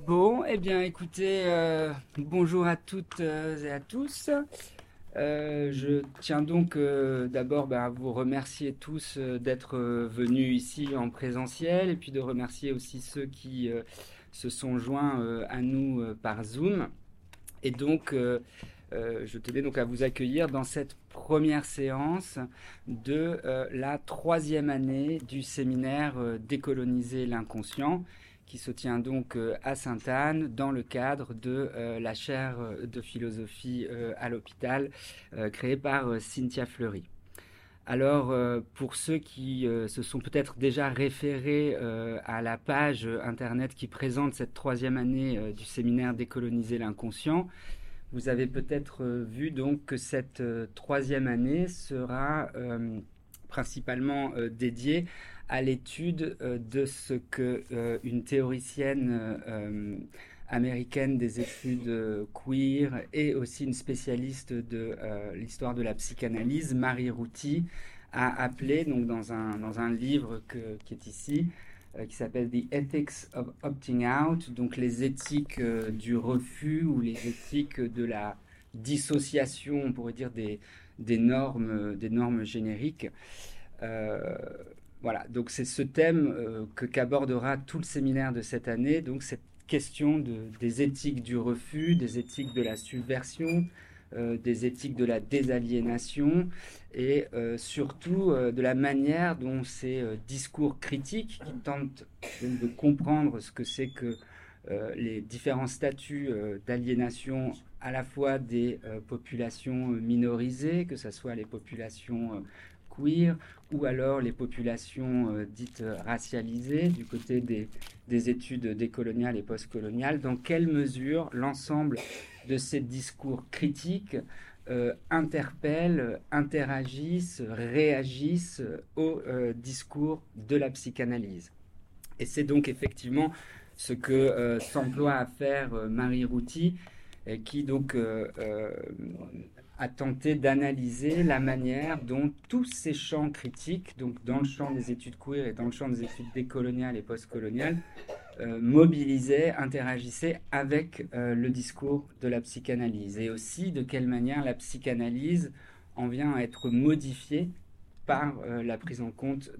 Bon, eh bien, écoutez, bonjour à toutes et à tous. Je tiens donc d'abord à vous remercier tous d'être venus ici en présentiel et puis de remercier aussi ceux qui se sont joints à nous par Zoom. Et donc, je tenais donc à vous accueillir dans cette première séance de la troisième année du séminaire Décoloniser l'inconscient, qui se tient donc à Sainte-Anne dans le cadre de la chaire de philosophie à l'hôpital créée par Cynthia Fleury. Alors, pour ceux qui se sont peut-être déjà référés à la page internet qui présente cette troisième année du séminaire Décoloniser l'inconscient, vous avez peut-être vu donc que cette troisième année sera principalement dédiée à l'étude de ce que une théoricienne américaine des études queer et aussi une spécialiste de l'histoire de la psychanalyse, Marie Routy, a appelé donc dans un livre qui est ici, qui s'appelle The Ethics of Opting Out, donc les éthiques du refus ou les éthiques de la dissociation, on pourrait dire des normes génériques. Euh, voilà, donc c'est ce thème qu'abordera tout le séminaire de cette année, donc cette question des éthiques du refus, des éthiques de la subversion, des éthiques de la désaliénation et surtout de la manière dont ces discours critiques qui tentent donc, de comprendre ce que c'est que les différents statuts d'aliénation à la fois des populations minorisées, que ce soit les populations queer ou alors les populations dites racialisées du côté des études décoloniales et postcoloniales, dans quelle mesure l'ensemble de ces discours critiques interpellent, interagissent, réagissent au discours de la psychanalyse. Et c'est donc effectivement ce que s'emploie à faire Marie Routy, qui donc a tenté d'analyser la manière dont tous ces champs critiques, donc dans le champ des études queer et dans le champ des études décoloniales et postcoloniales, mobilisaient, interagissaient avec le discours de la psychanalyse. Et aussi de quelle manière la psychanalyse en vient à être modifiée par la prise en compte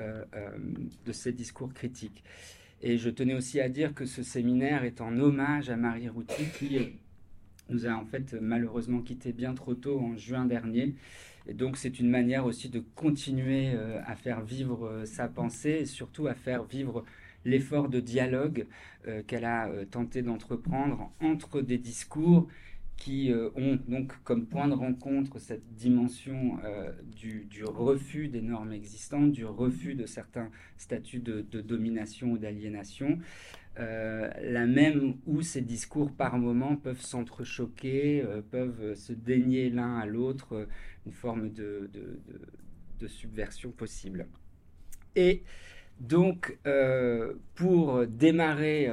de ces discours critiques. Et je tenais aussi à dire que ce séminaire est en hommage à Marie Routy qui nous a en fait malheureusement quitté bien trop tôt en juin dernier. Et donc c'est une manière aussi de continuer à faire vivre sa pensée et surtout à faire vivre l'effort de dialogue qu'elle a tenté d'entreprendre entre des discours qui ont donc comme point de rencontre cette dimension du refus des normes existantes, du refus de certains statuts de domination ou d'aliénation, la même où ces discours par moments peuvent s'entrechoquer, peuvent se dénier l'un à l'autre, une forme de subversion possible. Et donc, pour démarrer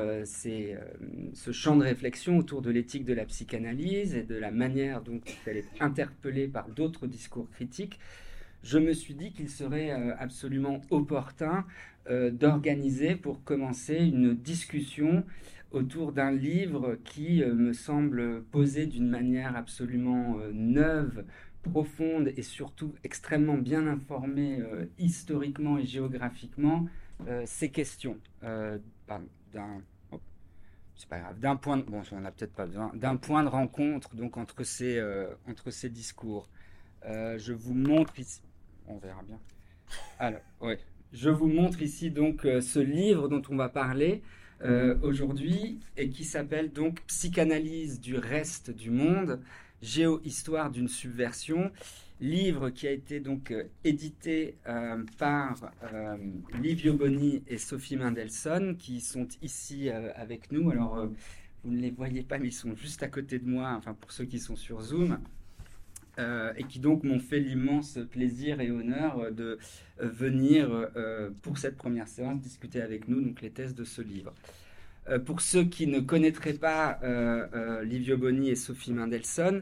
ce champ de réflexion autour de l'éthique de la psychanalyse et de la manière dont elle est interpellée par d'autres discours critiques, je me suis dit qu'il serait absolument opportun d'organiser pour commencer une discussion autour d'un livre qui me semble poser d'une manière absolument neuve, profonde et surtout extrêmement bien informée historiquement et géographiquement ces questions d'un c'est pas grave, d'un point de, bon, on n'a peut-être pas besoin, d'un point de rencontre donc entre ces discours. Je vous montre ici, on verra bien. Alors, ouais. Je vous montre ici donc ce livre dont on va parler aujourd'hui et qui s'appelle donc Psychanalyse du reste du monde, géohistoire d'une subversion. Livre qui a été donc édité par Livio Boni et Sophie Mendelssohn qui sont ici avec nous. Alors, vous ne les voyez pas, mais ils sont juste à côté de moi, enfin pour ceux qui sont sur Zoom. Et qui donc m'ont fait l'immense plaisir et honneur de venir pour cette première séance discuter avec nous donc les thèses de ce livre. Pour ceux qui ne connaîtraient pas Livio Boni et Sophie Mendelssohn,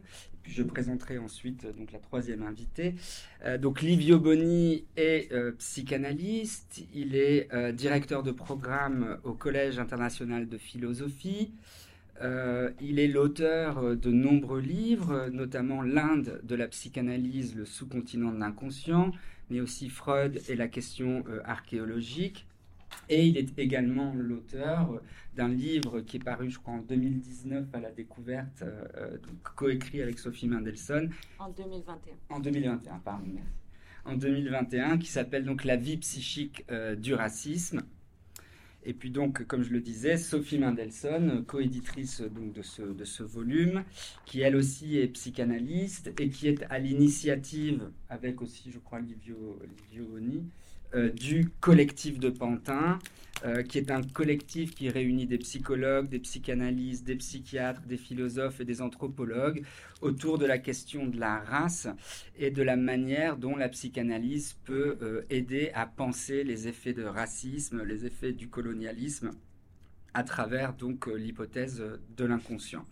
Puis je présenterai ensuite donc la troisième invitée. Donc Livio Boni est psychanalyste, il est directeur de programme au Collège international de philosophie. Il est l'auteur de nombreux livres, notamment L'Inde de la psychanalyse, le sous-continent de l'inconscient, mais aussi Freud et la question archéologique. Et il est également l'auteur d'un livre qui est paru, je crois, en 2019 à la découverte, coécrit avec Sophie Mendelssohn. En 2021. En 2021, pardon. En 2021, qui s'appelle donc La vie psychique du racisme. Et puis donc, comme je le disais, Sophie Mendelssohn, coéditrice donc de ce volume, qui elle aussi est psychanalyste et qui est à l'initiative, avec aussi, je crois, Livio Boni, du collectif de Pantin, qui est un collectif qui réunit des psychologues, des psychanalystes, des psychiatres, des philosophes et des anthropologues autour de la question de la race et de la manière dont la psychanalyse peut aider à penser les effets de racisme, les effets du colonialisme à travers donc l'hypothèse de l'inconscient.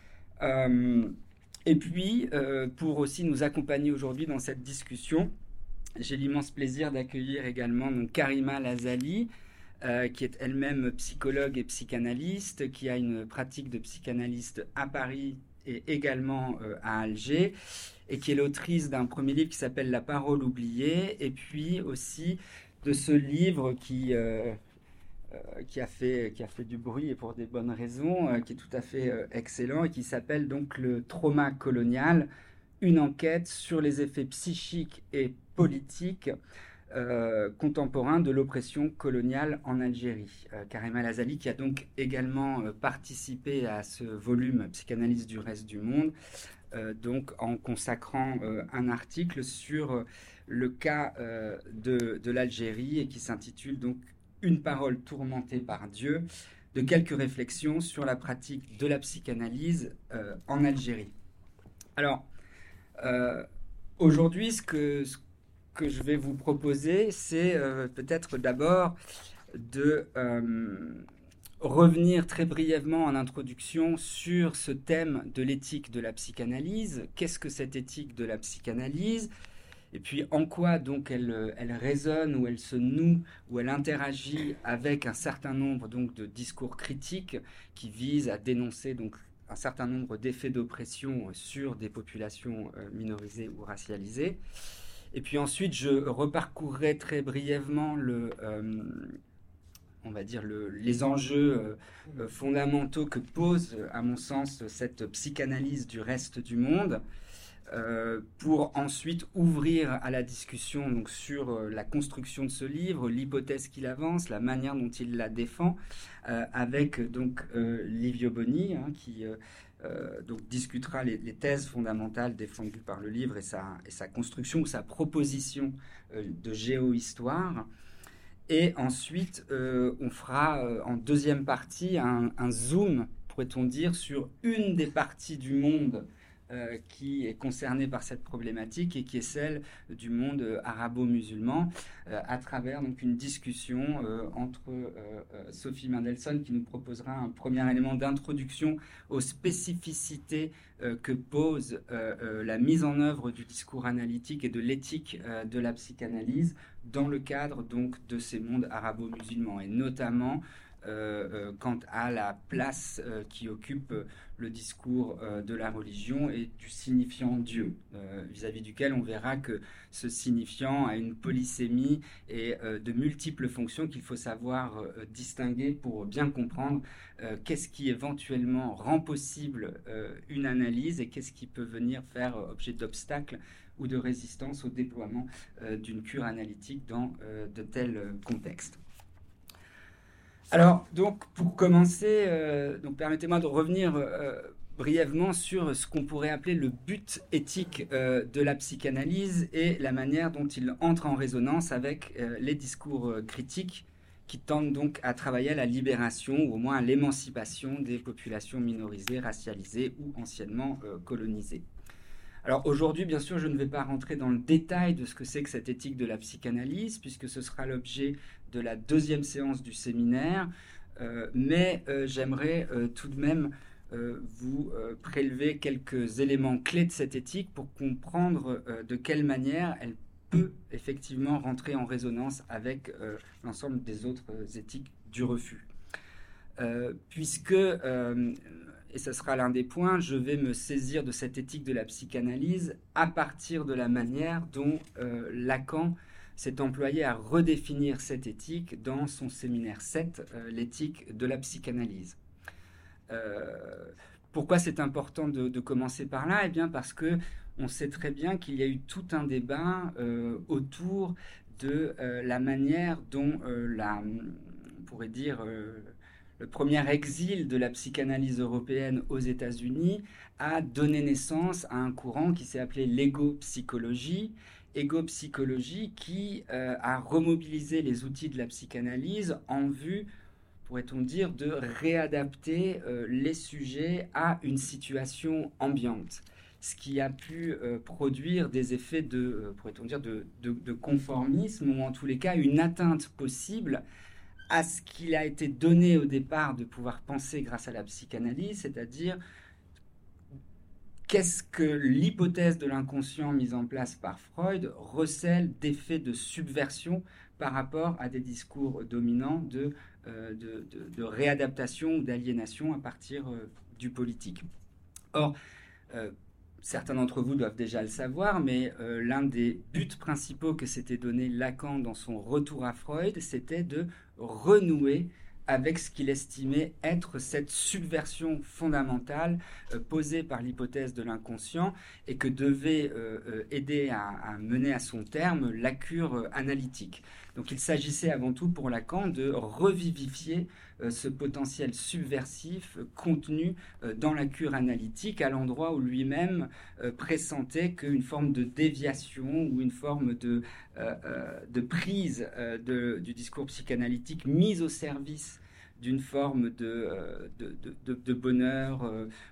Et puis, pour aussi nous accompagner aujourd'hui dans cette discussion, j'ai l'immense plaisir d'accueillir également donc, Karima Lazali, qui est elle-même psychologue et psychanalyste, qui a une pratique de psychanalyste à Paris et également à Alger, et qui est l'autrice d'un premier livre qui s'appelle La parole oubliée, et puis aussi de ce livre qui a fait du bruit et pour des bonnes raisons, qui est tout à fait excellent et qui s'appelle donc Le trauma colonial, une enquête sur les effets psychiques et politiques contemporains de l'oppression coloniale en Algérie. Karima Lazali, qui a donc également participé à ce volume Psychanalyse du reste du monde, donc en consacrant un article sur le cas de l'Algérie et qui s'intitule donc Une parole tourmentée par Dieu, de quelques réflexions sur la pratique de la psychanalyse en Algérie. Alors, aujourd'hui, ce que je vais vous proposer, c'est peut-être d'abord de revenir très brièvement en introduction sur ce thème de l'éthique de la psychanalyse. Qu'est-ce que cette éthique de la psychanalyse ? Et puis en quoi donc elle résonne ou elle se noue ou elle interagit avec un certain nombre donc de discours critiques qui visent à dénoncer donc un certain nombre d'effets d'oppression sur des populations minorisées ou racialisées. Et puis ensuite, je reparcourrai très brièvement on va dire les enjeux fondamentaux que pose, à mon sens, cette psychanalyse du reste du monde, pour ensuite ouvrir à la discussion donc, sur la construction de ce livre, l'hypothèse qu'il avance, la manière dont il la défend, avec donc Livio Boni, qui donc discutera les thèses fondamentales défendues par le livre et sa construction ou sa proposition de géohistoire. Et ensuite, on fera en deuxième partie un zoom, pourrait-on dire, sur une des parties du monde qui est concernée par cette problématique et qui est celle du monde arabo-musulman, à travers donc une discussion entre Sophie Mendelssohn qui nous proposera un premier élément d'introduction aux spécificités que pose la mise en œuvre du discours analytique et de l'éthique de la psychanalyse dans le cadre donc de ces mondes arabo-musulmans et notamment quant à la place qui occupe le discours de la religion et du signifiant Dieu, vis-à-vis duquel on verra que ce signifiant a une polysémie et de multiples fonctions qu'il faut savoir distinguer pour bien comprendre qu'est-ce qui éventuellement rend possible une analyse et qu'est-ce qui peut venir faire objet d'obstacle ou de résistance au déploiement d'une cure analytique dans de tels contextes. Alors, donc, pour commencer, donc permettez-moi de revenir brièvement sur ce qu'on pourrait appeler le but éthique de la psychanalyse et la manière dont il entre en résonance avec les discours critiques qui tendent donc à travailler à la libération ou au moins à l'émancipation des populations minorisées, racialisées ou anciennement colonisées. Alors aujourd'hui, bien sûr, je ne vais pas rentrer dans le détail de ce que c'est que cette éthique de la psychanalyse, puisque ce sera l'objet de la deuxième séance du séminaire, mais j'aimerais tout de même vous prélever quelques éléments clés de cette éthique pour comprendre de quelle manière elle peut effectivement rentrer en résonance avec l'ensemble des autres éthiques du refus. Puisque, et ce sera l'un des points, je vais me saisir de cette éthique de la psychanalyse à partir de la manière dont Lacan s'est employé à redéfinir cette éthique dans son séminaire 7, l'éthique de la psychanalyse. Pourquoi c'est important de commencer par là? Eh bien parce que on sait très bien qu'il y a eu tout un débat autour de la manière dont on pourrait dire le premier exil de la psychanalyse européenne aux États-Unis a donné naissance à un courant qui s'est appelé l'ego-psychologie. Ego-psychologie qui a remobilisé les outils de la psychanalyse en vue, pourrait-on dire, de réadapter les sujets à une situation ambiante. Ce qui a pu produire des effets pourrait-on dire, de conformisme, ou en tous les cas une atteinte possible à ce qu'il a été donné au départ de pouvoir penser grâce à la psychanalyse, c'est-à-dire qu'est-ce que l'hypothèse de l'inconscient mise en place par Freud recèle d'effets de subversion par rapport à des discours dominants de réadaptation ou d'aliénation à partir du politique. Or, certains d'entre vous doivent déjà le savoir, mais l'un des buts principaux que s'était donné Lacan dans son retour à Freud, c'était de renouer avec ce qu'il estimait être cette subversion fondamentale posée par l'hypothèse de l'inconscient et que devait aider à mener à son terme la cure analytique. Donc il s'agissait avant tout pour Lacan de revivifier ce potentiel subversif contenu dans la cure analytique à l'endroit où lui-même pressentait qu'une forme de déviation ou une forme de prise du discours psychanalytique mise au service d'une forme de bonheur,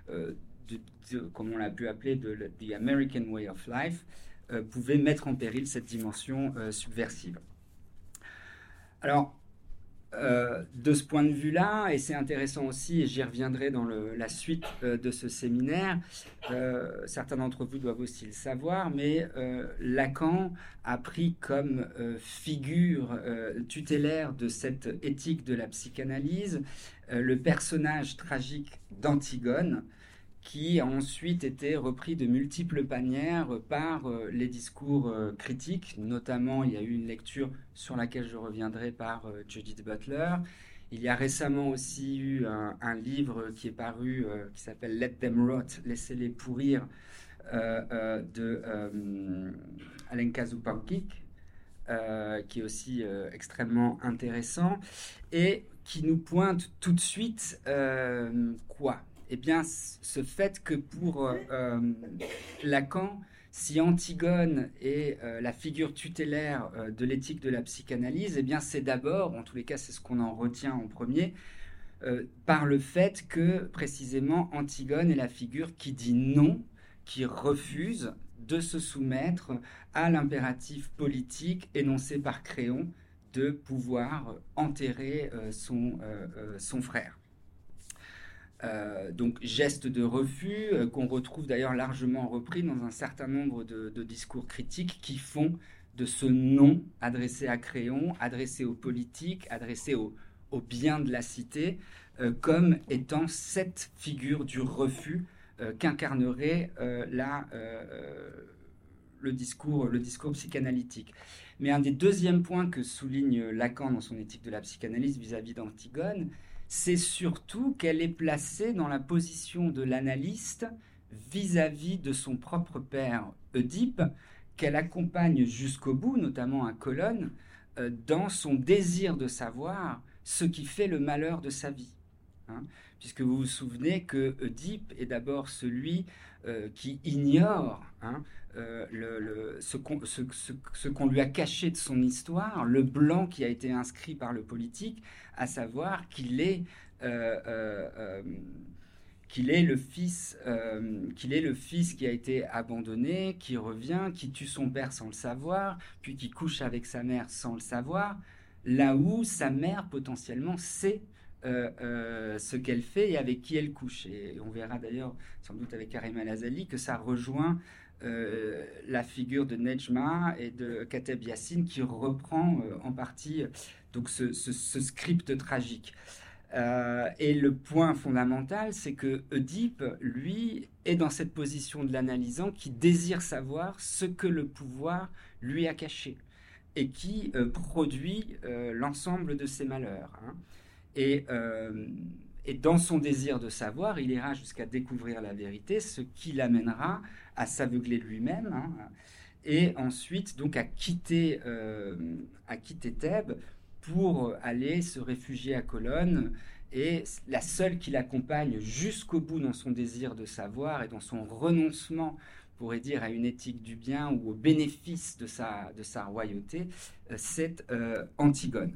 comme on l'a pu appeler, de the American way of life, pouvait mettre en péril cette dimension subversive. Alors, de ce point de vue-là, et c'est intéressant aussi, et j'y reviendrai dans la suite de ce séminaire, certains d'entre vous doivent aussi le savoir, mais Lacan a pris comme figure tutélaire de cette éthique de la psychanalyse le personnage tragique d'Antigone, qui a ensuite été repris de multiples manières par les discours critiques. Notamment, il y a eu une lecture sur laquelle je reviendrai par Judith Butler. Il y a récemment aussi eu un livre qui est paru, qui s'appelle Let Them Rot, Laissez-les pourrir, de Alenka Zupančič, qui est aussi extrêmement intéressant et qui nous pointe tout de suite quoi ? Eh bien, ce fait que pour Lacan, si Antigone est la figure tutélaire de l'éthique de la psychanalyse, eh bien, c'est d'abord, en tous les cas, c'est ce qu'on en retient en premier, par le fait que, précisément, Antigone est la figure qui dit non, qui refuse de se soumettre à l'impératif politique énoncé par Créon de pouvoir enterrer son frère. Donc geste de refus qu'on retrouve d'ailleurs largement repris dans un certain nombre de discours critiques qui font de ce non adressé à Créon, adressé aux politiques, adressé au bien de la cité, comme étant cette figure du refus qu'incarnerait le discours psychanalytique. Mais un des deuxièmes points que souligne Lacan dans son éthique de la psychanalyse vis-à-vis d'Antigone, c'est surtout qu'elle est placée dans la position de l'analyste vis-à-vis de son propre père Oedipe, qu'elle accompagne jusqu'au bout, notamment à Colonne, dans son désir de savoir ce qui fait le malheur de sa vie. Puisque vous vous souvenez que Oedipe est d'abord celui qui ignore ce qu'on lui a caché de son histoire, le blanc qui a été inscrit par le politique, à savoir qu'il est le fils qui a été abandonné, qui revient, qui tue son père sans le savoir, puis qui couche avec sa mère sans le savoir, là où sa mère potentiellement sait ce qu'elle fait et avec qui elle couche. Et on verra d'ailleurs, sans doute avec Karim El-Ghazali, que ça rejoint la figure de Nejma et de Kateb Yassine qui reprend en partie donc ce script tragique. Et le point fondamental, c'est que Oedipe, lui, est dans cette position de l'analysant qui désire savoir ce que le pouvoir lui a caché et qui produit l'ensemble de ses malheurs. Hein. Et, euh, et dans son désir de savoir, il ira jusqu'à découvrir la vérité, ce qui l'amènera à s'aveugler de lui-même, hein, et ensuite donc à quitter Thèbes pour aller se réfugier à Colonne. Et la seule qui l'accompagne jusqu'au bout dans son désir de savoir et dans son renoncement, on pourrait dire, à une éthique du bien ou au bénéfice de sa royauté, c'est Antigone.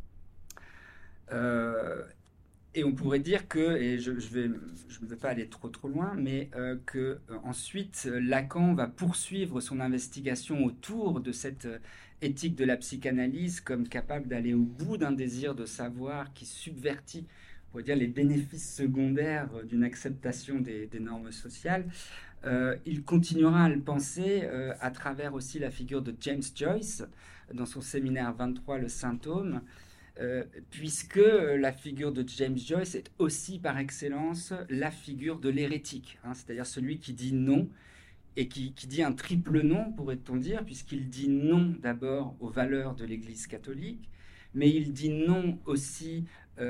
Et on pourrait dire que, et je ne vais pas aller trop loin, mais que ensuite Lacan va poursuivre son investigation autour de cette éthique de la psychanalyse comme capable d'aller au bout d'un désir de savoir qui subvertit, on pourrait dire, les bénéfices secondaires d'une acceptation des normes sociales. Il continuera à le penser à travers aussi la figure de James Joyce dans son séminaire 23, le symptôme. Puisque la figure de James Joyce est aussi par excellence la figure de l'hérétique, hein, c'est-à-dire celui qui dit non et qui dit un triple non, pourrait-on dire, puisqu'il dit non d'abord aux valeurs de l'Église catholique, mais il dit non aussi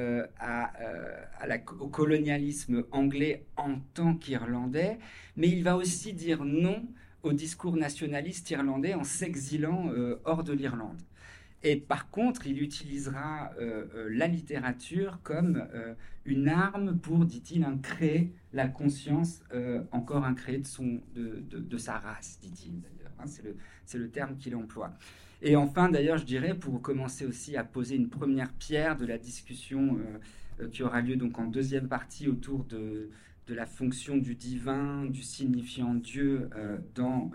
au colonialisme anglais en tant qu'Irlandais, mais il va aussi dire non au discours nationaliste irlandais en s'exilant hors de l'Irlande. Et par contre, il utilisera la littérature comme une arme pour, dit-il, créer la conscience encore incréée de sa race, dit-il d'ailleurs. Hein, c'est le terme qu'il emploie. Et enfin, d'ailleurs, je dirais, pour commencer aussi à poser une première pierre de la discussion qui aura lieu donc en deuxième partie autour de la fonction du divin, du signifiant Dieu dans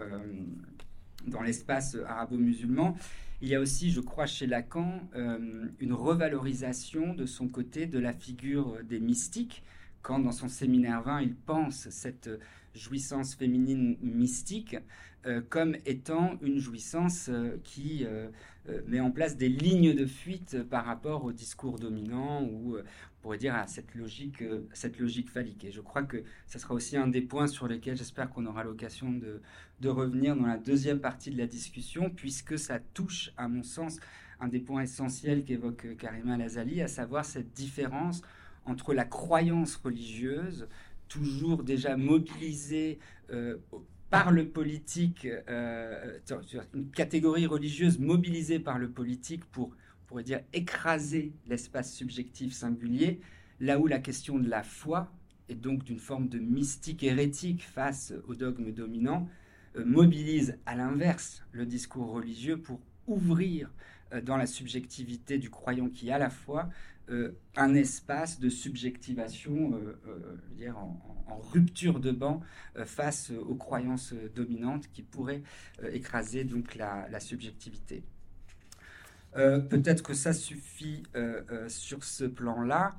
l'espace arabo-musulman. Il y a aussi, je crois, chez Lacan, une revalorisation de son côté de la figure des mystiques, quand dans son séminaire 20, il pense cette jouissance féminine mystique comme étant une jouissance qui met en place des lignes de fuite par rapport au discours dominant ou on pourrait dire à cette logique phallique. Et je crois que ce sera aussi un des points sur lesquels j'espère qu'on aura l'occasion de revenir dans la deuxième partie de la discussion, puisque ça touche, à mon sens, un des points essentiels qu'évoque Karima El-Ghazali, à savoir cette différence entre la croyance religieuse, toujours déjà mobilisée par le politique, une catégorie religieuse mobilisée par le politique pour, on pourrait dire, écraser l'espace subjectif singulier, là où la question de la foi, et donc d'une forme de mystique hérétique face au dogme dominant, mobilise à l'inverse le discours religieux pour ouvrir dans la subjectivité du croyant qui a la foi un espace de subjectivation je veux dire, en rupture de banc face aux croyances dominantes qui pourraient écraser donc la subjectivité. Peut-être que ça suffit sur ce plan-là.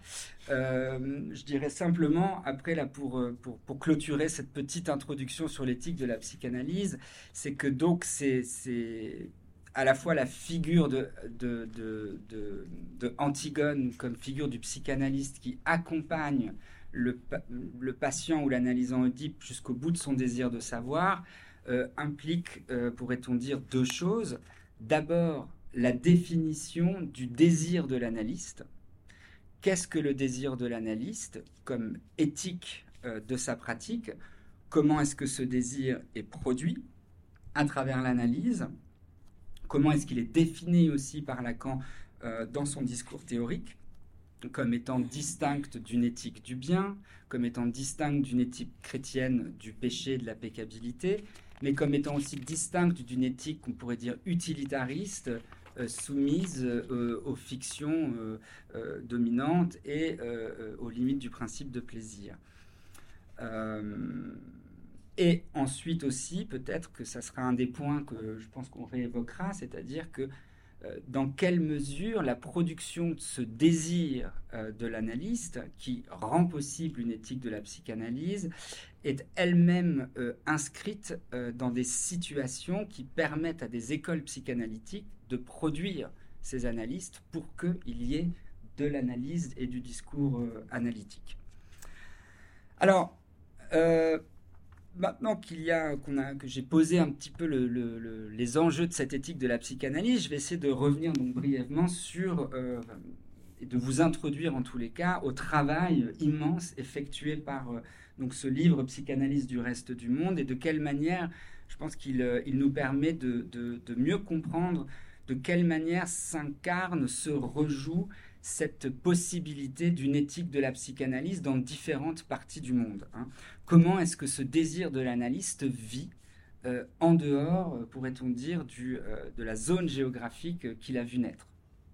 Je dirais simplement, après, là, pour clôturer cette petite introduction sur l'éthique de la psychanalyse, c'est que donc c'est à la fois la figure de Antigone comme figure du psychanalyste qui accompagne le patient ou l'analysant Oedipe jusqu'au bout de son désir de savoir, implique, pourrait-on dire, deux choses. D'abord, la définition du désir de l'analyste. Qu'est-ce que le désir de l'analyste comme éthique de sa pratique? Comment est-ce que ce désir est produit à travers l'analyse? Comment est-ce qu'il est défini aussi par Lacan dans son discours théorique comme étant distincte d'une éthique du bien, comme étant distincte d'une éthique chrétienne du péché, de la peccabilité, mais comme étant aussi distincte d'une éthique qu'on pourrait dire utilitariste, soumise aux fictions dominantes et aux limites du principe de plaisir. Et ensuite aussi, peut-être que ça sera un des points que je pense qu'on réévoquera, c'est-à-dire que dans quelle mesure la production de ce désir de l'analyste, qui rend possible une éthique de la psychanalyse, est elle-même inscrite dans des situations qui permettent à des écoles psychanalytiques de produire ces analystes pour qu'il y ait de l'analyse et du discours analytique. Alors, maintenant que j'ai posé un petit peu les enjeux de cette éthique de la psychanalyse, je vais essayer de revenir donc brièvement sur et de vous introduire en tous les cas au travail immense effectué par donc ce livre Psychanalyse du reste du monde, et de quelle manière je pense qu'il nous permet de mieux comprendre de quelle manière s'incarne, se rejoue cette possibilité d'une éthique de la psychanalyse dans différentes parties du monde. Comment est-ce que ce désir de l'analyste vit en dehors, pourrait-on dire, de la zone géographique qu'il a vu naître.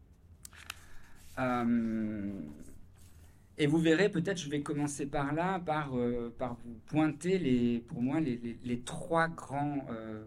Et vous verrez, peut-être je vais commencer par là, par vous pointer pour moi les trois grands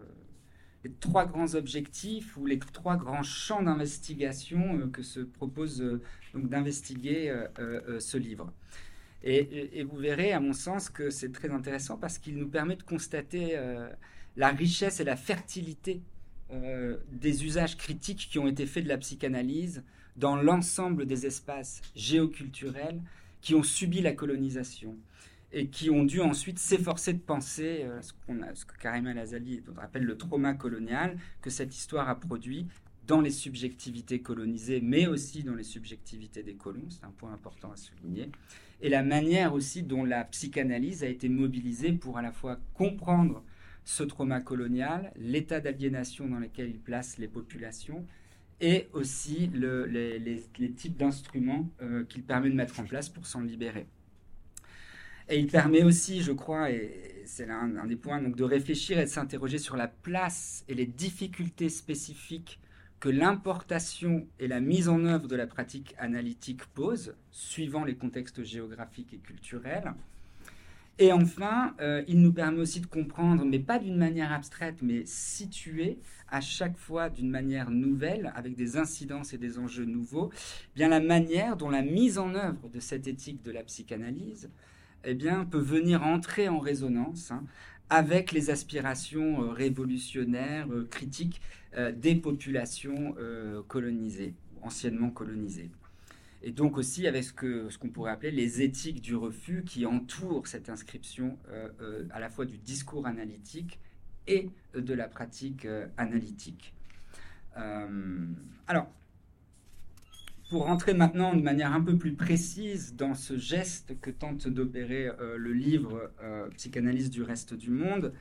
objectifs ou les trois grands champs d'investigation que se propose donc d'investiguer ce livre. Et vous verrez, à mon sens, que c'est très intéressant parce qu'il nous permet de constater la richesse et la fertilité des usages critiques qui ont été faits de la psychanalyse dans l'ensemble des espaces géoculturels qui ont subi la colonisation et qui ont dû ensuite s'efforcer de penser ce que Karim El-Ghazali appelle le trauma colonial, que cette histoire a produit dans les subjectivités colonisées, mais aussi dans les subjectivités des colons, c'est un point important à souligner, et la manière aussi dont la psychanalyse a été mobilisée pour à la fois comprendre ce trauma colonial, l'état d'aliénation dans lequel il place les populations, et aussi les types d'instruments qu'il permet de mettre en place pour s'en libérer. Et il permet aussi, je crois, et c'est un des points, donc, de réfléchir et de s'interroger sur la place et les difficultés spécifiques que l'importation et la mise en œuvre de la pratique analytique posent, suivant les contextes géographiques et culturels. Et enfin, il nous permet aussi de comprendre, mais pas d'une manière abstraite, mais située, à chaque fois d'une manière nouvelle, avec des incidences et des enjeux nouveaux, bien la manière dont la mise en œuvre de cette éthique de la psychanalyse peut venir entrer en résonance avec les aspirations révolutionnaires, critiques des populations colonisées, anciennement colonisées. Et donc aussi avec ce qu'on pourrait appeler les éthiques du refus qui entourent cette inscription à la fois du discours analytique et de la pratique analytique. Alors, pour rentrer maintenant de manière un peu plus précise dans ce geste que tente d'opérer le livre Psychanalyse du reste du monde,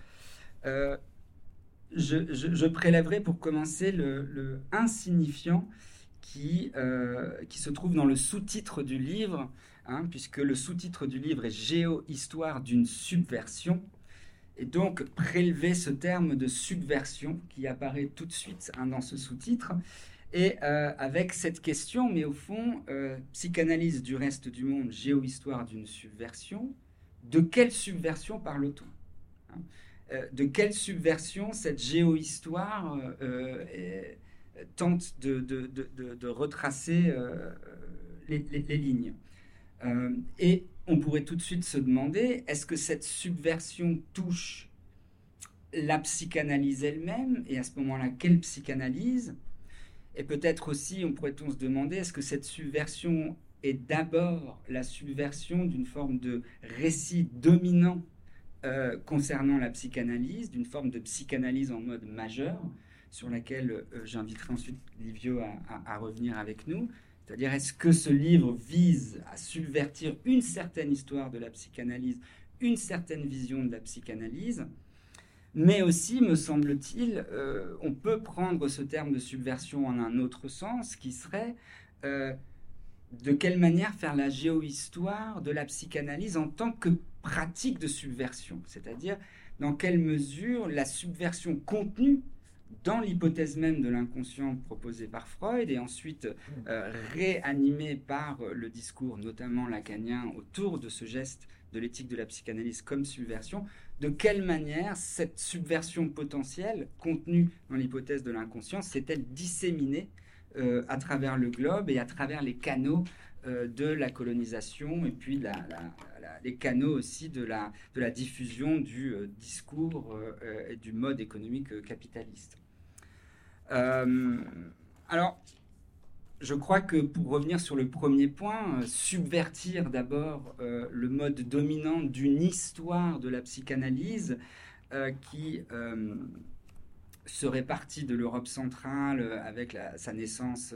je prélèverai pour commencer le insignifiant qui se trouve dans le sous-titre du livre, puisque le sous-titre du livre est Géo-histoire d'une subversion. Et donc prélever ce terme de subversion qui apparaît tout de suite dans ce sous-titre, et avec cette question, mais au fond, psychanalyse du reste du monde, géohistoire d'une subversion, de quelle subversion parle-t-on ? De quelle subversion cette géohistoire tente de retracer les lignes. Et on pourrait tout de suite se demander, est-ce que cette subversion touche la psychanalyse elle-même ? Et à ce moment-là, quelle psychanalyse ? Et peut-être aussi, on pourrait se demander, est-ce que cette subversion est d'abord la subversion d'une forme de récit dominant concernant la psychanalyse, d'une forme de psychanalyse en mode majeur, sur laquelle j'inviterai ensuite Livio à revenir avec nous. C'est-à-dire, est-ce que ce livre vise à subvertir une certaine histoire de la psychanalyse, une certaine vision de la psychanalyse ? Mais aussi, me semble-t-il, on peut prendre ce terme de subversion en un autre sens, qui serait de quelle manière faire la géohistoire de la psychanalyse en tant que pratique de subversion, c'est-à-dire dans quelle mesure la subversion contenue dans l'hypothèse même de l'inconscient proposée par Freud et ensuite réanimée par le discours notamment lacanien autour de ce geste de l'éthique de la psychanalyse comme subversion, de quelle manière cette subversion potentielle contenue dans l'hypothèse de l'inconscient s'est-elle disséminée à travers le globe et à travers les canaux de la colonisation et puis les canaux aussi de la diffusion du discours et du mode économique capitaliste. Alors, je crois que pour revenir sur le premier point, subvertir d'abord le mode dominant d'une histoire de la psychanalyse qui serait partie de l'Europe centrale avec sa naissance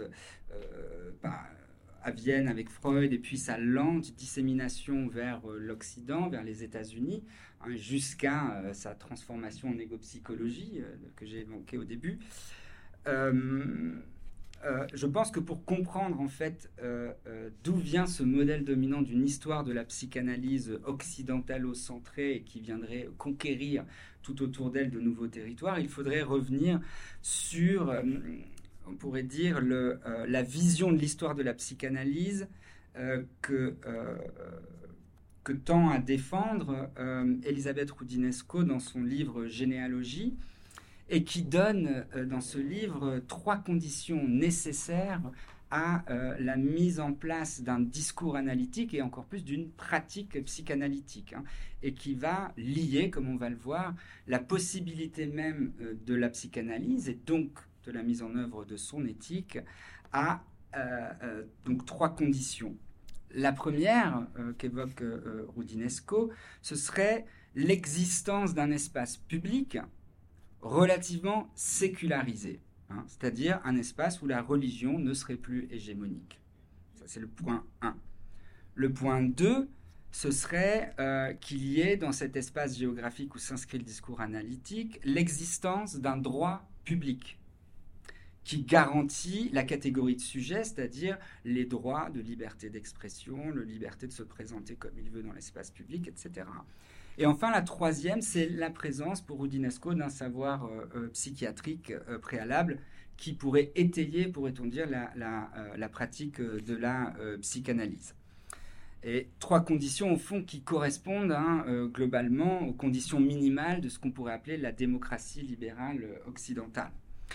à Vienne avec Freud et puis sa lente dissémination vers l'Occident, vers les États-Unis, jusqu'à sa transformation en égopsychologie que j'ai évoquée au début. Je pense que pour comprendre en fait d'où vient ce modèle dominant d'une histoire de la psychanalyse occidentalo-centrée et qui viendrait conquérir tout autour d'elle de nouveaux territoires, il faudrait revenir sur, on pourrait dire, la vision de l'histoire de la psychanalyse que tend à défendre Elisabeth Roudinesco dans son livre Généalogie, et qui donne dans ce livre 3 conditions nécessaires à la mise en place d'un discours analytique et encore plus d'une pratique psychanalytique, et qui va lier, comme on va le voir, la possibilité même de la psychanalyse et donc de la mise en œuvre de son éthique à donc 3 conditions. La première qu'évoque Roudinesco, ce serait l'existence d'un espace public relativement sécularisé, c'est-à-dire un espace où la religion ne serait plus hégémonique. Ça, c'est le point 1. Le point 2, ce serait qu'il y ait dans cet espace géographique où s'inscrit le discours analytique l'existence d'un droit public qui garantit la catégorie de sujet, c'est-à-dire les droits de liberté d'expression, la liberté de se présenter comme il veut dans l'espace public, etc. Et enfin, la troisième, c'est la présence pour Roudinesco d'un savoir psychiatrique préalable qui pourrait étayer, pourrait-on dire, la pratique de la psychanalyse. Et 3 conditions, au fond, qui correspondent globalement aux conditions minimales de ce qu'on pourrait appeler la démocratie libérale occidentale.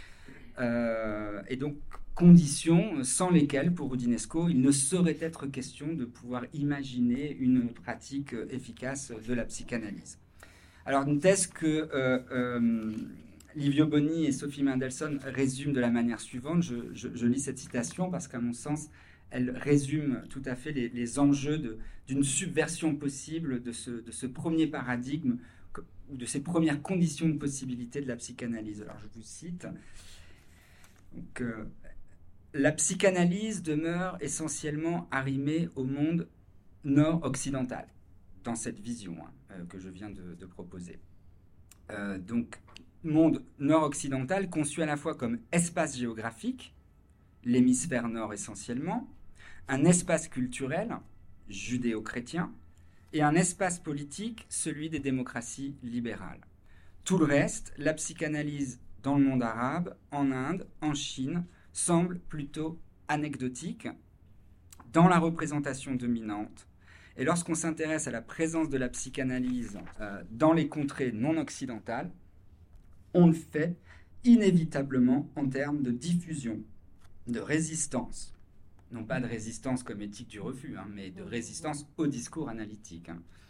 Et donc, conditions sans lesquelles, pour Roudinesco, il ne saurait être question de pouvoir imaginer une pratique efficace de la psychanalyse. Alors, une thèse que Livio Boni et Sophie Mendelssohn résument de la manière suivante. Je lis cette citation parce qu'à mon sens, elle résume tout à fait les enjeux d'une subversion possible de ce premier paradigme ou de ces premières conditions de possibilité de la psychanalyse. Alors, je vous cite. Donc, la psychanalyse demeure essentiellement arrimée au monde nord-occidental, dans cette vision que je viens de proposer. Donc, monde nord-occidental conçu à la fois comme espace géographique, l'hémisphère nord essentiellement, un espace culturel, judéo-chrétien, et un espace politique, celui des démocraties libérales. Tout le reste, la psychanalyse dans le monde arabe, en Inde, en Chine, semble plutôt anecdotique dans la représentation dominante. Et lorsqu'on s'intéresse à la présence de la psychanalyse dans les contrées non occidentales, on le fait inévitablement en termes de diffusion, de résistance. Non pas de résistance comme éthique du refus, mais de résistance au discours analytique.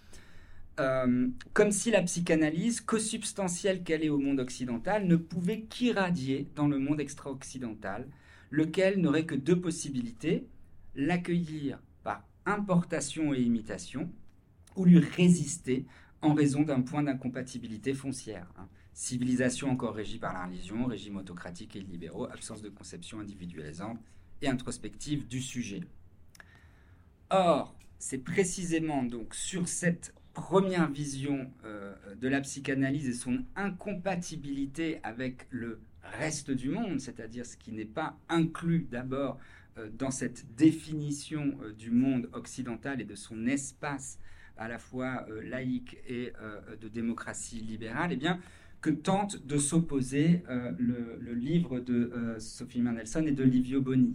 Comme si la psychanalyse, co-substantielle qu'elle est au monde occidental, ne pouvait qu'irradier dans le monde extra-occidental, lequel n'aurait que 2 possibilités, l'accueillir par importation et imitation, ou lui résister en raison d'un point d'incompatibilité foncière. Civilisation encore régie par la religion, régime autocratique et libéraux, absence de conception individualisante et introspective du sujet. Or, c'est précisément donc sur cette première vision de la psychanalyse et son incompatibilité avec le reste du monde, c'est-à-dire ce qui n'est pas inclus d'abord dans cette définition du monde occidental et de son espace à la fois laïque et de démocratie libérale, eh bien, que tente de s'opposer le livre de Sophie Mendelssohn et de Livio Boni.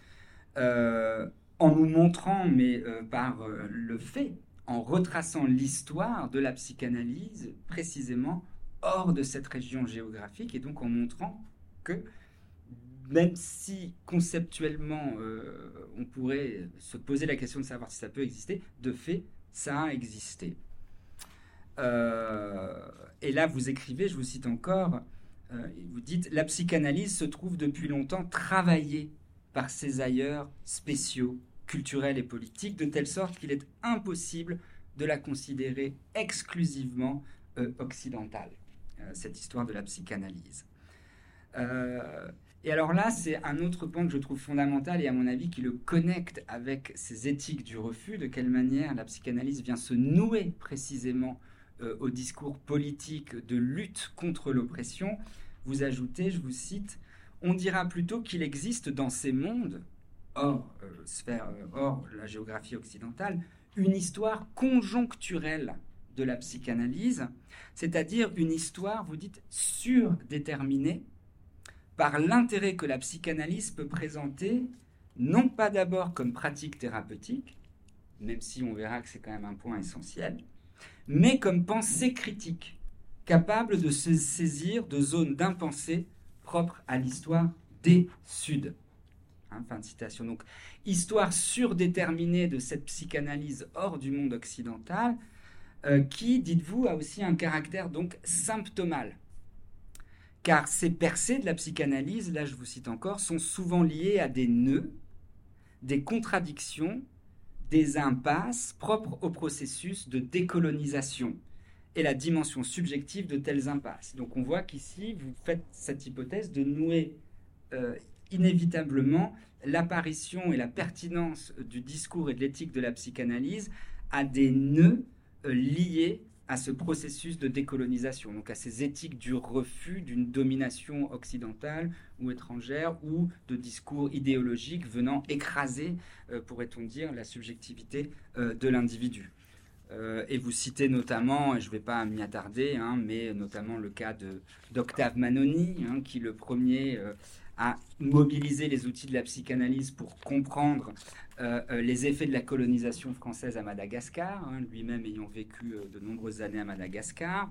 En nous montrant, mais par le fait, en retraçant l'histoire de la psychanalyse précisément hors de cette région géographique et donc en montrant que même si conceptuellement on pourrait se poser la question de savoir si ça peut exister, de fait, ça a existé. Et là, vous écrivez, je vous cite encore, vous dites « La psychanalyse se trouve depuis longtemps travaillée par ses ailleurs spéciaux, culturels et politiques, de telle sorte qu'il est impossible de la considérer exclusivement occidentale, cette histoire de la psychanalyse. » Et alors là, c'est un autre point que je trouve fondamental et à mon avis qui le connecte avec ces éthiques du refus, de quelle manière la psychanalyse vient se nouer précisément au discours politique de lutte contre l'oppression. Vous ajoutez, je vous cite, « On dira plutôt qu'il existe dans ces mondes, hors la géographie occidentale, une histoire conjoncturelle de la psychanalyse, c'est-à-dire une histoire, vous dites, surdéterminée par l'intérêt que la psychanalyse peut présenter, non pas d'abord comme pratique thérapeutique, même si on verra que c'est quand même un point essentiel, mais comme pensée critique, capable de se saisir de zones d'impensée propres à l'histoire des Suds. » Fin de citation. Donc, histoire surdéterminée de cette psychanalyse hors du monde occidental, qui, dites-vous, a aussi un caractère donc symptomal. Car ces percées de la psychanalyse, là je vous cite encore, sont souvent liées à des nœuds, des contradictions, des impasses propres au processus de décolonisation et la dimension subjective de telles impasses. Donc on voit qu'ici, vous faites cette hypothèse de nouer inévitablement l'apparition et la pertinence du discours et de l'éthique de la psychanalyse à des nœuds liés à ce processus de décolonisation, donc à ces éthiques du refus d'une domination occidentale ou étrangère ou de discours idéologiques venant écraser, pourrait-on dire, la subjectivité de l'individu. Et vous citez notamment, et je ne vais pas m'y attarder, mais notamment le cas d'Octave Manoni, qui le premier a mobilisé les outils de la psychanalyse pour comprendre les effets de la colonisation française à Madagascar, lui-même ayant vécu de nombreuses années à Madagascar.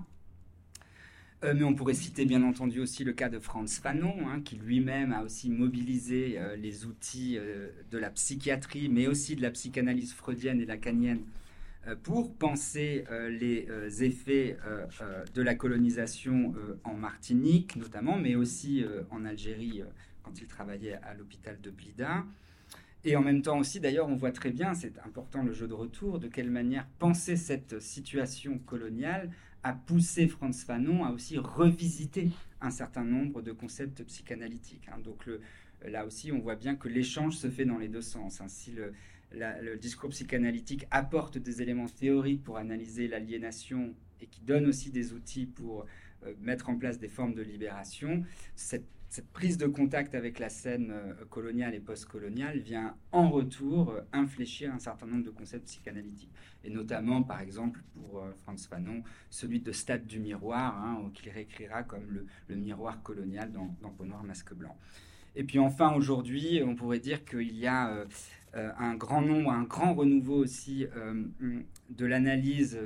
Mais on pourrait citer bien entendu aussi le cas de Frantz Fanon, qui lui-même a aussi mobilisé les outils de la psychiatrie, mais aussi de la psychanalyse freudienne et lacanienne pour penser les effets de la colonisation en Martinique notamment, mais aussi en Algérie quand il travaillait à l'hôpital de Blida. Et en même temps aussi, d'ailleurs, on voit très bien, c'est important le jeu de retour, de quelle manière penser cette situation coloniale a poussé Frantz Fanon à aussi revisiter un certain nombre de concepts psychanalytiques. Donc là aussi, on voit bien que l'échange se fait dans les deux sens. Si le discours psychanalytique apporte des éléments théoriques pour analyser l'aliénation et qui donne aussi des outils pour mettre en place des formes de libération, cette prise de contact avec la scène coloniale et post-coloniale vient en retour infléchir un certain nombre de concepts psychanalytiques. Et notamment, par exemple, pour Frantz Fanon, celui de Stade du miroir, qu'il réécrira comme le miroir colonial dans Peau noire, masque blanc. Et puis enfin, aujourd'hui, on pourrait dire qu'il y a un grand renouveau aussi de l'analyse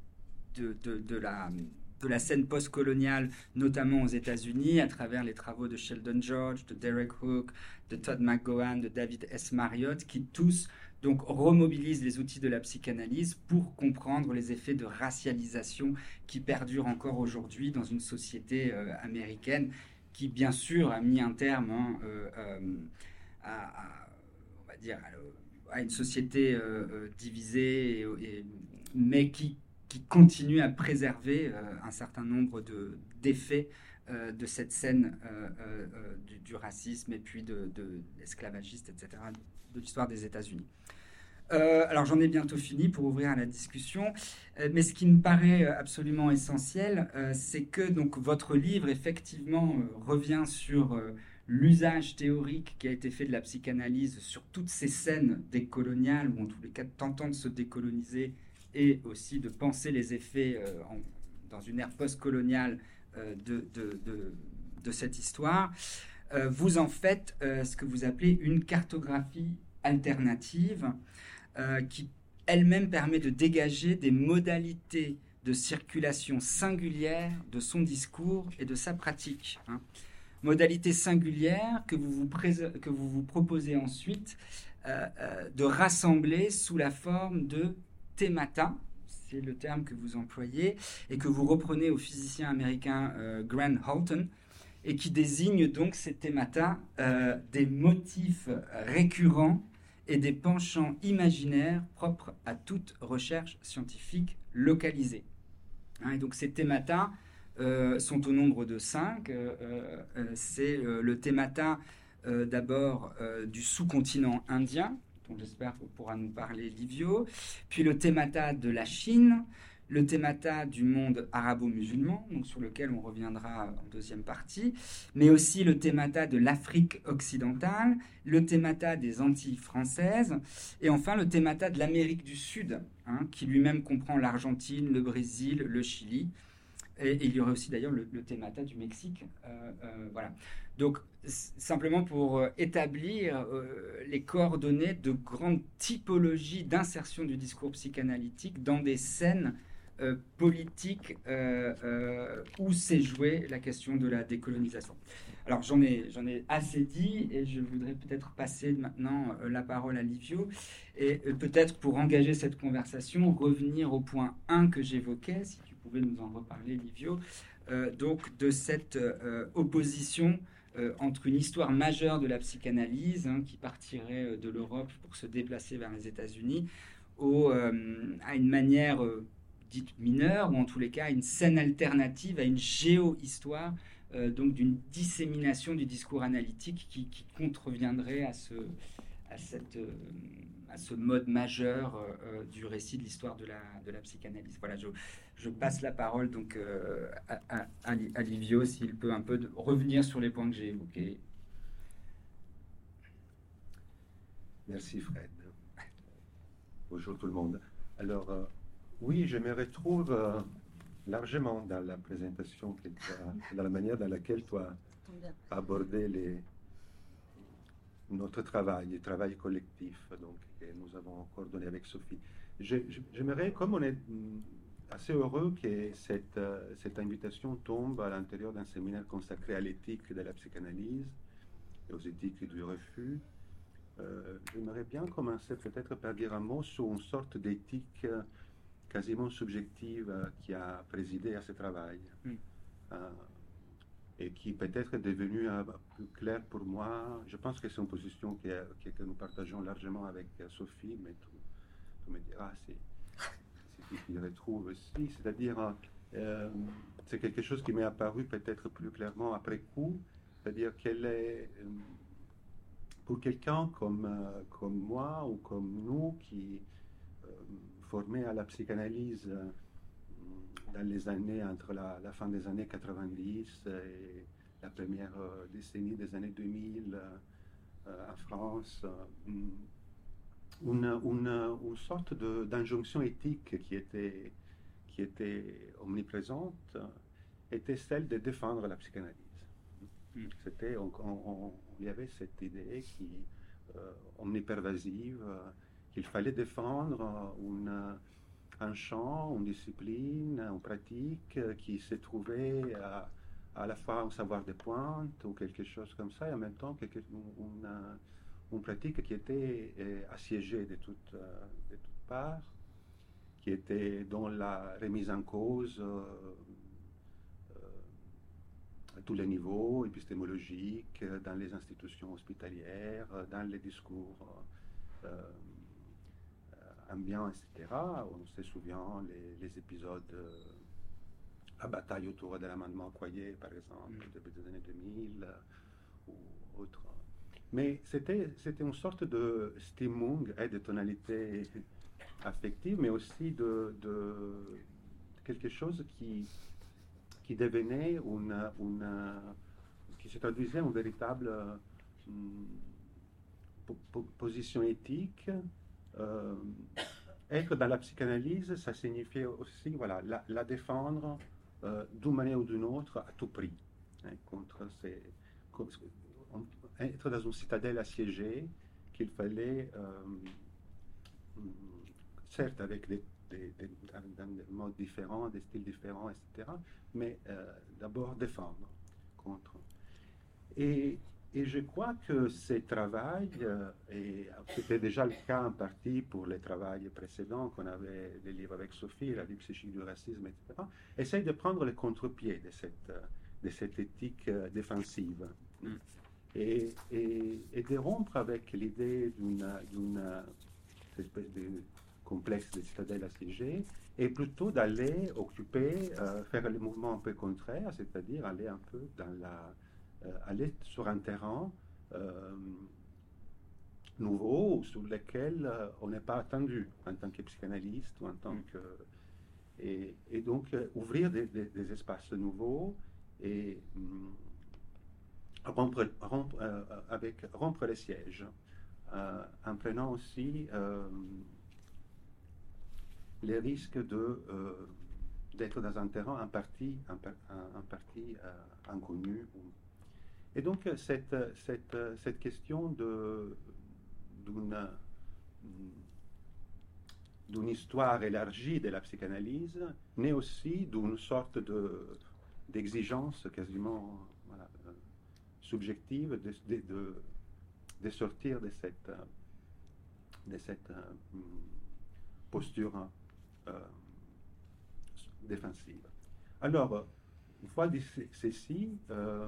de la scène post-coloniale, notamment aux États-Unis, à travers les travaux de Sheldon George, de Derek Hook, de Todd McGowan, de David S. Marriott, qui tous donc remobilisent les outils de la psychanalyse pour comprendre les effets de racialisation qui perdurent encore aujourd'hui dans une société américaine qui, bien sûr, a mis un terme on va dire, à une société divisée, mais qui continue à préserver un certain nombre d'effets de cette scène du racisme et puis de l'esclavagiste, etc., de l'histoire des États-Unis. Alors j'en ai bientôt fini pour ouvrir à la discussion, mais ce qui me paraît absolument essentiel, c'est que donc, votre livre effectivement revient sur l'usage théorique qui a été fait de la psychanalyse sur toutes ces scènes décoloniales, ou en tous les cas tentant de se décoloniser et aussi de penser les effets dans une ère post-coloniale de cette histoire. Vous en faites ce que vous appelez une cartographie alternative qui elle-même permet de dégager des modalités de circulation singulières de son discours et de sa pratique. Modalité singulière que vous vous proposez ensuite de rassembler sous la forme de thémata, c'est le terme que vous employez, et que vous reprenez au physicien américain Grant Halton, et qui désigne donc ces thémata des motifs récurrents et des penchants imaginaires propres à toute recherche scientifique localisée. Hein, et donc ces thémata sont au nombre de 5. C'est le thémata d'abord du sous-continent indien, dont j'espère que pourra nous parler Livio, puis le thémata de la Chine, le thémata du monde arabo-musulman, donc sur lequel on reviendra en deuxième partie, mais aussi le thémata de l'Afrique occidentale, le thémata des Antilles françaises, et enfin le thémata de l'Amérique du Sud, hein, qui lui-même comprend l'Argentine, le Brésil, le Chili, et il y aurait aussi d'ailleurs le thémata du Mexique. Voilà. Donc, simplement pour établir les coordonnées de grandes typologies d'insertion du discours psychanalytique dans des scènes politiques où s'est jouée la question de la décolonisation. Alors, j'en ai assez dit et je voudrais peut-être passer maintenant la parole à Livio et peut-être pour engager cette conversation, revenir au point 1 que j'évoquais, si tu pouvez nous en reparler, Livio, donc de cette opposition entre une histoire majeure de la psychanalyse, hein, qui partirait de l'Europe pour se déplacer vers les États-Unis, à une manière dite mineure, ou en tous les cas à une scène alternative, à une géo-histoire, donc d'une dissémination du discours analytique qui contreviendrait à, cette, à ce mode majeur du récit de l'histoire de la psychanalyse. Voilà, je passe la parole donc à Livio, s'il peut un peu revenir sur les points que j'ai évoqués. Merci Fred. Bonjour tout le monde. Alors, oui, je me retrouve largement dans la présentation, dans la manière dans laquelle tu as abordé notre travail, le travail collectif donc, que nous avons coordonné avec Sophie. J'aimerais, comme on est assez heureux que cette invitation tombe à l'intérieur d'un séminaire consacré à l'éthique de la psychanalyse et aux éthiques du refus, j'aimerais bien commencer peut-être par dire un mot sur une sorte d'éthique quasiment subjective qui a présidé à ce travail et qui peut-être est devenue plus claire pour moi. Je pense que c'est une position que nous partageons largement avec Sophie, mais tu me diras si tu y retrouves aussi. C'est-à-dire, c'est quelque chose qui m'est apparu peut-être plus clairement après coup, c'est-à-dire qu'elle est... pour quelqu'un comme moi ou comme nous qui formés à la psychanalyse dans les années entre la fin des années 90 et la première décennie des années 2000 en France, une sorte d'injonction éthique qui était omniprésente était celle de défendre la psychanalyse. C'était, il y avait cette idée qui omnipervasive qu'il fallait défendre un champ, une discipline, une pratique qui se trouvait à la fois un savoir de pointe ou quelque chose comme ça, et en même temps une pratique qui était assiégée de toutes parts, qui était dans la remise en cause à tous les niveaux, épistémologiques, dans les institutions hospitalières, dans les discours ambiants, etc. On se souvient les épisodes, la bataille autour de l'amendement Accoyer, par exemple, au début des années 2000, ou autres. Mais c'était une sorte de stimmung et de tonalité affective, mais aussi de quelque chose qui devenait qui se traduisait en véritable position éthique. Être dans la psychanalyse, ça signifiait aussi voilà, la défendre d'une manière ou d'une autre à tout prix, hein, être dans une citadelle assiégée qu'il fallait, certes avec des modes différents, des styles différents, etc., mais d'abord défendre contre. Et, et je crois que ces travaux, et c'était déjà le cas en partie pour les travaux précédents qu'on avait, les livres avec Sophie, la vie psychique du racisme, etc., essayent de prendre le contre-pied de cette éthique défensive. Mm. Et de rompre avec l'idée d'une espèce de complexe de citadelle assiégée, et plutôt d'aller occuper, faire le mouvement un peu contraire, c'est-à-dire aller un peu aller sur un terrain nouveau sur lequel on n'est pas attendu en tant que psychanalyste ou en tant que... Et donc ouvrir des espaces nouveaux et rompre les sièges, en prenant aussi les risques d'être dans un terrain en partie inconnu. Et donc cette question d'une histoire élargie de la psychanalyse naît aussi d'une sorte d'exigence quasiment voilà, subjective de sortir de cette posture défensive. Alors, une fois dit ceci,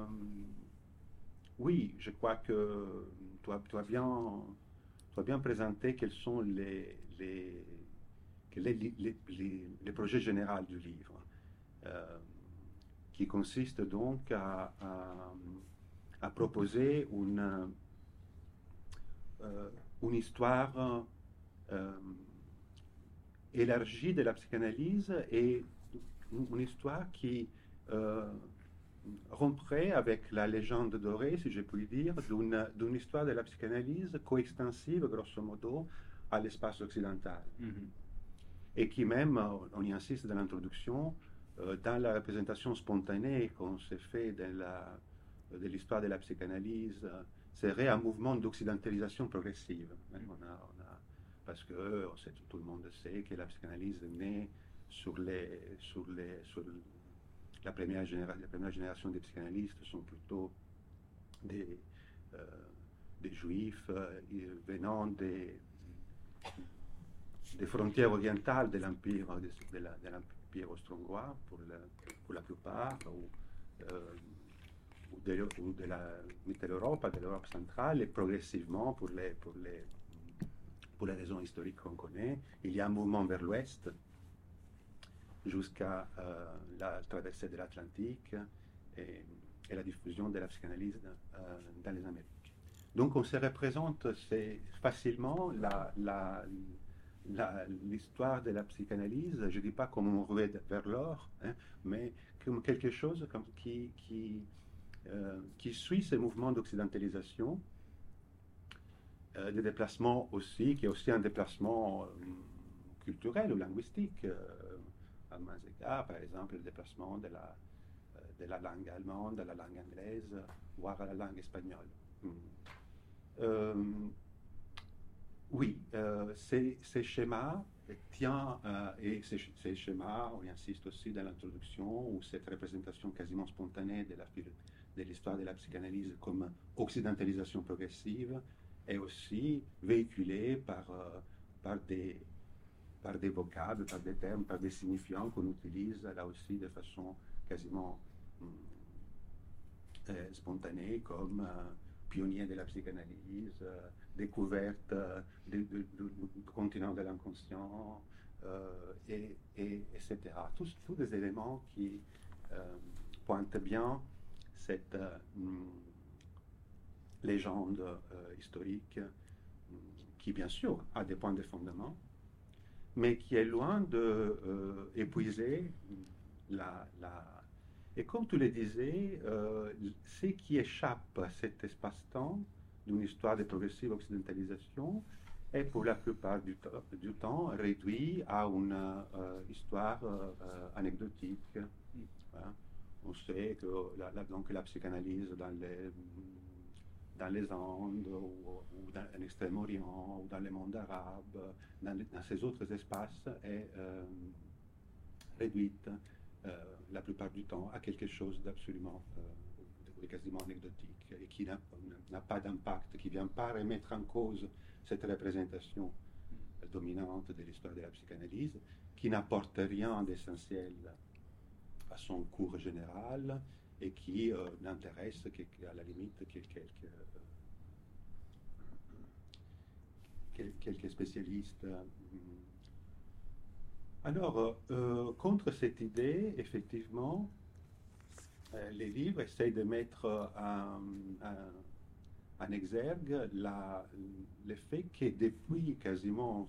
oui, je crois que tu as bien présenté quels sont les projets généraux du livre, qui consiste donc à proposer une histoire élargie de la psychanalyse et une histoire qui romprait avec la légende dorée, si je puis dire, d'une histoire de la psychanalyse coextensive, grosso modo, à l'espace occidental. Et qui même, on y insiste dans l'introduction, dans la représentation spontanée qu'on s'est fait de l'histoire de la psychanalyse, serait un mouvement d'occidentalisation progressive. Parce que tout le monde sait que la psychanalyse naît sur la première génération des psychanalystes sont plutôt des juifs venant des frontières orientales de l'empire austro-hongrois pour la plupart, ou de la Mitteleurope, de l'Europe centrale, et progressivement pour les raisons historiques qu'on connaît, il y a un mouvement vers l'ouest jusqu'à la traversée de l'Atlantique et la diffusion de la psychanalyse dans les Amériques. Donc on se représente facilement l'histoire de la psychanalyse, je ne dis pas comme une ruée vers l'or, hein, mais comme quelque chose qui suit ces mouvements d'occidentalisation, des déplacements aussi, qui est aussi un déplacement culturel ou linguistique. À mains égards, par exemple, le déplacement de la langue allemande, de la langue anglaise, voire à la langue espagnole. Oui, ces schémas et ces schémas, on y insiste aussi dans l'introduction, ou cette représentation quasiment spontanée de l'histoire de la psychanalyse comme occidentalisation progressive, est aussi véhiculée par des vocables, par des termes, par des signifiants qu'on utilise là aussi de façon quasiment spontanée, comme pionnier de la psychanalyse, découverte du continent de l'inconscient, etc. Tous des éléments qui pointent bien cette légende historique qui, bien sûr, a des points de fondement, mais qui est loin d'épuiser Et comme tu le disais, ce qui échappe à cet espace-temps d'une histoire de progressive occidentalisation est pour la plupart du temps réduit à une histoire anecdotique. Hein. On sait que donc la psychanalyse dans les Andes, ou dans l'Extrême-Orient, ou dans le monde arabe, dans ces autres espaces, est réduite la plupart du temps à quelque chose d'absolument quasiment anecdotique, et qui n'a pas d'impact, qui ne vient pas remettre en cause cette représentation dominante de l'histoire de la psychanalyse, qui n'apporte rien d'essentiel à son cours général et qui n'intéresse qu'à la limite quelques spécialistes. Alors, contre cette idée, effectivement, les livres essayent de mettre en exergue le fait que depuis quasiment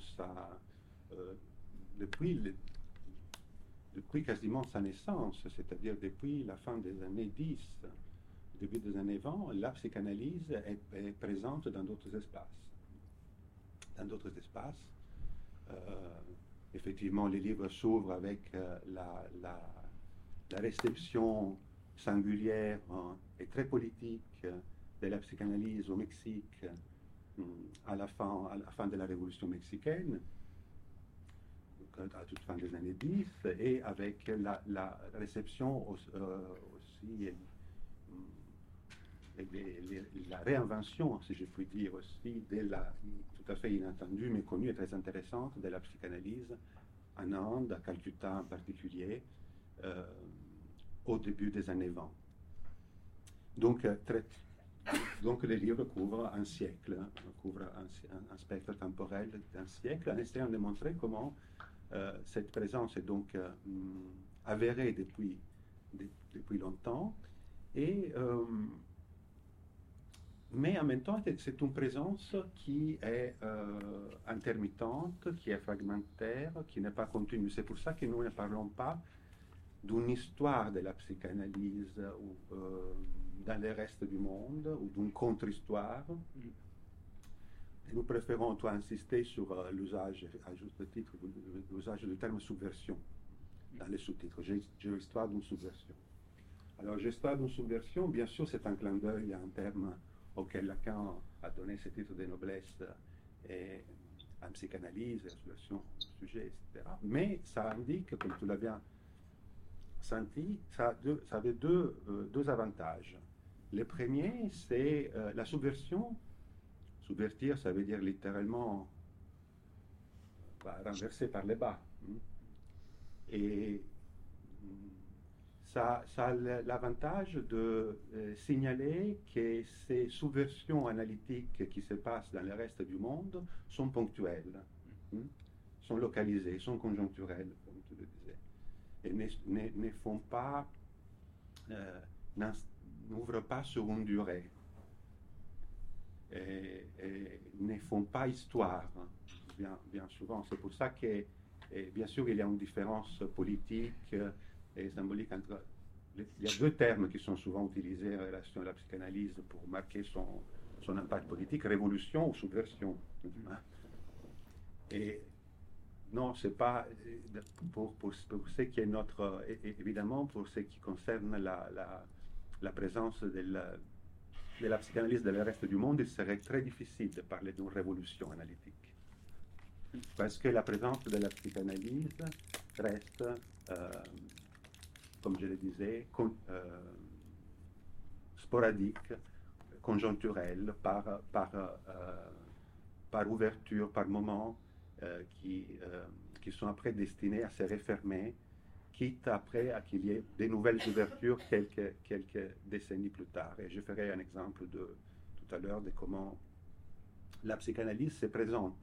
depuis quasiment sa naissance, c'est-à-dire depuis la fin des années 10, début des années 20, la psychanalyse est présente dans d'autres espaces. Dans d'autres espaces, effectivement, les livres s'ouvrent avec la réception singulière et très politique de la psychanalyse au Mexique à la fin de la Révolution mexicaine, à toute fin des années 10, et avec la réception aussi, la réinvention, si je puis dire aussi, tout à fait inattendue, mais connue et très intéressante, de la psychanalyse en Inde, à Calcutta en particulier, au début des années 20. Donc les livres couvrent un siècle, couvrent un spectre temporel d'un siècle, en essayant de montrer comment cette présence est donc avérée depuis longtemps, mais en même temps c'est une présence qui est intermittente, qui est fragmentaire, qui n'est pas continue. C'est pour ça que nous ne parlons pas d'une histoire de la psychanalyse dans le reste du monde, ou d'une contre-histoire. Nous préférons insister sur l'usage, à juste titre, l'usage du terme subversion dans les sous-titres. Histoire d'une subversion. Alors, histoire d'une subversion, bien sûr, c'est un clin d'œil à un terme auquel Lacan a donné ce titre de noblesse en psychanalyse, la subversion du sujet, etc. Mais ça indique, comme tu l'as bien senti, ça avait deux avantages. Le premier, c'est la subversion. Subvertir, ça veut dire littéralement renverser par les bas. Et ça a l'avantage de signaler que ces subversions analytiques qui se passent dans le reste du monde sont ponctuelles, sont localisées, sont conjoncturelles, comme tu le disais, et ne font pas, n'ouvrent pas sur une durée. Et ne font pas histoire, bien souvent. C'est pour ça que, bien sûr, il y a une différence politique et symbolique entre... Il y a deux termes qui sont souvent utilisés en relation à la psychanalyse pour marquer son impact politique, révolution ou subversion. Et non, c'est pas... Pour ce qui est notre... Évidemment, pour ce qui concerne la présence de la psychanalyse dans le reste du monde, il serait très difficile de parler d'une révolution analytique. Parce que la présence de la psychanalyse reste, comme je le disais, sporadique, conjoncturelle, par ouverture, par moments qui sont après destinés à se refermer, quitte après à qu'il y ait des nouvelles ouvertures quelques décennies plus tard. Et je ferai un exemple tout à l'heure de comment la psychanalyse se présente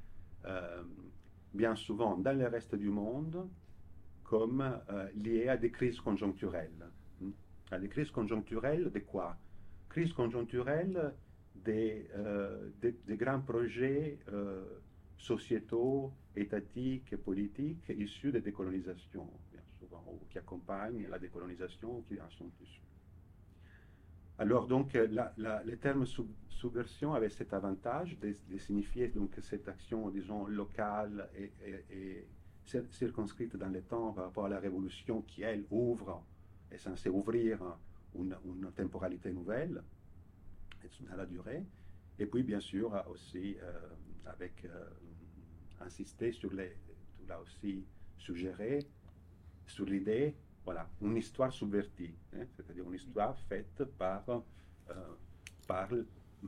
bien souvent dans le reste du monde comme liée à des crises conjoncturelles. À des crises conjoncturelles de quoi? Crises conjoncturelles des grands projets sociétaux, étatiques et politiques issus des décolonisations, bien souvent, ou qui accompagnent la décolonisation, ou qui en sont issus. Alors donc, le terme subversion avait cet avantage de signifier donc cette action, disons, locale et circonscrite dans le temps par rapport à la révolution qui, elle, est censée ouvrir une temporalité nouvelle dans la durée. Et puis, bien sûr, aussi avec insister sur là aussi suggérer sur l'idée voilà, une histoire subvertie, hein, c'est-à-dire une histoire faite par,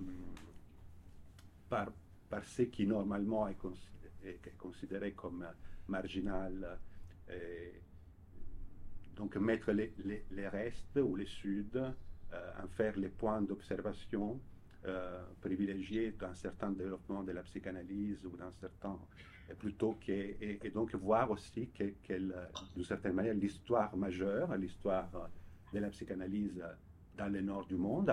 par, par ce qui normalement est considéré comme marginal. Et donc mettre les restes ou les suds, en faire les points d'observation privilégiés d'un certain développement de la psychanalyse ou d'un certain plutôt que et donc voir aussi d'une certaine manière l'histoire majeure, l'histoire de la psychanalyse dans le nord du monde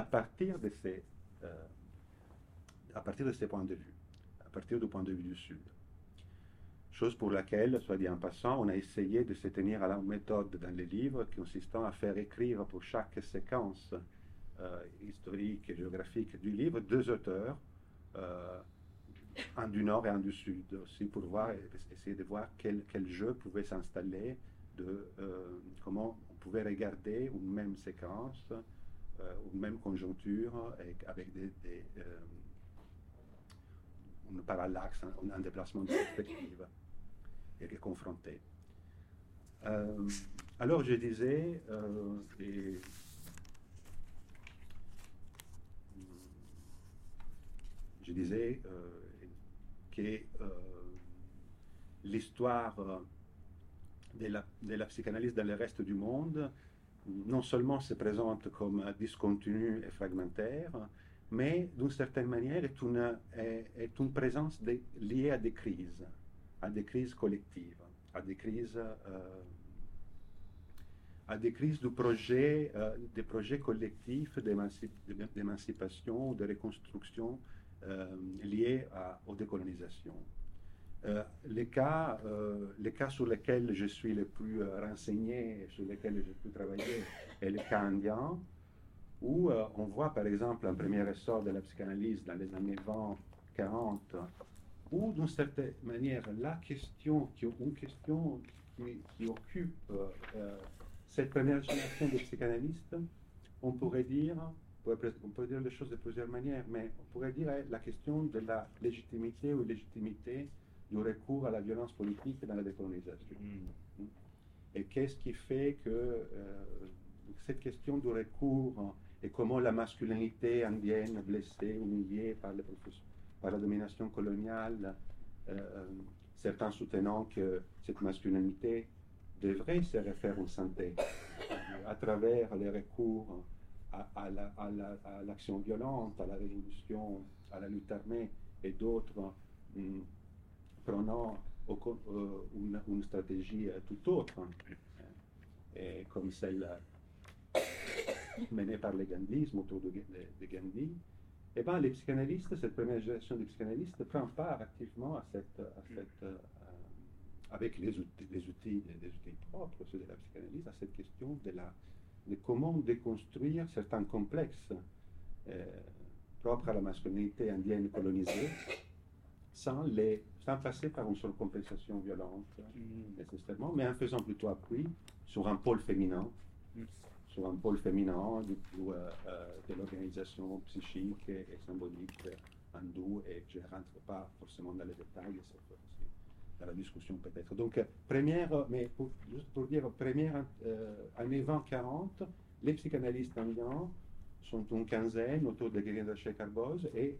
à partir de ces points de vue, à partir du point de vue du sud. Chose pour laquelle, soit dit en passant, on a essayé de se tenir à la méthode dans les livres consistant à faire écrire pour chaque séquence historique et géographique du livre deux auteurs, un du nord et un du sud, aussi pour essayer de voir quel jeu pouvait s'installer, comment on pouvait regarder une même séquence, une même conjoncture avec un parallaxe, un déplacement de perspective et les confronter. Alors je disais, que l'histoire de la psychanalyse dans le reste du monde non seulement se présente comme discontinue et fragmentaire, mais d'une certaine manière est une présence liée à des crises collectives, à des crises des projets collectifs d'émancipation ou de reconstruction liés aux décolonisations. Les cas sur lesquels je suis le plus renseigné et sur lesquels j'ai pu travailler est le cas indien, où on voit par exemple un premier essor de la psychanalyse dans les années 20-40, où d'une certaine manière une question qui occupe cette première génération de psychanalystes, on pourrait dire les choses de plusieurs manières, mais on pourrait dire la question de la légitimité ou illégitimité du recours à la violence politique dans la décolonisation. Et qu'est-ce qui fait que cette question du recours et comment la masculinité indienne blessée, humiliée par la domination coloniale, certains soutenant que cette masculinité devrait se refaire une santé à travers les recours à l'action violente, à la révolution, à la lutte armée, et d'autres prenant une stratégie tout autre, comme celle menée par le gandhisme autour de Gandhi. Eh bien, les psychanalystes, cette première génération de psychanalystes, prend part activement avec les outils propres de la psychanalyse, à cette question de comment déconstruire certains complexes propres à la masculinité indienne colonisée, sans passer par une surcompensation violente nécessairement, mais en faisant plutôt appui sur un pôle féminin, de l'organisation psychique et symbolique hindoue, et je ne rentre pas forcément dans les détails cette fois-ci, dans la discussion peut-être. Donc, juste pour dire, première année 20-40, les psychanalystes indiens sont une quinzaine autour de Girirendra Shekhar Bose, et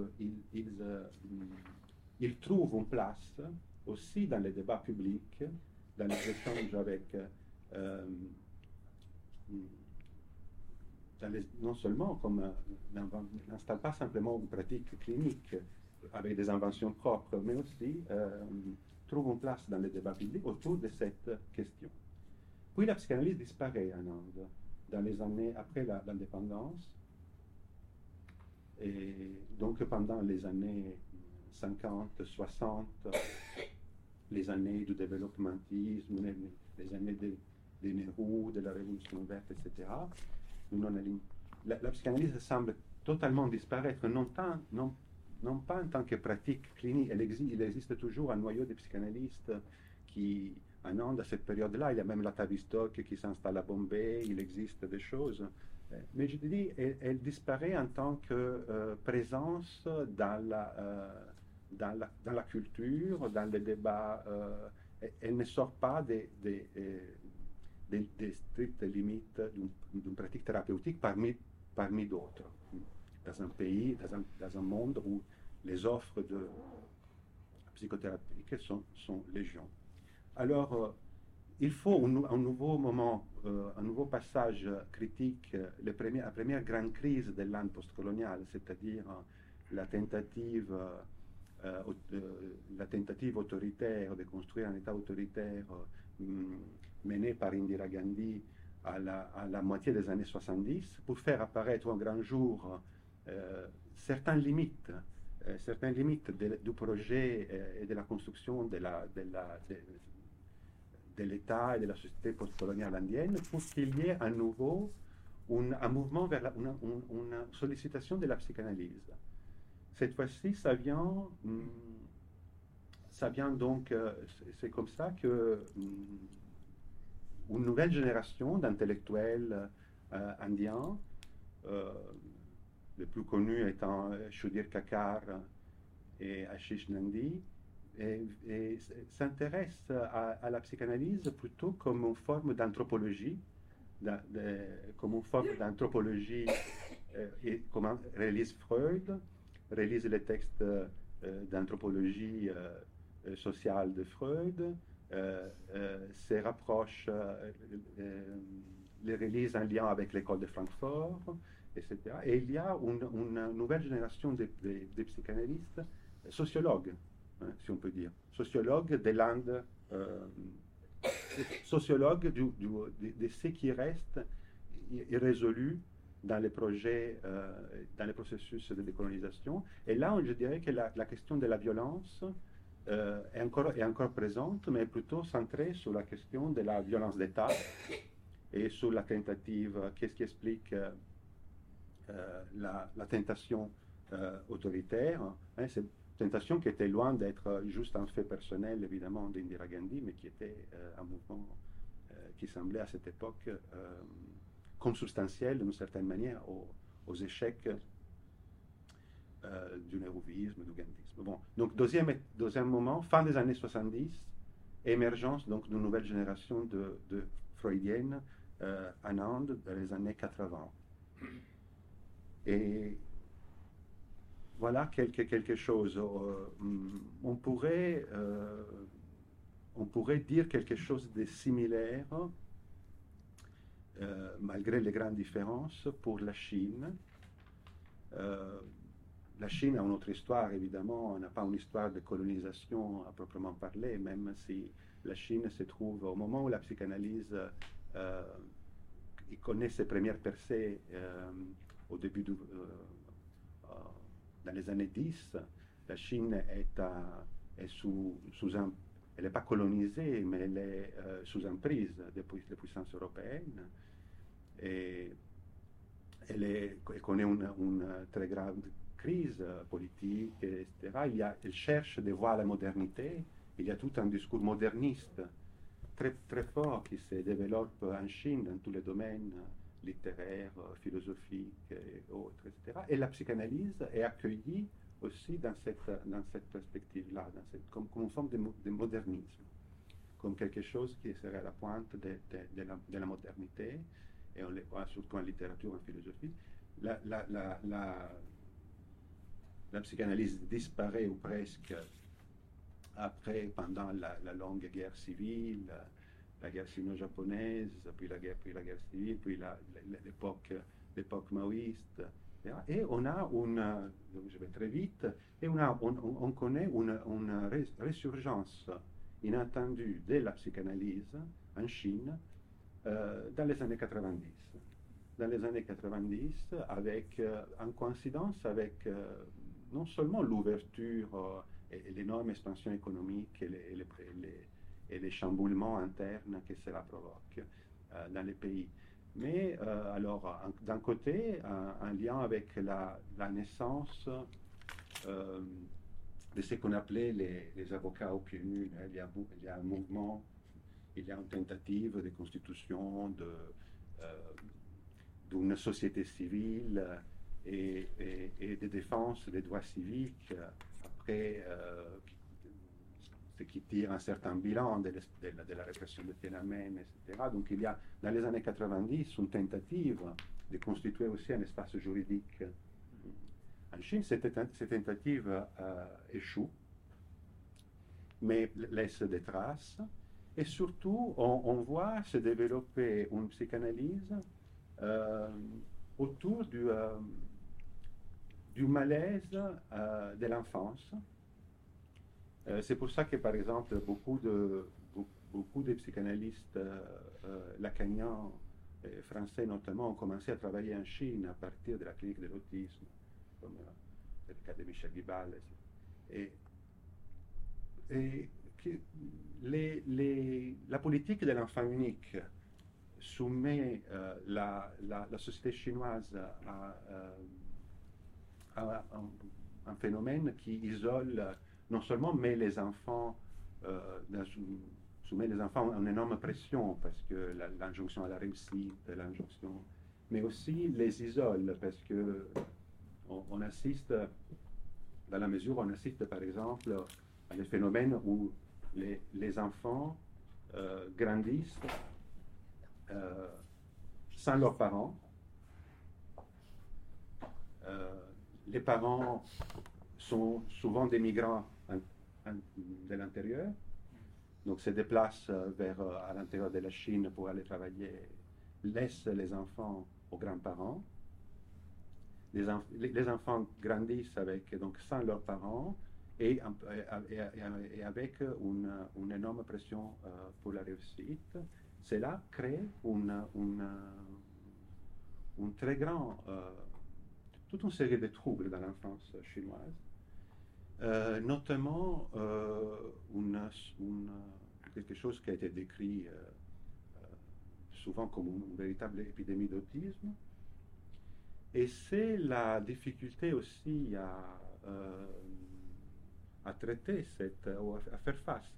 ils trouvent une place aussi dans les débats publics, dans les échanges avec non seulement comme n'installe pas simplement une pratique clinique avec des inventions propres, mais aussi trouve une place dans les débats publics autour de cette question. Puis la psychanalyse disparaît en Inde dans les années après l'indépendance, et donc pendant les années 50, 60, les années du développementisme, les années de Nehru, de la Révolution verte, etc., la psychanalyse semble totalement disparaître, non pas en tant que pratique clinique. Il existe toujours un noyau de psychanalystes qui, en Inde, à cette période-là, il y a même la Tavistock qui s'installe à Bombay, il existe des choses. Mais je te dis, elle disparaît en tant que présence dans la culture, dans les débats. Elle ne sort pas des des strictes limites d'une pratique thérapeutique parmi d'autres, dans un pays, dans un monde où les offres de psychothérapeutiques sont légion. Alors, il faut un nouveau moment, un nouveau passage critique, la première grande crise de l'âne postcolonial, c'est-à-dire la tentative autoritaire de construire un État autoritaire menée par Indira Gandhi à la moitié des années 70 pour faire apparaître un grand jour certaines limites du projet et de la construction de l'État et de la société postcoloniale indienne pour qu'il y ait à nouveau un mouvement vers une sollicitation de la psychanalyse. Cette fois-ci, ça vient donc, c'est comme ça que une nouvelle génération d'intellectuels indiens, le plus connu étant Sudhir Kakar et Ashish Nandy, et s'intéresse à la psychanalyse plutôt comme une forme d'anthropologie, et comme réalise Freud, réalise les textes d'anthropologie sociale de Freud, se rapproche, les réalise en lien avec l'école de Francfort, etc. Et il y a une nouvelle génération de psychanalystes sociologues, si on peut dire, sociologues des landes, sociologues de ce qui reste irrésolu dans les projets, dans les processus de décolonisation. Et là, je dirais que la question de la violence est encore présente, mais plutôt centrée sur la question de la violence d'État et sur la tentative, qu'est-ce qui explique la tentation autoritaire, cette tentation qui était loin d'être juste un fait personnel, évidemment, d'Indira Gandhi, mais qui était un mouvement qui semblait à cette époque consubstantiel, d'une certaine manière, aux échecs du néhruvisme, du gandhisme. Bon. Donc, deuxième moment, fin des années 70, émergence donc d'une nouvelle génération de freudiennes en Inde dans les années 80. Et voilà quelque chose. On pourrait dire quelque chose de similaire, malgré les grandes différences, pour la Chine. La Chine a une autre histoire, évidemment. On n'a pas une histoire de colonisation à proprement parler, même si la Chine se trouve au moment où la psychanalyse connaît ses premières percées au début dans les années 10. La Chine est elle n'est pas colonisée, mais elle est sous emprise des puissances européennes. Et elle connaît une très grave crise politique, etc. Elle cherche des voies à la modernité. Il y a tout un discours moderniste très, très fort qui se développe en Chine dans tous les domaines littéraires, philosophiques et autres, etc. Et la psychanalyse est accueillie aussi dans cette perspective-là, comme une forme de modernisme, comme quelque chose qui serait à la pointe de la modernité, et on le voit surtout en littérature, en philosophie. La psychanalyse disparaît ou presque pendant la longue guerre civile, la guerre sino-japonaise, puis la guerre civile, puis l'époque maoïste. Et on a je vais très vite, et on connaît une résurgence inattendue de la psychanalyse en Chine dans les années 90. Dans les années 90, en coïncidence avec non seulement l'ouverture et l'énorme expansion économique et les chamboulements internes que cela provoque dans les pays. Mais alors, d'un côté, en lien avec la naissance de ce qu'on appelait les avocats aux pieds nus, il y a un mouvement, il y a une tentative de constitution d'une société civile et de défense des droits civiques après ce ce qui tire un certain bilan de la répression de Tiananmen, etc. Donc il y a, dans les années 90, une tentative de constituer aussi un espace juridique en Chine. Cette tentative échoue, mais laisse des traces. Et surtout, on voit se développer une psychanalyse autour du malaise de l'enfance. C'est pour ça que, par exemple, beaucoup de psychanalystes lacaniens, français notamment, ont commencé à travailler en Chine à partir de la clinique de l'autisme, comme c'est le cas de Michel Guibal. Et la politique de l'enfant unique soumet la société chinoise à un phénomène qui isole non seulement met les enfants soumet les enfants à une énorme pression parce que l'injonction à la réussite, mais aussi les isole parce que on assiste, dans la mesure où on assiste par exemple à des phénomènes où les enfants grandissent sans leurs parents. Les parents sont souvent des migrants de l'intérieur, donc se déplacent à l'intérieur de la Chine pour aller travailler, laissent les enfants aux grands-parents. Les enfants grandissent donc sans leurs parents et avec une énorme pression pour la réussite. Cela crée très grand, toute une série de troubles dans l'enfance chinoise, notamment quelque chose qui a été décrit souvent comme une véritable épidémie d'autisme. Et c'est la difficulté aussi à traiter, à faire face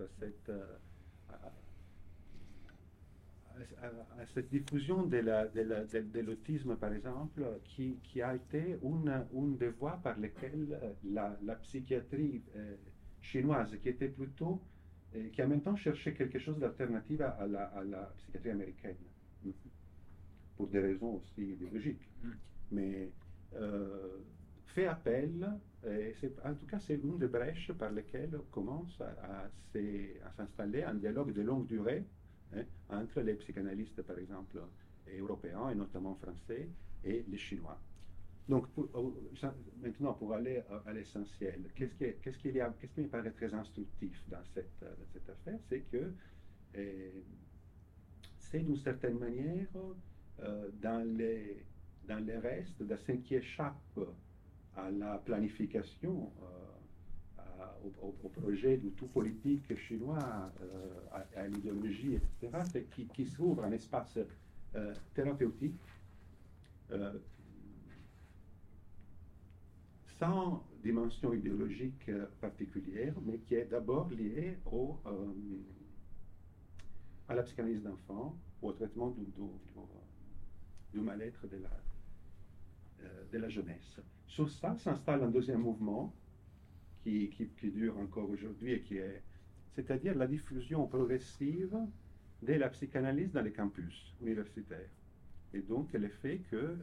à cette diffusion de l'autisme, par exemple, qui a été une des voies par lesquelles la psychiatrie chinoise, qui était plutôt, qui a maintenant cherché quelque chose d'alternatif à la psychiatrie américaine, pour des raisons aussi idéologiques, mais fait appel, en tout cas c'est une des brèches par lesquelles commence à s'installer un dialogue de longue durée entre les psychanalystes, par exemple, européens, et notamment français, et les Chinois. Donc, maintenant, pour aller à l'essentiel, qu'est-ce qui me paraît très instructif dans cette affaire, c'est que c'est d'une certaine manière, dans les restes de ce qui échappe à la planification, au projet du tout politique chinois, à l'idéologie, etc., qui s'ouvre un espace thérapeutique sans dimension idéologique particulière, mais qui est d'abord lié à la psychanalyse d'enfant, au traitement du mal-être de la jeunesse. Sur ça s'installe un deuxième mouvement qui dure encore aujourd'hui et c'est-à-dire la diffusion progressive de la psychanalyse dans les campus universitaires. Et donc le fait que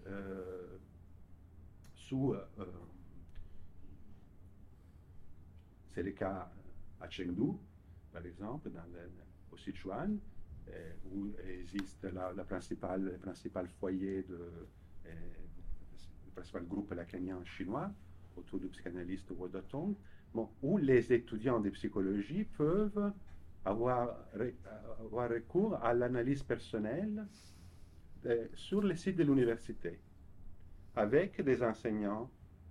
c'est le cas à Chengdu, par exemple, au Sichuan, où existe le principal foyer le principal groupe lacanien chinois, autour du psychanalyste Wu Datong, où les étudiants de psychologie peuvent avoir recours à l'analyse personnelle sur le site de l'université, avec des enseignants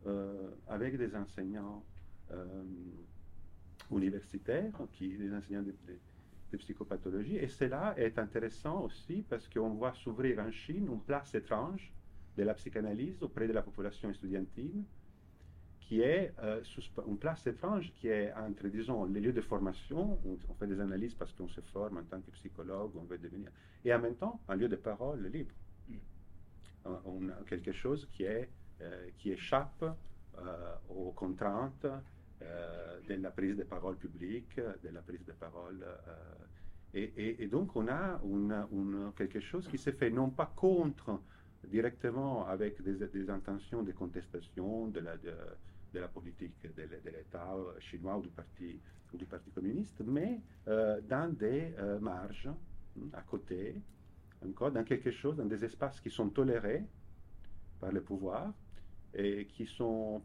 universitaires, des enseignants de psychopathologie. Et cela est intéressant aussi parce qu'on voit s'ouvrir en Chine une place étrange de la psychanalyse auprès de la population estudiantine, qui est une place étrange qui est entre, disons, les lieux de formation, où on fait des analyses parce qu'on se forme en tant que psychologue, on veut devenir, et en même temps un lieu de parole libre. On a quelque chose qui échappe aux contraintes de la prise de parole publique, de la prise de parole. Et donc on a quelque chose qui se fait non pas contre directement avec des intentions de contestation de la politique de l'État chinois ou du parti communiste, mais dans des marges à côté, encore dans quelque chose, dans des espaces qui sont tolérés par le pouvoir et qui sont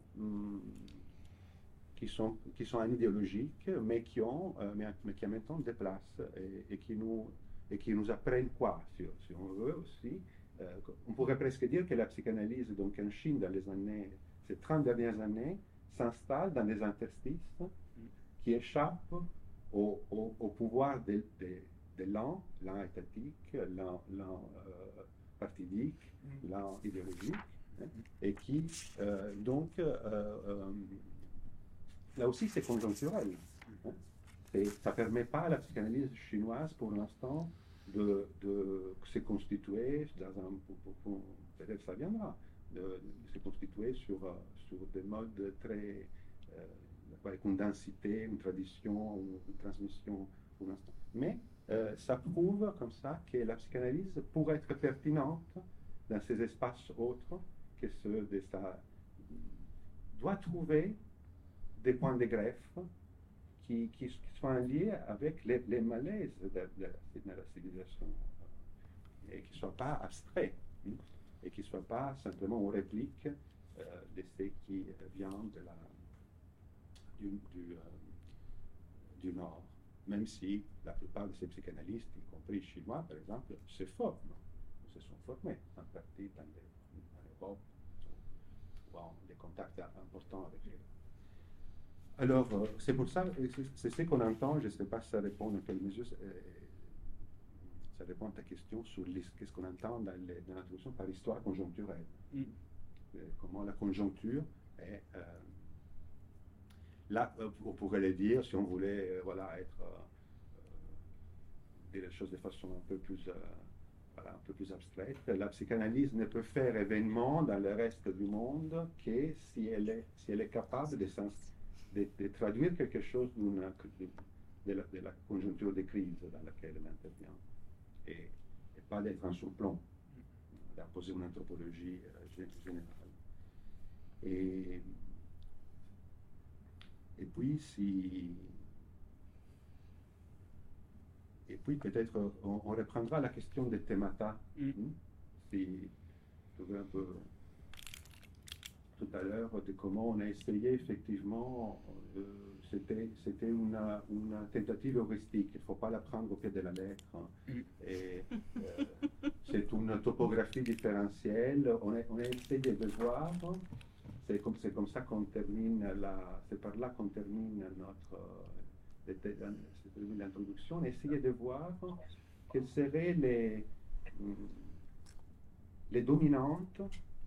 idéologiques, mais qui en même temps des places et qui nous apprennent quoi, si on veut aussi. On pourrait presque dire que la psychanalyse, donc en Chine, dans ces 30 dernières années, s'installe dans des interstices qui échappent au pouvoir de l'an étatique, l'an partidique, l'an idéologique, et qui, donc, là aussi, c'est conjoncturel. Ça ne permet pas à la psychanalyse chinoise, pour l'instant, de se constituer peut-être ça viendra, de se constituer sur des modes très avec une densité, une tradition, une transmission pour l'instant. Mais ça prouve comme ça que la psychanalyse pourrait être pertinente dans ces espaces autres que ceux de sa... doit trouver des points de greffe qui sont liés avec les malaises de la civilisation et qui ne soient pas abstraits et qui ne soient pas simplement une réplique de ce qui vient du Nord, même si la plupart de ces psychanalystes, y compris chinois par exemple, se sont formés en partie dans l'Europe ou ont des contacts importants avec eux. Alors, c'est pour ça, c'est ce qu'on entend, je ne sais pas si ça répond à quelle mesure, ça répond à ta question sur qu'est-ce qu'on entend dans l'introduction par histoire conjoncturelle. Comment la conjoncture est... là, on pourrait le dire, si on voulait dire les choses de façon un peu plus abstraite, la psychanalyse ne peut faire événement dans le reste du monde que si elle est capable de traduire quelque chose de la conjoncture de crise dans laquelle elle intervient et pas d'être en surplomb, d'imposer une anthropologie générale. Et puis peut-être on reprendra la question des themata. Si tu veux un peu tout à l'heure de comment on a essayé effectivement, c'était une tentative heuristique, il ne faut pas la prendre au pied de la lettre. Et, c'est une topographie différentielle, on a essayé de voir, c'est comme ça qu'on termine, c'est par là qu'on termine l'introduction, on a essayé de voir quelles seraient les dominantes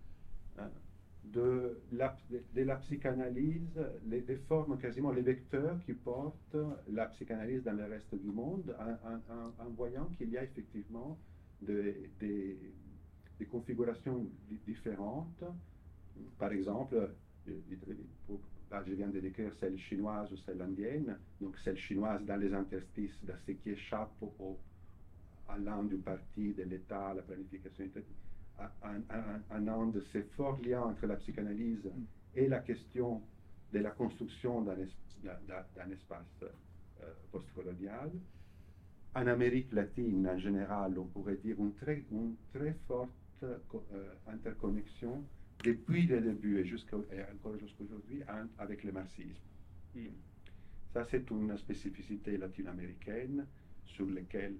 de la psychanalyse, les formes, quasiment les vecteurs qui portent la psychanalyse dans le reste du monde, en voyant qu'il y a effectivement des configurations différentes. Par exemple, là je viens de décrire celle chinoise ou celle indienne, donc celle chinoise dans les interstices, dans ce qui échappe à l'un du parti, de l'État, à la planification étatique. En Inde, c'est fort lien entre la psychanalyse et la question de la construction d'un espace postcolonial. En Amérique latine, en général, on pourrait dire une très forte interconnexion depuis le début et encore jusqu'aujourd'hui avec le marxisme. Ça, c'est une spécificité latino-américaine sur laquelle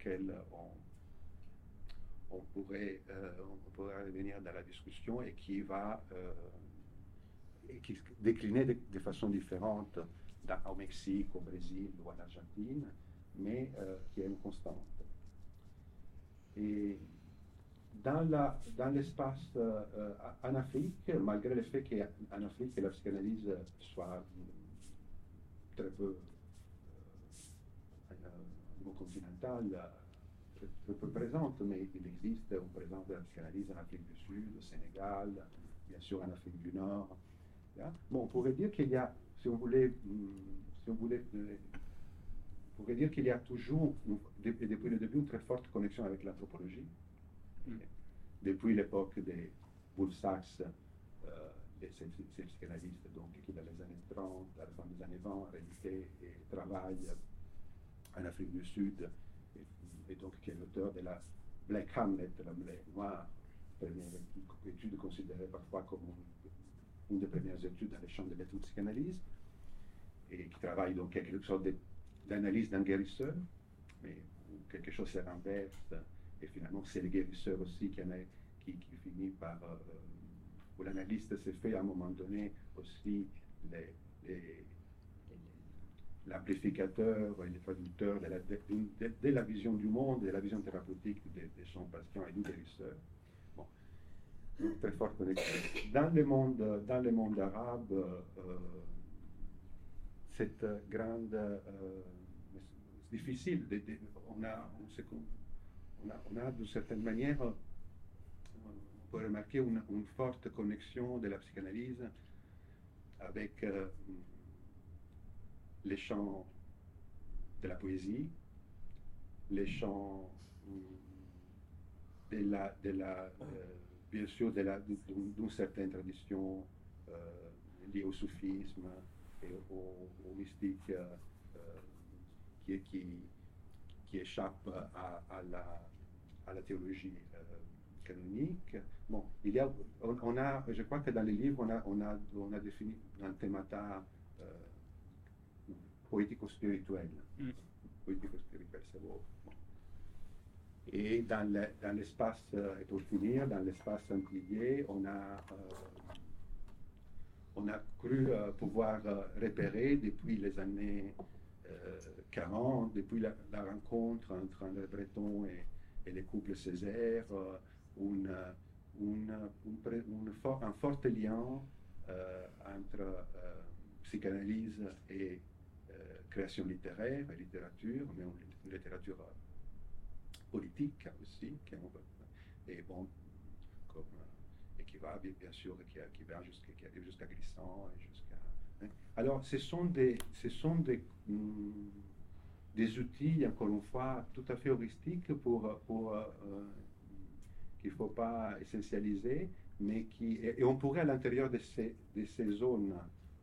on pourrait revenir dans la discussion et qui décliner de façon différente au Mexique, au Brésil ou en Argentine, mais qui est une constante. Et dans l'espace en Afrique, malgré le fait qu'en Afrique la psychanalyse soit très peu au niveau continental, très peu présente, mais il existe une présence de la psychanalyse en Afrique du Sud, au Sénégal, bien sûr en Afrique du Nord. Bon, on pourrait dire qu'il y a si on voulait, on pourrait dire qu'il y a toujours, depuis le début, une très forte connexion avec l'anthropologie. Depuis l'époque des Wolf-Sachs, ces psychanalystes donc, qui dans les années 30, à la fin des années 20, en réalité, travaillent en Afrique du Sud, et donc qui est l'auteur de la Black Hamlet, la Black Noire, première étude considérée parfois comme une des premières études dans les champs de l'ethnopsychanalyse, et qui travaille donc quelque sorte d'analyse d'un guérisseur, mais où quelque chose se renverse, et finalement c'est le guérisseur aussi qui finit par, où l'analyste s'est fait à un moment donné aussi l'amplificateur et le traducteur de la vision du monde, de la vision thérapeutique de son patient et du guérisseur. Bon, une très forte connexion. Dans le monde arabe, cette grande... c'est difficile. On a d'une certaine manière, on peut remarquer une forte connexion de la psychanalyse avec les chants de la poésie, les chants bien sûr d'une certaine tradition liée au soufisme et au mystique qui échappe à la théologie canonique. Bon, je crois que dans les livres, on a défini un thémata poético-spirituel. Poético-spirituel, c'est beau. Bon. Et dans l'espace, et pour finir, dans l'espace antillais, on a cru pouvoir repérer depuis les années 40, depuis la rencontre entre André Breton et les couples Césaire, un fort lien entre psychanalyse et création littéraire et littérature, mais une littérature politique aussi, et qui va bien sûr, qui arrive jusqu'à Glissant et jusqu'à... Alors, ce sont des outils, encore une fois, tout à fait heuristiques qu'il ne faut pas essentialiser, mais et on pourrait à l'intérieur de ces zones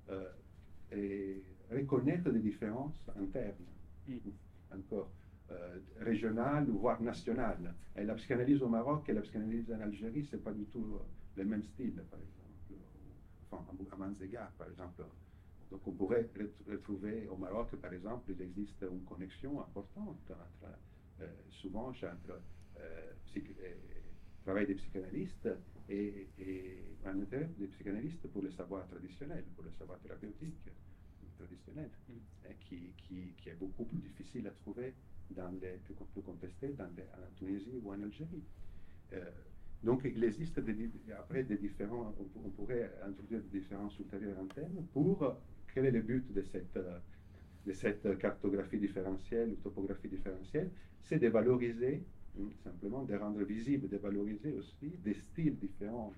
reconnaître des différences internes, encore régionales, voire nationales. Et la psychanalyse au Maroc et la psychanalyse en Algérie, ce n'est pas du tout le même style, par exemple. Enfin, à Manzega, par exemple. Donc on pourrait retrouver au Maroc, par exemple, il existe une connexion importante souvent entre travail des psychanalystes et un intérêt des psychanalystes pour le savoir traditionnel, pour le savoir thérapeutique traditionnel, qui est beaucoup plus difficile à trouver, plus contesté en Tunisie ou en Algérie. Donc il existe après des différents, on pourrait introduire des différences ultérieures internes pour quel est le but de cette cartographie différentielle ou topographie différentielle, c'est de valoriser, simplement de rendre visible, de valoriser aussi des styles différents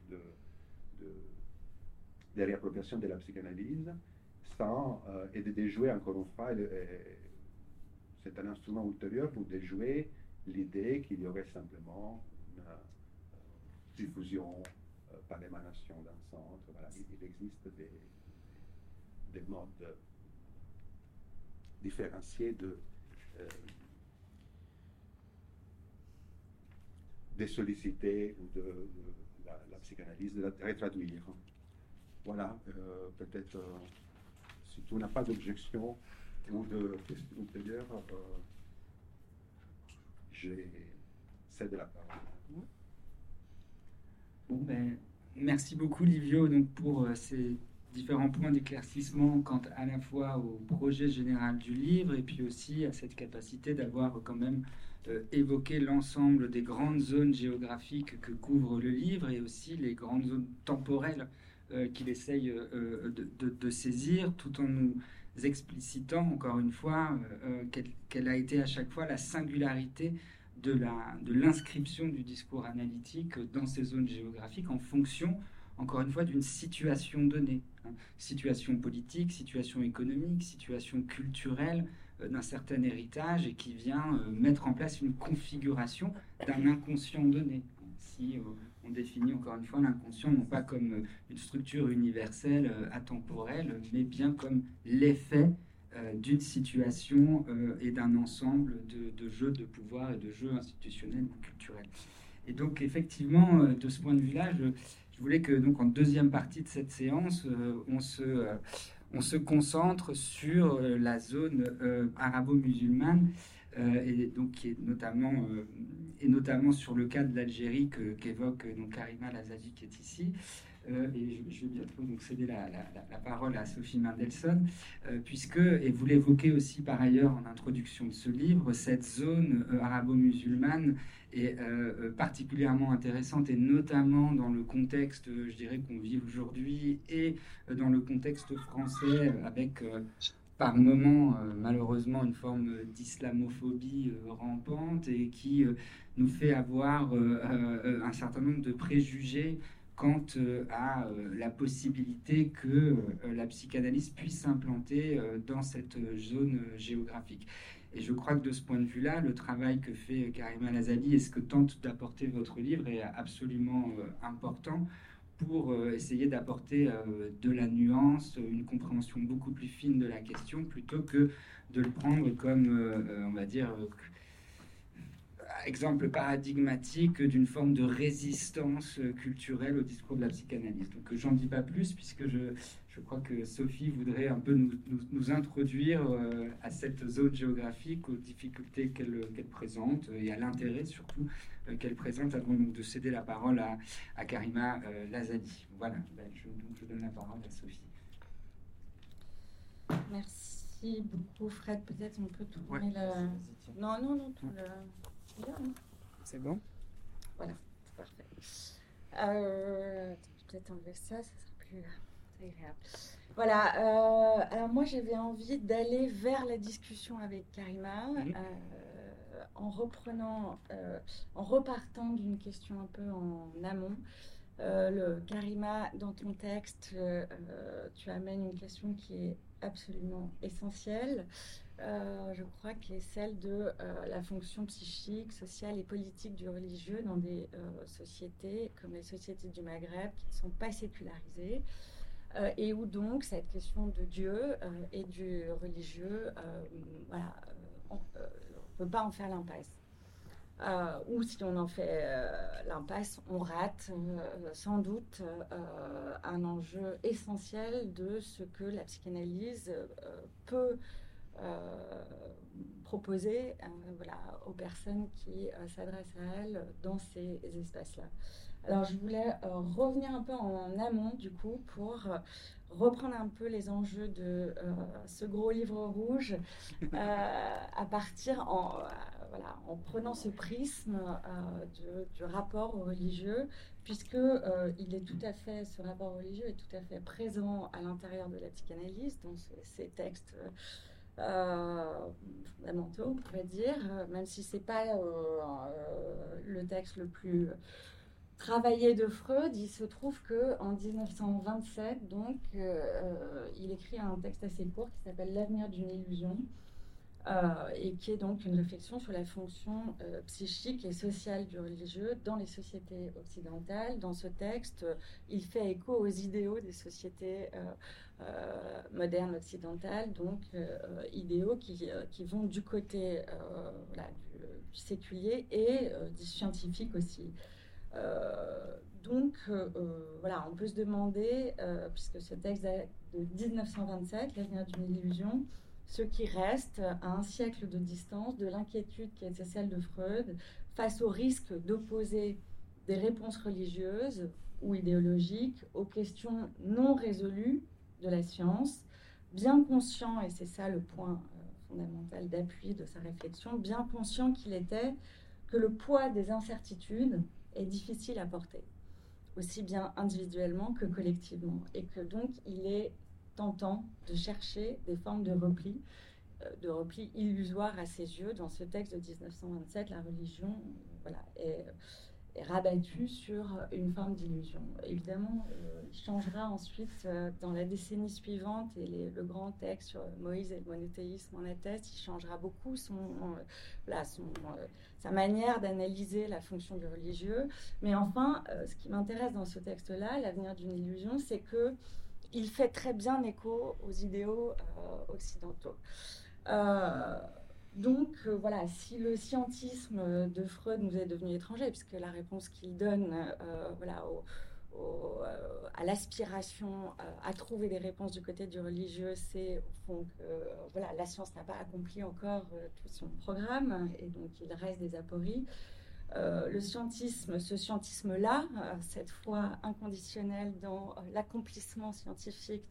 de réappropriation de la psychanalyse, et de déjouer encore une fois, c'est un instrument ultérieur pour déjouer l'idée qu'il y aurait simplement une diffusion par émanation d'un centre. Voilà, il existe des modes différenciés de solliciter ou de la psychanalyse, de la retraduire. Voilà, peut-être si tu n'as pas d'objection ou de questions ultérieures, je cède la parole. Bon, ben, merci beaucoup Livio donc, pour ces différents points d'éclaircissement quant à la fois au projet général du livre et puis aussi à cette capacité d'avoir quand même évoqué l'ensemble des grandes zones géographiques que couvre le livre et aussi les grandes zones temporelles qu'il essaye de saisir, tout en nous explicitant encore une fois quelle a été à chaque fois la singularité de l'inscription du discours analytique dans ces zones géographiques en fonction encore une fois, d'une situation donnée, hein. Situation politique, situation économique, situation culturelle, d'un certain héritage, et qui vient mettre en place une configuration d'un inconscient donné. Si on définit encore une fois l'inconscient non pas comme une structure universelle, atemporelle, mais bien comme l'effet d'une situation et d'un ensemble de jeux de pouvoir et de jeux institutionnels ou culturels. Et donc effectivement, de ce point de vue-là, je voulais que donc en deuxième partie de cette séance, on se concentre sur la zone arabo-musulmane, et donc et notamment sur le cas de l'Algérie qu'évoque donc Karima Lazali qui est ici. Et je vais bientôt donc céder la parole à Sophie Mendelssohn, puisque, et vous l'évoquez aussi par ailleurs en introduction de ce livre, cette zone arabo-musulmane est particulièrement intéressante, et notamment dans le contexte, je dirais, qu'on vit aujourd'hui, et dans le contexte français, avec par moments, malheureusement, une forme d'islamophobie rampante, et qui nous fait avoir un certain nombre de préjugés quant à la possibilité que la psychanalyse puisse s'implanter dans cette zone géographique. Et je crois que de ce point de vue-là, le travail que fait Karima Lazali et ce que tente d'apporter votre livre est absolument important pour essayer d'apporter de la nuance, une compréhension beaucoup plus fine de la question, plutôt que de le prendre comme, on va dire, exemple paradigmatique d'une forme de résistance culturelle au discours de la psychanalyse. Donc j'en dis pas plus, puisque je crois que Sophie voudrait un peu nous introduire à cette zone géographique, aux difficultés qu'elle présente, et à l'intérêt surtout qu'elle présente, avant donc de céder la parole à Karima Lazali. Voilà, donc je donne la parole à Sophie. Merci beaucoup Fred, peut-être on peut tourner le... Non, tout le... C'est bon? Voilà, c'est parfait. Peut-être enlever ça sera plus agréable. Voilà, alors moi j'avais envie d'aller vers la discussion avec Karima, en repartant d'une question un peu en amont. Karima, dans ton texte, tu amènes une question qui est absolument essentielle, je crois, qui est celle de la fonction psychique, sociale et politique du religieux dans des sociétés comme les sociétés du Maghreb qui ne sont pas sécularisées, et où donc cette question de Dieu et du religieux, on ne peut pas en faire l'impasse. Ou si on en fait l'impasse, on rate sans doute un enjeu essentiel de ce que la psychanalyse peut proposer aux personnes qui s'adressent à elle dans ces espaces-là. Alors je voulais revenir un peu en amont du coup pour reprendre un peu les enjeux de ce gros livre rouge à partir en prenant ce prisme du rapport au religieux, puisque ce rapport religieux est tout à fait présent à l'intérieur de la psychanalyse, dans ces textes fondamentaux, on pourrait dire, même si c'est pas le texte le plus travaillé de Freud. Il se trouve qu'en 1927, donc, il écrit un texte assez court qui s'appelle L'avenir d'une illusion, et qui est donc une réflexion sur la fonction psychique et sociale du religieux dans les sociétés occidentales. Dans ce texte, il fait écho aux idéaux des sociétés modernes occidentales, donc idéaux qui vont du côté du séculier et du scientifique aussi. On peut se demander, puisque ce texte date de 1927, L'avenir d'une illusion, ce qui reste à un siècle de distance de l'inquiétude qui était celle de Freud face au risque d'opposer des réponses religieuses ou idéologiques aux questions non résolues de la science, bien conscient, et c'est ça le point fondamental d'appui de sa réflexion, bien conscient qu'il était que le poids des incertitudes est difficile à porter, aussi bien individuellement que collectivement, et que donc il est tentant de chercher des formes de repli illusoires à ses yeux. Dans ce texte de 1927, la religion est rabattu sur une forme d'illusion. Évidemment, il changera ensuite dans la décennie suivante, et le grand texte sur Moïse et le monothéisme en atteste, il changera beaucoup sa manière d'analyser la fonction du religieux. Mais enfin, ce qui m'intéresse dans ce texte-là, L'avenir d'une illusion, c'est qu'il fait très bien écho aux idéaux occidentaux. Donc voilà, si le scientisme de Freud nous est devenu étranger, puisque la réponse qu'il donne à l'aspiration à trouver des réponses du côté du religieux, c'est au fond que la science n'a pas accompli encore tout son programme, et donc il reste des apories. Ce scientisme-là, cette foi inconditionnelle dans l'accomplissement scientifique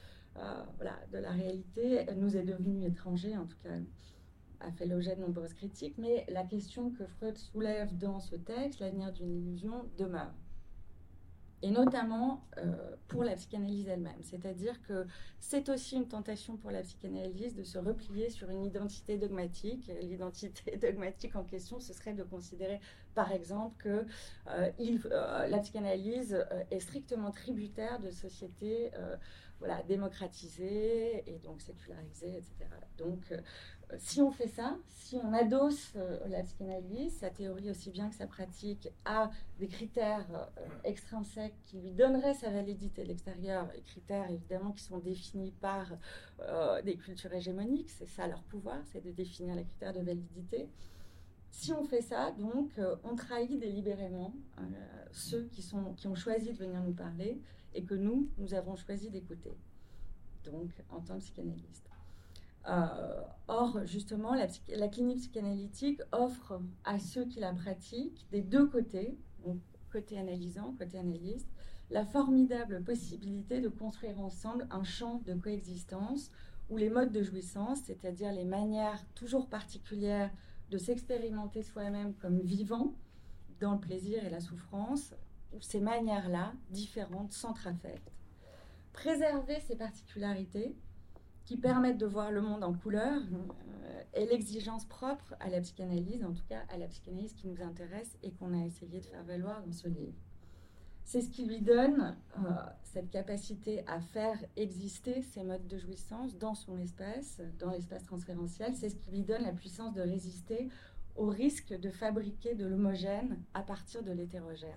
de la réalité, nous est devenu étranger, en tout cas a fait l'objet de nombreuses critiques, mais la question que Freud soulève dans ce texte, L'avenir d'une illusion, demeure. Et notamment pour la psychanalyse elle-même. C'est-à-dire que c'est aussi une tentation pour la psychanalyse de se replier sur une identité dogmatique. L'identité dogmatique en question, ce serait de considérer, par exemple, que la psychanalyse est strictement tributaire de sociétés démocratisées et donc sécularisées, etc. Donc, si on fait ça, si on adosse la psychanalyse, sa théorie aussi bien que sa pratique, à des critères extrinsèques qui lui donneraient sa validité de l'extérieur, et critères évidemment qui sont définis par des cultures hégémoniques, c'est ça leur pouvoir, c'est de définir les critères de validité. Si on fait ça, donc, on trahit délibérément ceux qui ont choisi de venir nous parler et que nous avons choisi d'écouter, donc en tant que psychanalyste. Or, justement, la clinique psychanalytique offre à ceux qui la pratiquent, des deux côtés, donc côté analysant, côté analyste, la formidable possibilité de construire ensemble un champ de coexistence où les modes de jouissance, c'est-à-dire les manières toujours particulières de s'expérimenter soi-même comme vivant dans le plaisir et la souffrance, où ces manières-là, différentes, s'entrafectent. Préserver ces particularités qui permettent de voir le monde en couleur est l'exigence propre à la psychanalyse, en tout cas à la psychanalyse qui nous intéresse et qu'on a essayé de faire valoir dans ce livre. C'est ce qui lui donne cette capacité à faire exister ces modes de jouissance dans son espace, dans l'espace transférentiel. C'est ce qui lui donne la puissance de résister au risque de fabriquer de l'homogène à partir de l'hétérogène.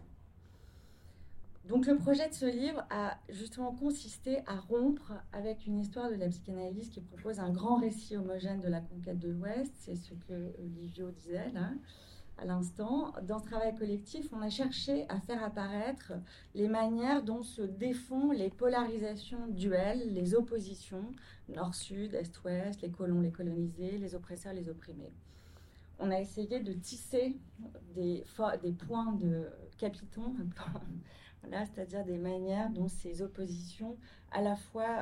Donc le projet de ce livre a justement consisté à rompre avec une histoire de la psychanalyse qui propose un grand récit homogène de la conquête de l'Ouest, c'est ce que Livio disait là, à l'instant. Dans ce travail collectif, on a cherché à faire apparaître les manières dont se défont les polarisations duelles, les oppositions, nord-sud, est-ouest, les colons, les colonisés, les oppresseurs, les opprimés. On a essayé de tisser des points de capitons, voilà, c'est-à-dire des manières dont ces oppositions, à la fois,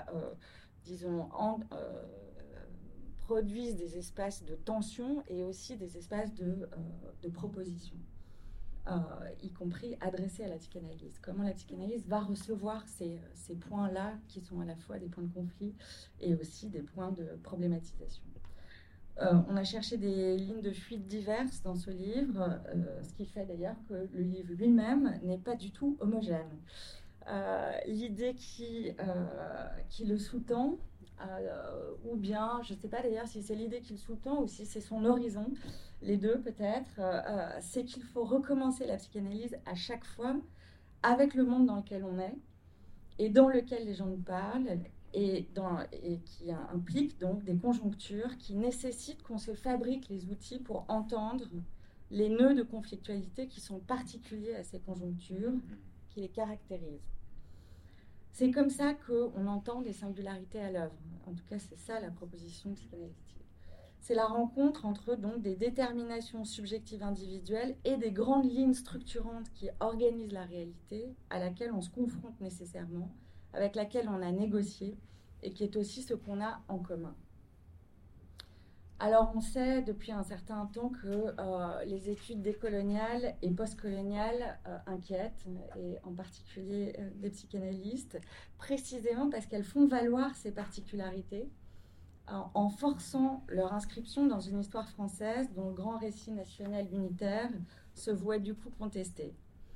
produisent des espaces de tension et aussi des espaces de proposition, y compris adressés à la psychanalyse. Comment la psychanalyse va recevoir ces points-là, qui sont à la fois des points de conflit et aussi des points de problématisation. On a cherché des lignes de fuite diverses dans ce livre, ce qui fait d'ailleurs que le livre lui-même n'est pas du tout homogène. L'idée qui le sous-tend, ou bien, je ne sais pas d'ailleurs si c'est l'idée qui le sous-tend ou si c'est son horizon, les deux peut-être, c'est qu'il faut recommencer la psychanalyse à chaque fois avec le monde dans lequel on est et dans lequel les gens nous parlent, et qui implique donc des conjonctures qui nécessitent qu'on se fabrique les outils pour entendre les nœuds de conflictualité qui sont particuliers à ces conjonctures, qui les caractérisent. C'est comme ça qu'on entend des singularités à l'œuvre. En tout cas, c'est ça la proposition psychanalytique. C'est la rencontre entre donc des déterminations subjectives individuelles et des grandes lignes structurantes qui organisent la réalité, à laquelle on se confronte nécessairement, avec laquelle on a négocié et qui est aussi ce qu'on a en commun. Alors on sait depuis un certain temps que les études décoloniales et postcoloniales inquiètent, et en particulier des psychanalystes, précisément parce qu'elles font valoir ces particularités en forçant leur inscription dans une histoire française dont le grand récit national unitaire se voit du coup contesté.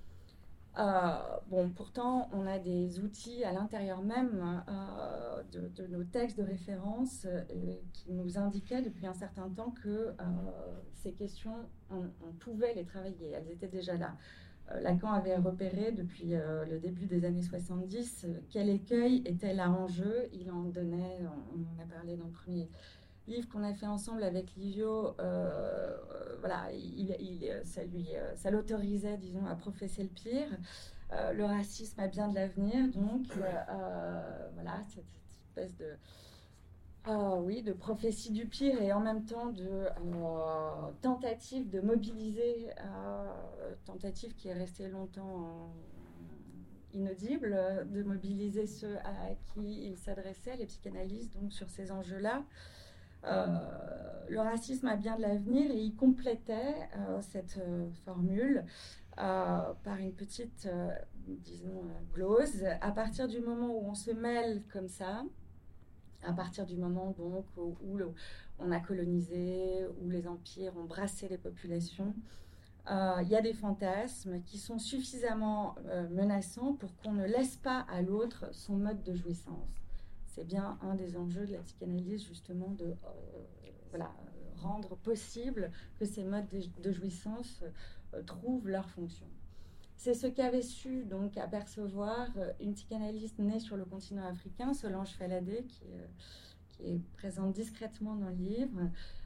Bon, pourtant, on a des outils à l'intérieur même de nos textes de référence qui nous indiquaient depuis un certain temps que ces questions, on pouvait les travailler, elles étaient déjà là. Lacan avait repéré depuis le début des années 70 quel écueil était là en jeu. Il en donnait, on en a parlé dans le premier livre qu'on a fait ensemble avec Livio, voilà, ça l'autorisait, disons, à professer le pire. Le racisme a bien de l'avenir, donc voilà, cette espèce de oui, de prophétie du pire et en même temps de tentative de mobiliser, tentative qui est restée longtemps inaudible, de mobiliser ceux à qui il s'adressait, les psychanalystes, donc sur ces enjeux-là. Le racisme a bien de l'avenir et il complétait cette formule par une petite, disons, glose. À partir du moment où on se mêle comme ça, à partir du moment donc où on a colonisé, où les empires ont brassé les populations, il y a des fantasmes qui sont suffisamment menaçants pour qu'on ne laisse pas à l'autre son mode de jouissance. C'est bien un des enjeux de la psychanalyse, justement, de voilà, rendre possible que ces modes de jouissance trouvent leur fonction. C'est ce qu'avait su donc apercevoir une psychanalyste née sur le continent africain, Solange Faladé, qui est présente discrètement dans le livre.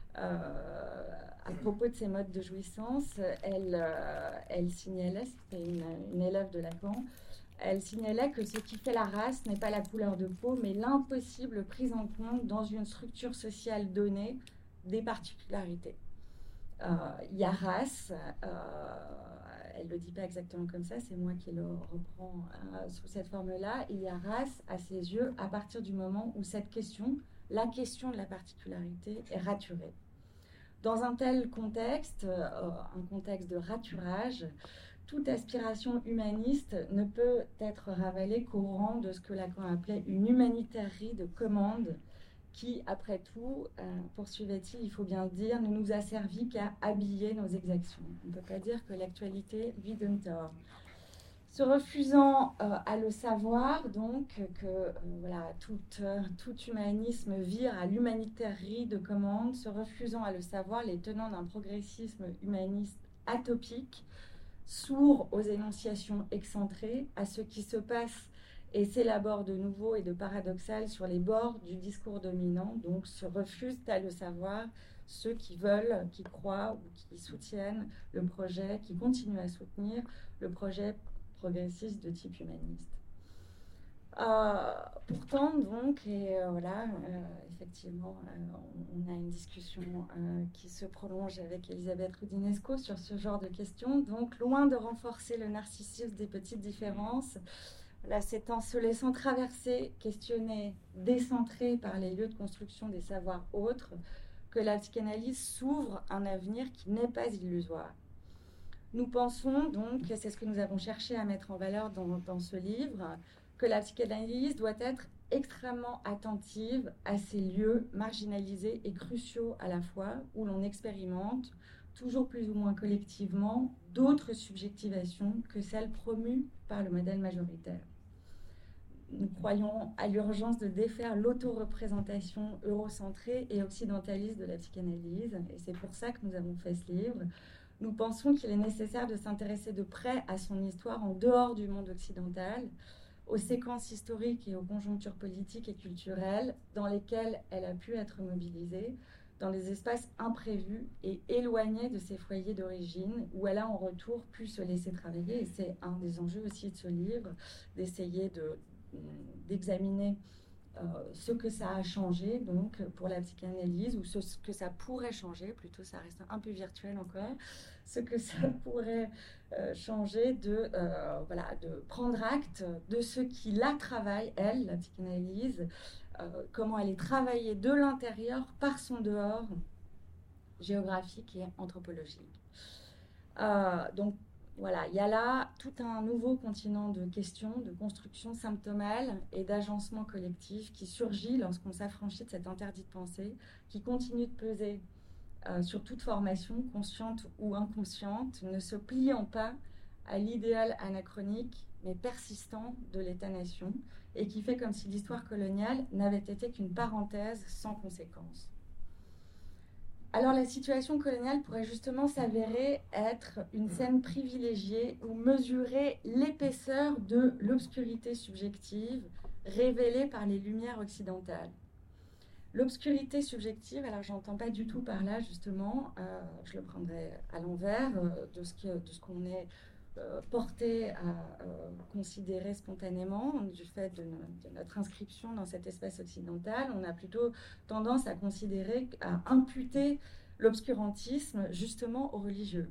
À propos de ces modes de jouissance, elle signalait, c'était une élève de Lacan, elle signalait que ce qui fait la race n'est pas la couleur de peau, mais l'impossible prise en compte dans une structure sociale donnée des particularités. Il y a race, elle ne le dit pas exactement comme ça, c'est moi qui le reprends sous cette forme-là, il y a race à ses yeux à partir du moment où cette question, la question de la particularité, est raturée. Dans un tel contexte, un contexte de raturage, toute aspiration humaniste ne peut être ravalée qu'au rang de ce que Lacan appelait une humanitaire de commande qui, après tout, poursuivait-il, il faut bien le dire, ne nous a servi qu'à habiller nos exactions. On ne peut pas dire que l'actualité lui donne tort. Se refusant à le savoir, donc, que voilà, tout humanisme vire à l'humanitaire de commande, se refusant à le savoir, les tenants d'un progressisme humaniste atopique, sourd aux énonciations excentrées, à ce qui se passe et s'élabore de nouveau et de paradoxal sur les bords du discours dominant, donc se refusent à le savoir ceux qui veulent, qui croient ou qui soutiennent le projet, qui continuent à soutenir le projet progressiste de type humaniste. Pourtant, donc, et voilà, effectivement, on a une discussion qui se prolonge avec Elisabeth Roudinesco sur ce genre de questions. Donc, loin de renforcer le narcissisme des petites différences, là, c'est en se laissant traverser, questionner, décentrer par les lieux de construction des savoirs autres, que la psychanalyse s'ouvre un avenir qui n'est pas illusoire. Nous pensons donc, et c'est ce que nous avons cherché à mettre en valeur dans ce livre, que la psychanalyse doit être extrêmement attentive à ces lieux marginalisés et cruciaux à la fois, où l'on expérimente, toujours plus ou moins collectivement, d'autres subjectivations que celles promues par le modèle majoritaire. Nous croyons à l'urgence de défaire l'autoreprésentation eurocentrée et occidentaliste de la psychanalyse, et c'est pour ça que nous avons fait ce livre. Nous pensons qu'il est nécessaire de s'intéresser de près à son histoire en dehors du monde occidental, aux séquences historiques et aux conjonctures politiques et culturelles dans lesquelles elle a pu être mobilisée, dans des espaces imprévus et éloignés de ses foyers d'origine, où elle a en retour pu se laisser travailler. Et c'est un des enjeux aussi de ce livre, d'essayer d'examiner ce que ça a changé donc pour la psychanalyse, ou ce que ça pourrait changer, plutôt ça reste un peu virtuel encore, ce que ça pourrait changer de prendre acte de ce qui la travaille, elle, la psychanalyse, comment elle est travaillée de l'intérieur par son dehors géographique et anthropologique. Donc voilà, il y a là tout un nouveau continent de questions, de construction symptomale et d'agencement collectif qui surgit lorsqu'on s'affranchit de cet interdit de pensée, qui continue de peser sur toute formation, consciente ou inconsciente, ne se pliant pas à l'idéal anachronique mais persistant de l'État-nation, et qui fait comme si l'histoire coloniale n'avait été qu'une parenthèse sans conséquence. Alors la situation coloniale pourrait justement s'avérer être une scène privilégiée où mesurer l'épaisseur de l'obscurité subjective révélée par les lumières occidentales. L'obscurité subjective, alors j'entends pas du tout par là justement, je le prendrai à l'envers de ce qu'on est porté à considérer spontanément du fait de notre inscription dans cet espace occidental. On a plutôt tendance à considérer, à imputer l'obscurantisme justement aux religieux.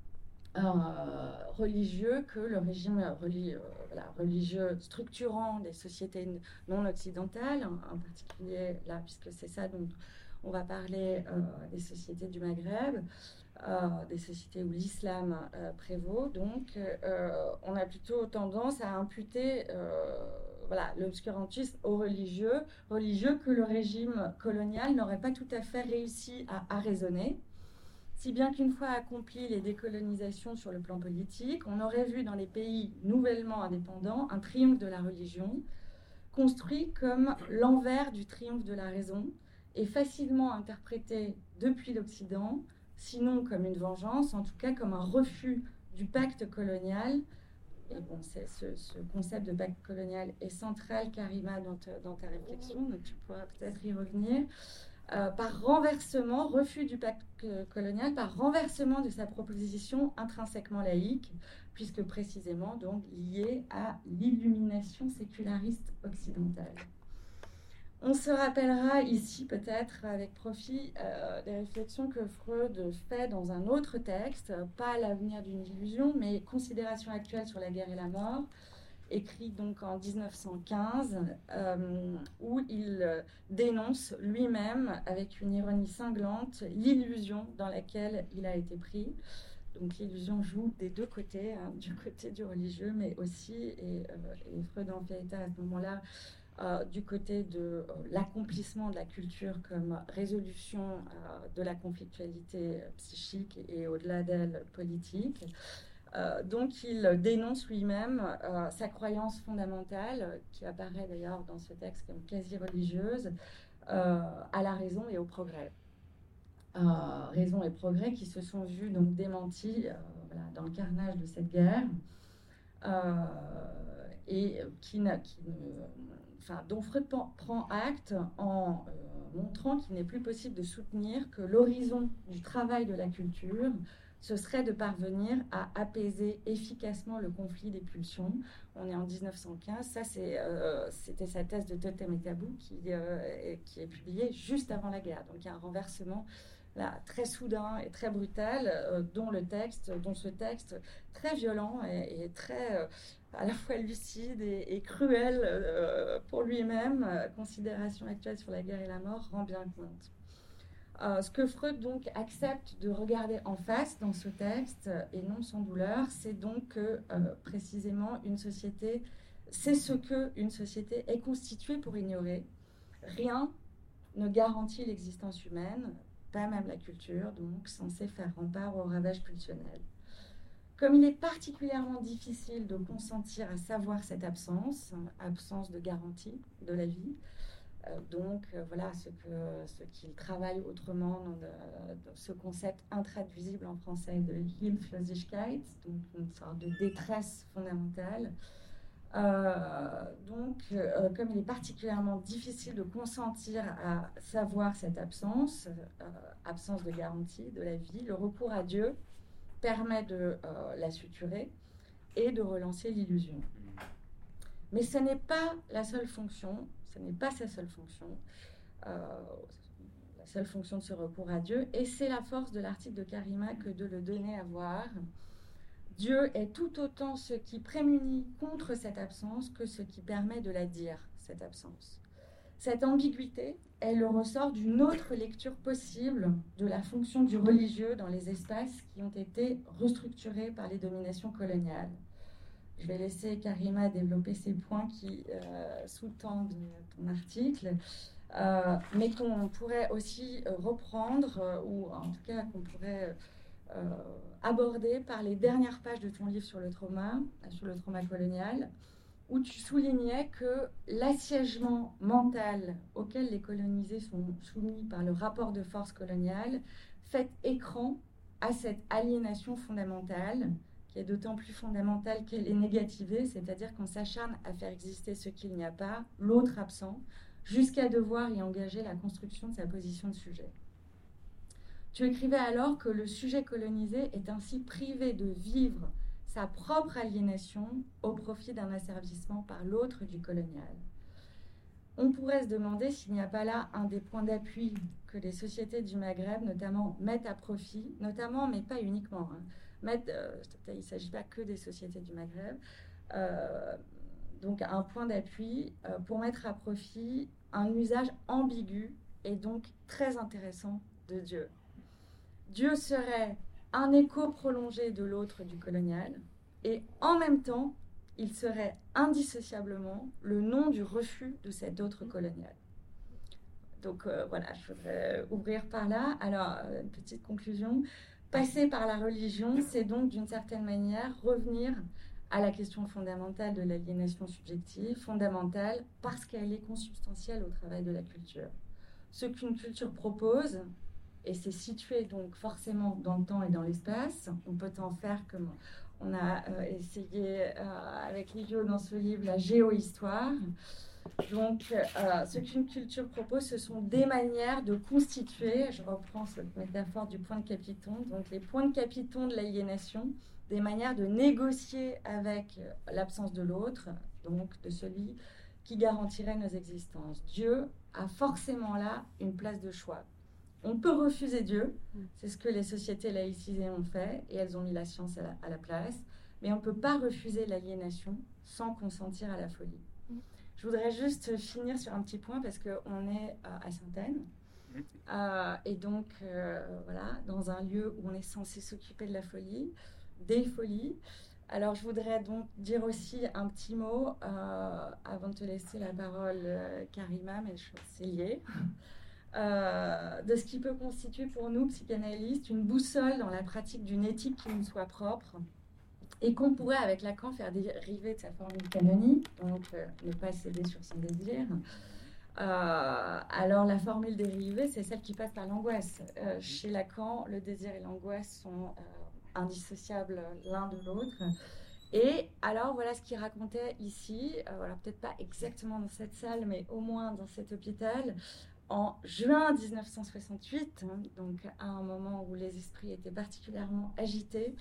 Religieux que le régime religieux structurant des sociétés non occidentales, en particulier là, puisque c'est ça dont on va parler des sociétés du Maghreb, des sociétés où l'islam prévaut. Donc, on a plutôt tendance à imputer l'obscurantisme aux religieux que le régime colonial n'aurait pas tout à fait réussi à raisonner. Si bien qu'une fois accomplies les décolonisations sur le plan politique, on aurait vu dans les pays nouvellement indépendants un triomphe de la religion, construit comme l'envers du triomphe de la raison, et facilement interprété depuis l'Occident, sinon comme une vengeance, en tout cas comme un refus du pacte colonial. Et bon, ce concept de pacte colonial est central, Karima, dans ta réflexion, donc tu pourras peut-être y revenir. Par renversement, refus du pacte colonial, par renversement de sa proposition intrinsèquement laïque, puisque précisément donc liée à l'illumination séculariste occidentale. On se rappellera ici peut-être avec profit des réflexions que Freud fait dans un autre texte, pas L'avenir d'une illusion, mais Considérations actuelles sur la guerre et la mort, écrit donc en 1915, où il dénonce lui-même, avec une ironie cinglante, l'illusion dans laquelle il a été pris. Donc l'illusion joue des deux côtés, hein, du côté du religieux, mais aussi, et Freud en fait état à ce moment-là, du côté de l'accomplissement de la culture comme résolution de la conflictualité psychique et au-delà d'elle politique. Donc il dénonce lui-même sa croyance fondamentale, qui apparaît d'ailleurs dans ce texte comme quasi religieuse, à la raison et au progrès. Raison et progrès qui se sont vus donc démentis dans le carnage de cette guerre, et dont Freud prend acte en montrant qu'il n'est plus possible de soutenir que l'horizon du travail de la culture ce serait de parvenir à apaiser efficacement le conflit des pulsions. On est en 1915, ça c'était sa thèse de Totem et Tabou qui est publiée juste avant la guerre. Donc il y a un renversement là, très soudain et très brutal dont ce texte très violent et très à la fois lucide et cruel pour lui-même, Considérations actuelles sur la guerre et la mort, rend bien compte. Ce que Freud donc accepte de regarder en face dans ce texte, et non sans douleur, c'est donc que précisément c'est ce qu'une société est constituée pour ignorer. Rien ne garantit l'existence humaine, pas même la culture, donc censée faire rempart au ravage pulsionnel. Comme il est particulièrement difficile de consentir à savoir cette absence de garantie de la vie, voilà ce qu'il travaille autrement dans ce concept intraduisible en français de Hilflosigkeit, donc une sorte de détresse fondamentale. Comme il est particulièrement difficile de consentir à savoir cette absence de garantie de la vie, le recours à Dieu permet de la suturer et de relancer l'illusion. Mais ce n'est pas la seule fonction. Ce n'est pas sa seule fonction, la seule fonction de ce recours à Dieu, et c'est la force de l'article de Karima que de le donner à voir. Dieu est tout autant ce qui prémunit contre cette absence que ce qui permet de la dire, cette absence. Cette ambiguïté est le ressort d'une autre lecture possible de la fonction du religieux dans les espaces qui ont été restructurés par les dominations coloniales. Je vais laisser Karima développer ces points qui sous-tendent ton article, mais qu'on pourrait aussi reprendre, ou en tout cas qu'on pourrait aborder par les dernières pages de ton livre sur le trauma colonial, où tu soulignais que l'assiégement mental auquel les colonisés sont soumis par le rapport de force coloniale fait écran à cette aliénation fondamentale, qui est d'autant plus fondamentale qu'elle est négativée, c'est-à-dire qu'on s'acharne à faire exister ce qu'il n'y a pas, l'autre absent, jusqu'à devoir y engager la construction de sa position de sujet. Tu écrivais alors que le sujet colonisé est ainsi privé de vivre sa propre aliénation au profit d'un asservissement par l'autre du colonial. On pourrait se demander s'il n'y a pas là un des points d'appui que les sociétés du Maghreb, notamment, mettent à profit, notamment, mais pas uniquement. Il ne s'agit pas que des sociétés du Maghreb. Donc, un point d'appui pour mettre à profit un usage ambigu et donc très intéressant de Dieu. Dieu serait un écho prolongé de l'autre du colonial, et en même temps, il serait indissociablement le nom du refus de cet autre colonial. Donc voilà, je voudrais ouvrir par là. Alors, une petite conclusion. Passer par la religion, c'est donc d'une certaine manière revenir à la question fondamentale de l'aliénation subjective, fondamentale parce qu'elle est consubstantielle au travail de la culture. Ce qu'une culture propose, et c'est situé donc forcément dans le temps et dans l'espace. On peut en faire comme on a essayé avec Livio dans ce livre, la géohistoire. Donc, ce qu'une culture propose, ce sont des manières de constituer, je reprends cette métaphore du point de capiton, donc les points de capiton de l'aliénation, des manières de négocier avec l'absence de l'autre, donc de celui qui garantirait nos existences. Dieu a forcément là une place de choix. On peut refuser Dieu, c'est ce que les sociétés laïcisées ont fait, et elles ont mis la science à la place, mais on ne peut pas refuser l'aliénation sans consentir à la folie. Je voudrais juste finir sur un petit point, parce qu'on est à Sainte-Aine, et donc voilà, dans un lieu où on est censé s'occuper de la folie, des folies. Alors je voudrais donc dire aussi un petit mot, avant de te laisser la parole, Karima, mais c'est lié. De ce qui peut constituer pour nous, psychanalystes, une boussole dans la pratique d'une éthique qui nous soit propre et qu'on pourrait, avec Lacan, faire dériver de sa formule canonique, donc ne pas céder sur son désir. Alors, la formule dérivée, c'est celle qui passe par l'angoisse. Chez Lacan, le désir et l'angoisse sont indissociables l'un de l'autre. Et alors, voilà ce qu'il racontait ici, voilà, peut-être pas exactement dans cette salle, mais au moins dans cet hôpital, en juin 1968, donc à un moment où les esprits étaient particulièrement agités.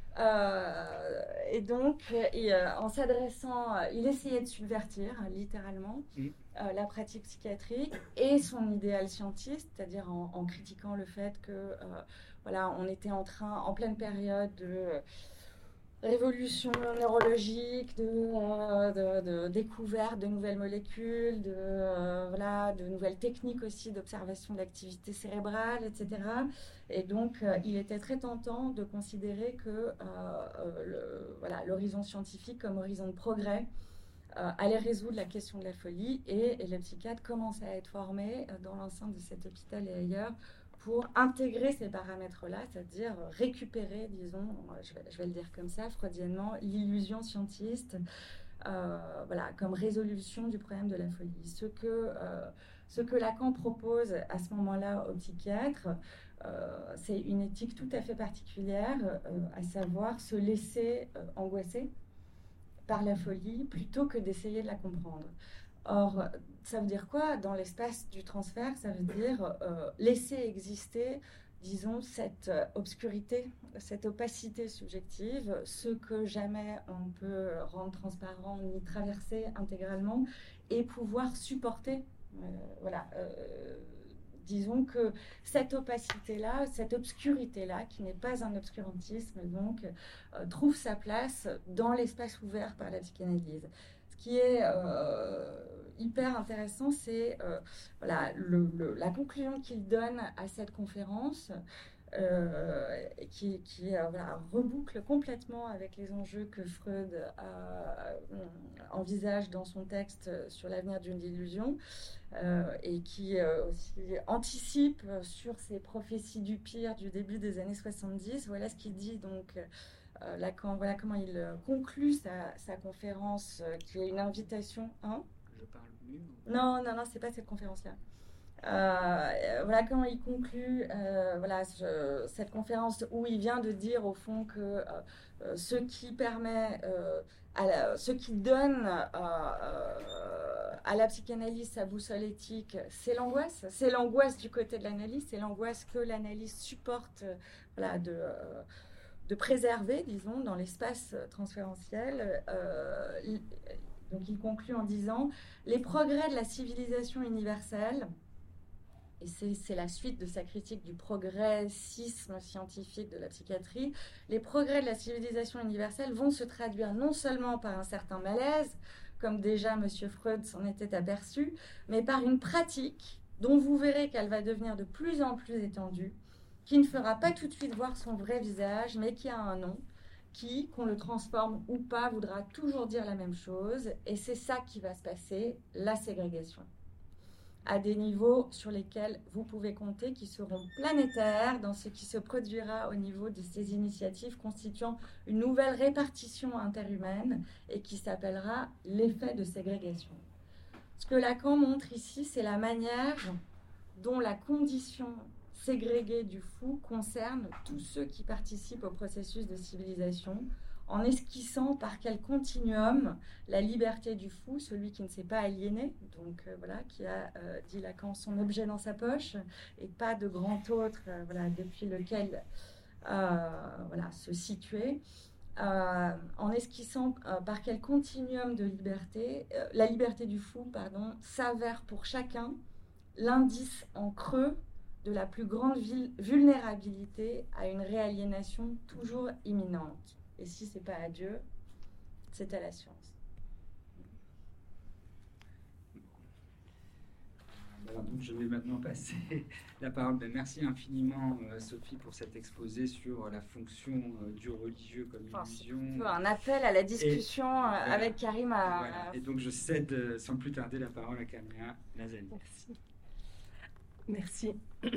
Et donc, en s'adressant, il essayait de subvertir, littéralement, la pratique psychiatrique et son idéal scientiste, c'est-à-dire en critiquant le fait que, voilà, on était en pleine période de révolution neurologique, de découverte de nouvelles molécules, de nouvelles techniques aussi d'observation de l'activité cérébrale, etc. Et donc, il était très tentant de considérer que l'horizon scientifique comme horizon de progrès allait résoudre la question de la folie, et les psychiatres commençaient à être formés dans l'enceinte de cet hôpital et ailleurs pour intégrer ces paramètres-là, c'est-à-dire récupérer, disons, je vais le dire comme ça, freudiennement, l'illusion scientiste, voilà, comme résolution du problème de la folie. Ce que Lacan propose à ce moment-là aux psychiatres, c'est une éthique tout à fait particulière, à savoir se laisser angoisser par la folie plutôt que d'essayer de la comprendre. Or, ça veut dire quoi dans l'espace du transfert? Ça veut dire laisser exister, disons, cette obscurité, cette opacité subjective, ce que jamais on peut rendre transparent ni traverser intégralement, et pouvoir supporter, disons que cette opacité-là, cette obscurité-là, qui n'est pas un obscurantisme, donc, trouve sa place dans l'espace ouvert par la psychanalyse. Ce qui est hyper intéressant, c'est voilà, la conclusion qu'il donne à cette conférence, qui voilà, reboucle complètement avec les enjeux que Freud envisage dans son texte sur l'avenir d'une illusion, et qui aussi anticipe sur ces prophéties du pire du début des années 70. Voilà ce qu'il dit donc. Voilà comment il conclut sa conférence, qui est une invitation. Hein? Je parle mieux ou... Non, c'est pas cette conférence-là. Voilà comment il conclut voilà, cette conférence où il vient de dire au fond que ce qui permet, ce qui donne à la psychanalyse sa boussole éthique, c'est l'angoisse. C'est l'angoisse du côté de l'analyse, c'est l'angoisse que l'analyse supporte voilà, de préserver, disons, dans l'espace transférentiel. Donc il conclut en disant « Les progrès de la civilisation universelle », et c'est la suite de sa critique du progressisme scientifique de la psychiatrie, les progrès de la civilisation universelle vont se traduire non seulement par un certain malaise, comme déjà M. Freud s'en était aperçu, mais par une pratique dont vous verrez qu'elle va devenir de plus en plus étendue, qui ne fera pas tout de suite voir son vrai visage, mais qui a un nom, qui, qu'on le transforme ou pas, voudra toujours dire la même chose, et c'est ça qui va se passer, la ségrégation, à des niveaux sur lesquels vous pouvez compter, qui seront planétaires dans ce qui se produira au niveau de ces initiatives constituant une nouvelle répartition interhumaine et qui s'appellera l'effet de ségrégation. Ce que Lacan montre ici, c'est la manière dont la condition ségrégée du fou concerne tous ceux qui participent au processus de civilisation, en esquissant par quel continuum la liberté du fou, celui qui ne s'est pas aliéné, donc voilà, qui a, dit Lacan, son objet dans sa poche, et pas de grand autre voilà, depuis lequel voilà, se situer, en esquissant par quel continuum de liberté, la liberté du fou, pardon, s'avère pour chacun l'indice en creux de la plus grande vulnérabilité à une réaliénation toujours imminente. Et si ce n'est pas à Dieu, c'est à la science. Alors, donc, je vais maintenant passer la parole. Merci infiniment, Sophie, pour cet exposé sur la fonction du religieux comme illusion. Un appel à la discussion avec Karima. Voilà. Et donc, je cède sans plus tarder la parole à Karima Lazani. Merci.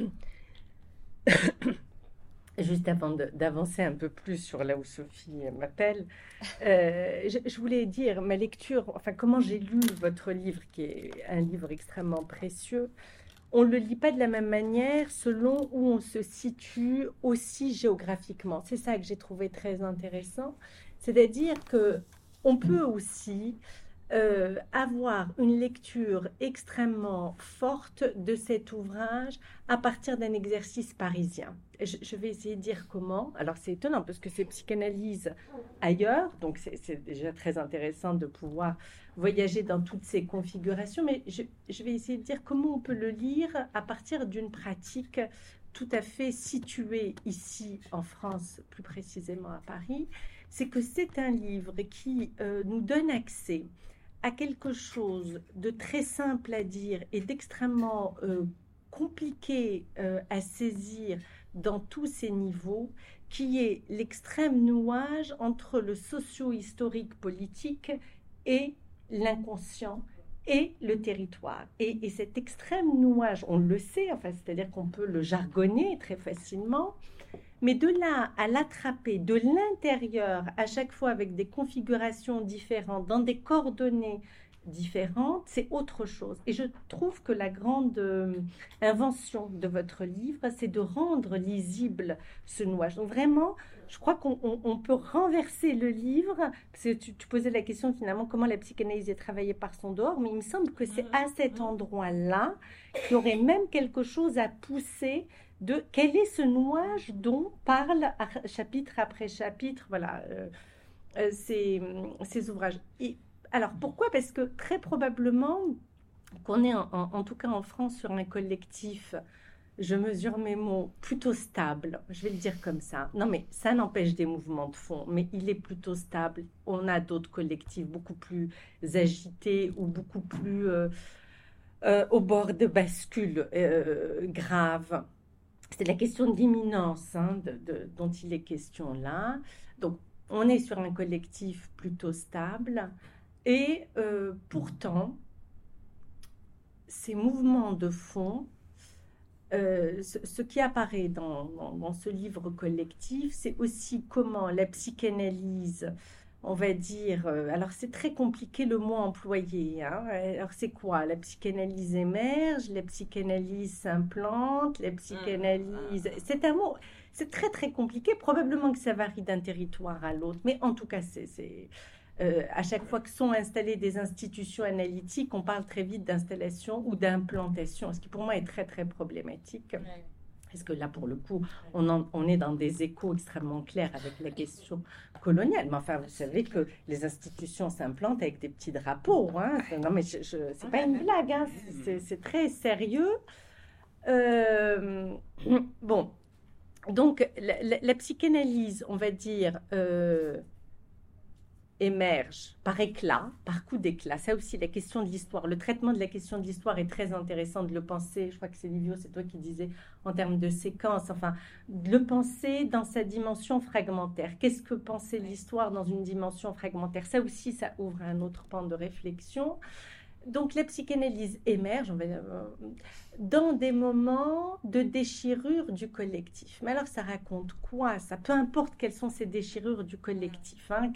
Juste avant d'avancer un peu plus sur là où Sophie m'appelle, je voulais dire ma lecture, enfin comment j'ai lu votre livre, qui est un livre extrêmement précieux. On ne le lit pas de la même manière selon où on se situe aussi géographiquement. C'est ça que j'ai trouvé très intéressant. C'est-à-dire qu'on peut aussi avoir une lecture extrêmement forte de cet ouvrage à partir d'un exercice parisien. Je vais essayer de dire comment. Alors c'est étonnant parce que c'est psychanalyse ailleurs, donc c'est déjà très intéressant de pouvoir voyager dans toutes ces configurations, mais je vais essayer de dire comment on peut le lire à partir d'une pratique tout à fait située ici en France, plus précisément à Paris. C'est que c'est un livre qui nous donne accès à quelque chose de très simple à dire et d'extrêmement compliqué à saisir dans tous ces niveaux, qui est l'extrême nouage entre le socio-historique politique et l'inconscient et le territoire. Et cet extrême nouage, on le sait, enfin, c'est-à-dire qu'on peut le jargonner très facilement, mais de là à l'attraper de l'intérieur, à chaque fois avec des configurations différentes, dans des coordonnées différentes, c'est autre chose. Et je trouve que la grande invention de votre livre, c'est de rendre lisible ce nouage. Donc vraiment, je crois qu'on peut renverser le livre, parce que tu posais la question finalement comment la psychanalyse est travaillée par son dehors, mais il me semble que c'est à cet endroit-là qu'il y aurait même quelque chose à pousser de quel est ce nouage dont parle chapitre après chapitre, voilà, ces ouvrages. Et alors pourquoi ? Parce que très probablement qu'on est en tout cas en France sur un collectif je mesure mes mots, plutôt stable, je vais le dire comme ça. Non, mais ça n'empêche des mouvements de fond, mais il est plutôt stable. On a d'autres collectifs beaucoup plus agités ou beaucoup plus au bord de bascule grave. C'est la question de l'imminence hein, dont il est question là. Donc, on est sur un collectif plutôt stable et pourtant, ces mouvements de fond, ce qui apparaît dans ce livre collectif, c'est aussi comment la psychanalyse, on va dire, alors c'est très compliqué le mot employé, hein. Alors c'est quoi? La psychanalyse émerge, la psychanalyse s'implante, la psychanalyse... C'est un mot, c'est très très compliqué, probablement que ça varie d'un territoire à l'autre, mais en tout cas à chaque fois que sont installées des institutions analytiques, on parle très vite d'installation ou d'implantation, ce qui pour moi est très très problématique. Ouais. Parce que là, pour le coup, on est dans des échos extrêmement clairs avec la question coloniale. Mais enfin, vous savez que les institutions s'implantent avec des petits drapeaux. Hein. Non, mais c'est pas une blague, hein. C'est très sérieux. Bon, donc la psychanalyse, on va dire... émerge par éclat, par coup d'éclat. Ça aussi, la question de l'histoire, le traitement de la question de l'histoire est très intéressant de le penser. Je crois que c'est Livio, c'est toi qui disais en termes de séquence, enfin, de le penser dans sa dimension fragmentaire. Qu'est-ce que penser l'histoire dans une dimension fragmentaire? Ça aussi, ça ouvre un autre pan de réflexion. Donc, la psychanalyse émerge dans des moments de déchirure du collectif. Mais alors, ça raconte quoi? Ça, peu importe quelles sont ces déchirures du collectif, hein,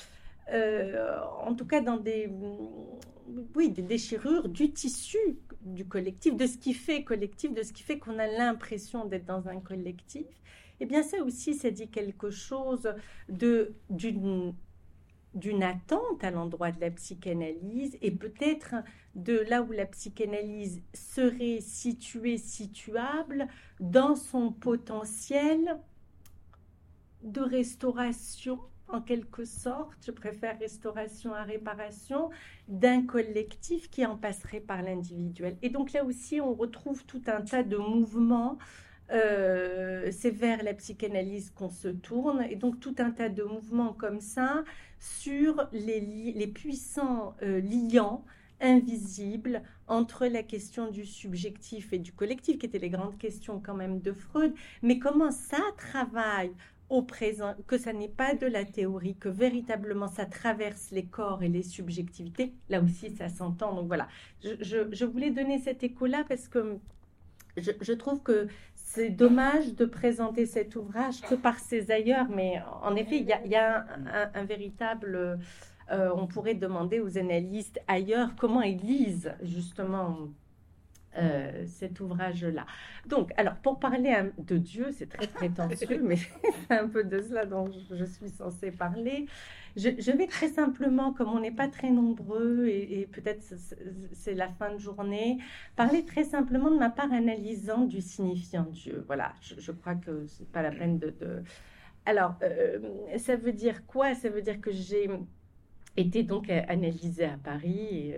en tout cas dans des déchirures du tissu du collectif, de ce qui fait collectif, de ce qui fait qu'on a l'impression d'être dans un collectif. Eh bien ça aussi, ça dit quelque chose d'une attente à l'endroit de la psychanalyse et peut-être de là où la psychanalyse serait situable dans son potentiel de restauration, en quelque sorte, je préfère restauration à réparation, d'un collectif qui en passerait par l'individuel. Et donc là aussi, on retrouve tout un tas de mouvements. C'est vers la psychanalyse qu'on se tourne. Et donc tout un tas de mouvements comme ça sur les puissants liants invisibles entre la question du subjectif et du collectif, qui étaient les grandes questions quand même de Freud. Mais comment ça travaille au présent, que ça n'est pas de la théorie, que véritablement ça traverse les corps et les subjectivités, là aussi ça s'entend. Donc voilà, je voulais donner cet écho-là parce que je trouve que c'est dommage de présenter cet ouvrage que par ses ailleurs, mais en effet, il y a un véritable... on pourrait demander aux analystes ailleurs comment ils lisent justement cet ouvrage-là. Donc, alors, pour parler de Dieu, c'est très prétentieux, mais c'est un peu de cela dont je suis censée parler. Je vais très simplement, comme on n'est pas très nombreux et peut-être c'est la fin de journée, parler très simplement de ma part analysante du signifiant Dieu. Voilà, je crois que c'est pas la peine de... Alors, ça veut dire quoi? Ça veut dire que j'ai été donc analysée à Paris...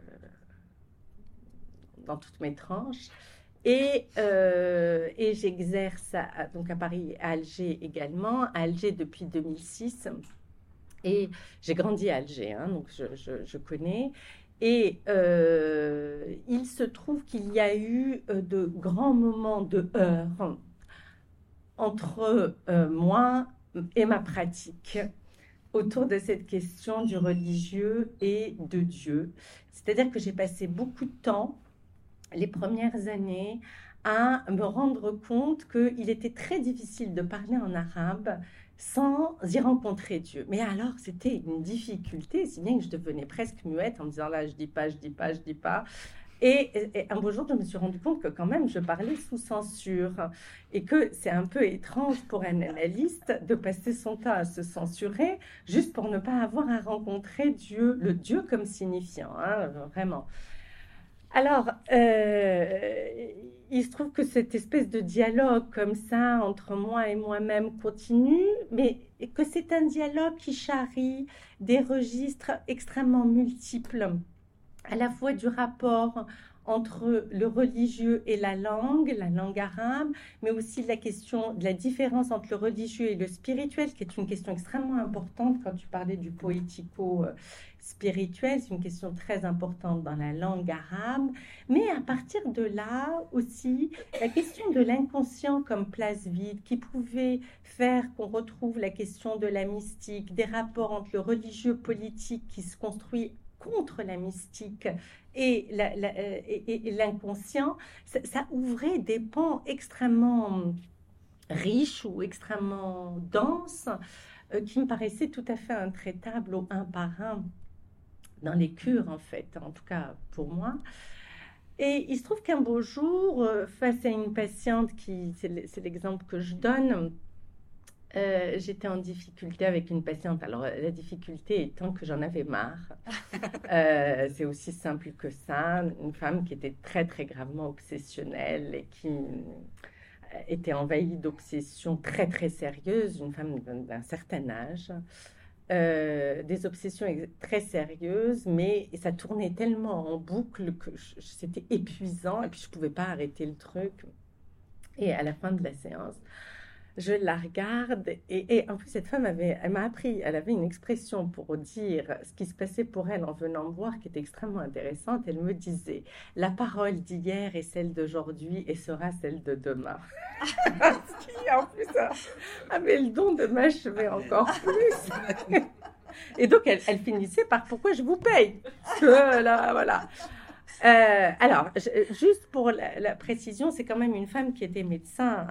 dans toutes mes tranches. Et j'exerce donc à Paris, à Alger également, à Alger depuis 2006. Et j'ai grandi à Alger, hein, donc je connais. Et il se trouve qu'il y a eu de grands moments de heurts entre moi et ma pratique autour de cette question du religieux et de Dieu. C'est-à-dire que j'ai passé beaucoup de temps les premières années à me rendre compte qu'il était très difficile de parler en arabe sans y rencontrer Dieu. Mais alors, c'était une difficulté, si bien que je devenais presque muette en me disant là, je dis pas. Et un beau jour, je me suis rendu compte que quand même, je parlais sous censure et que c'est un peu étrange pour un analyste de passer son temps à se censurer juste pour ne pas avoir à rencontrer Dieu, le Dieu comme signifiant, hein, vraiment. Alors, il se trouve que cette espèce de dialogue comme ça entre moi et moi-même continue, mais que c'est un dialogue qui charrie des registres extrêmement multiples, à la fois du rapport entre le religieux et la langue arabe, mais aussi la question de la différence entre le religieux et le spirituel, qui est une question extrêmement importante quand tu parlais du poético-spirituel, c'est une question très importante dans la langue arabe, mais à partir de là aussi, la question de l'inconscient comme place vide, qui pouvait faire qu'on retrouve la question de la mystique, des rapports entre le religieux politique qui se construit contre la mystique et l'inconscient, ça ouvrait des pans extrêmement riches ou extrêmement denses qui me paraissaient tout à fait intraitables au un par un dans les cures, en fait, en tout cas pour moi. Et il se trouve qu'un beau jour, face à une patiente c'est l'exemple que je donne, j'étais en difficulté avec une patiente. Alors, la difficulté étant que j'en avais marre. C'est aussi simple que ça. Une femme qui était très, très gravement obsessionnelle et qui était envahie d'obsessions très, très sérieuses. Une femme d'un certain âge. Des obsessions très sérieuses, mais ça tournait tellement en boucle que c'était épuisant et puis je ne pouvais pas arrêter le truc. Et à la fin de la séance, je la regarde et en plus cette femme elle m'a appris, elle avait une expression pour dire ce qui se passait pour elle en venant me voir qui était extrêmement intéressante. Elle me disait: la parole d'hier est celle d'aujourd'hui et sera celle de demain. Ce qui en plus avait le don de m'achever encore plus. Et donc elle finissait par: pourquoi je vous paye? Parce que là, voilà. Alors, juste pour la précision, c'est quand même une femme qui était médecin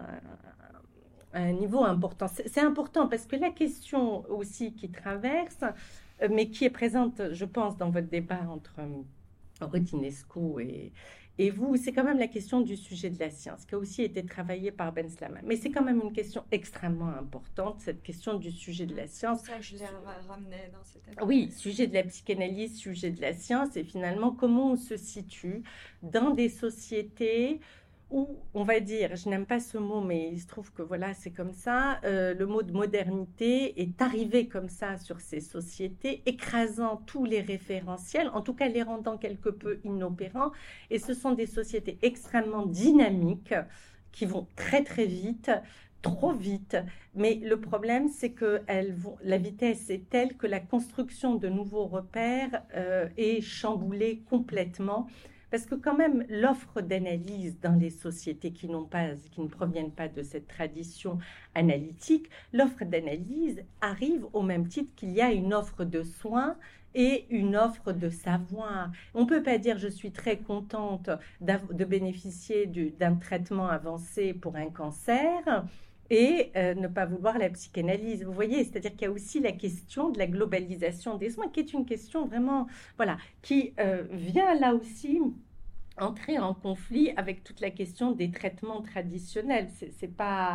à un niveau important. C'est important parce que la question aussi qui traverse, mais qui est présente, je pense, dans votre débat entre Rodinesco et vous, c'est quand même la question du sujet de la science, qui a aussi été travaillée par Ben Slama. Mais c'est quand même une question extrêmement importante, cette question du sujet de la science. C'est ça que je les ramenais dans cette époque. Oui, sujet de la psychanalyse, sujet de la science, et finalement, comment on se situe dans des sociétés où, on va dire, je n'aime pas ce mot, mais il se trouve que voilà, c'est comme ça, le mot de modernité est arrivé comme ça sur ces sociétés, écrasant tous les référentiels, en tout cas les rendant quelque peu inopérants, et ce sont des sociétés extrêmement dynamiques, qui vont très très vite, trop vite, mais le problème c'est que la vitesse est telle que la construction de nouveaux repères est chamboulée complètement. Parce que quand même, l'offre d'analyse dans les sociétés qui ne proviennent pas de cette tradition analytique, l'offre d'analyse arrive au même titre qu'il y a une offre de soins et une offre de savoir. On ne peut pas dire: je suis très contente de bénéficier d'un traitement avancé pour un cancer et ne pas vouloir la psychanalyse. Vous voyez, c'est-à-dire qu'il y a aussi la question de la globalisation des soins, qui est une question vraiment, voilà, qui vient là aussi entrer en conflit avec toute la question des traitements traditionnels. C'est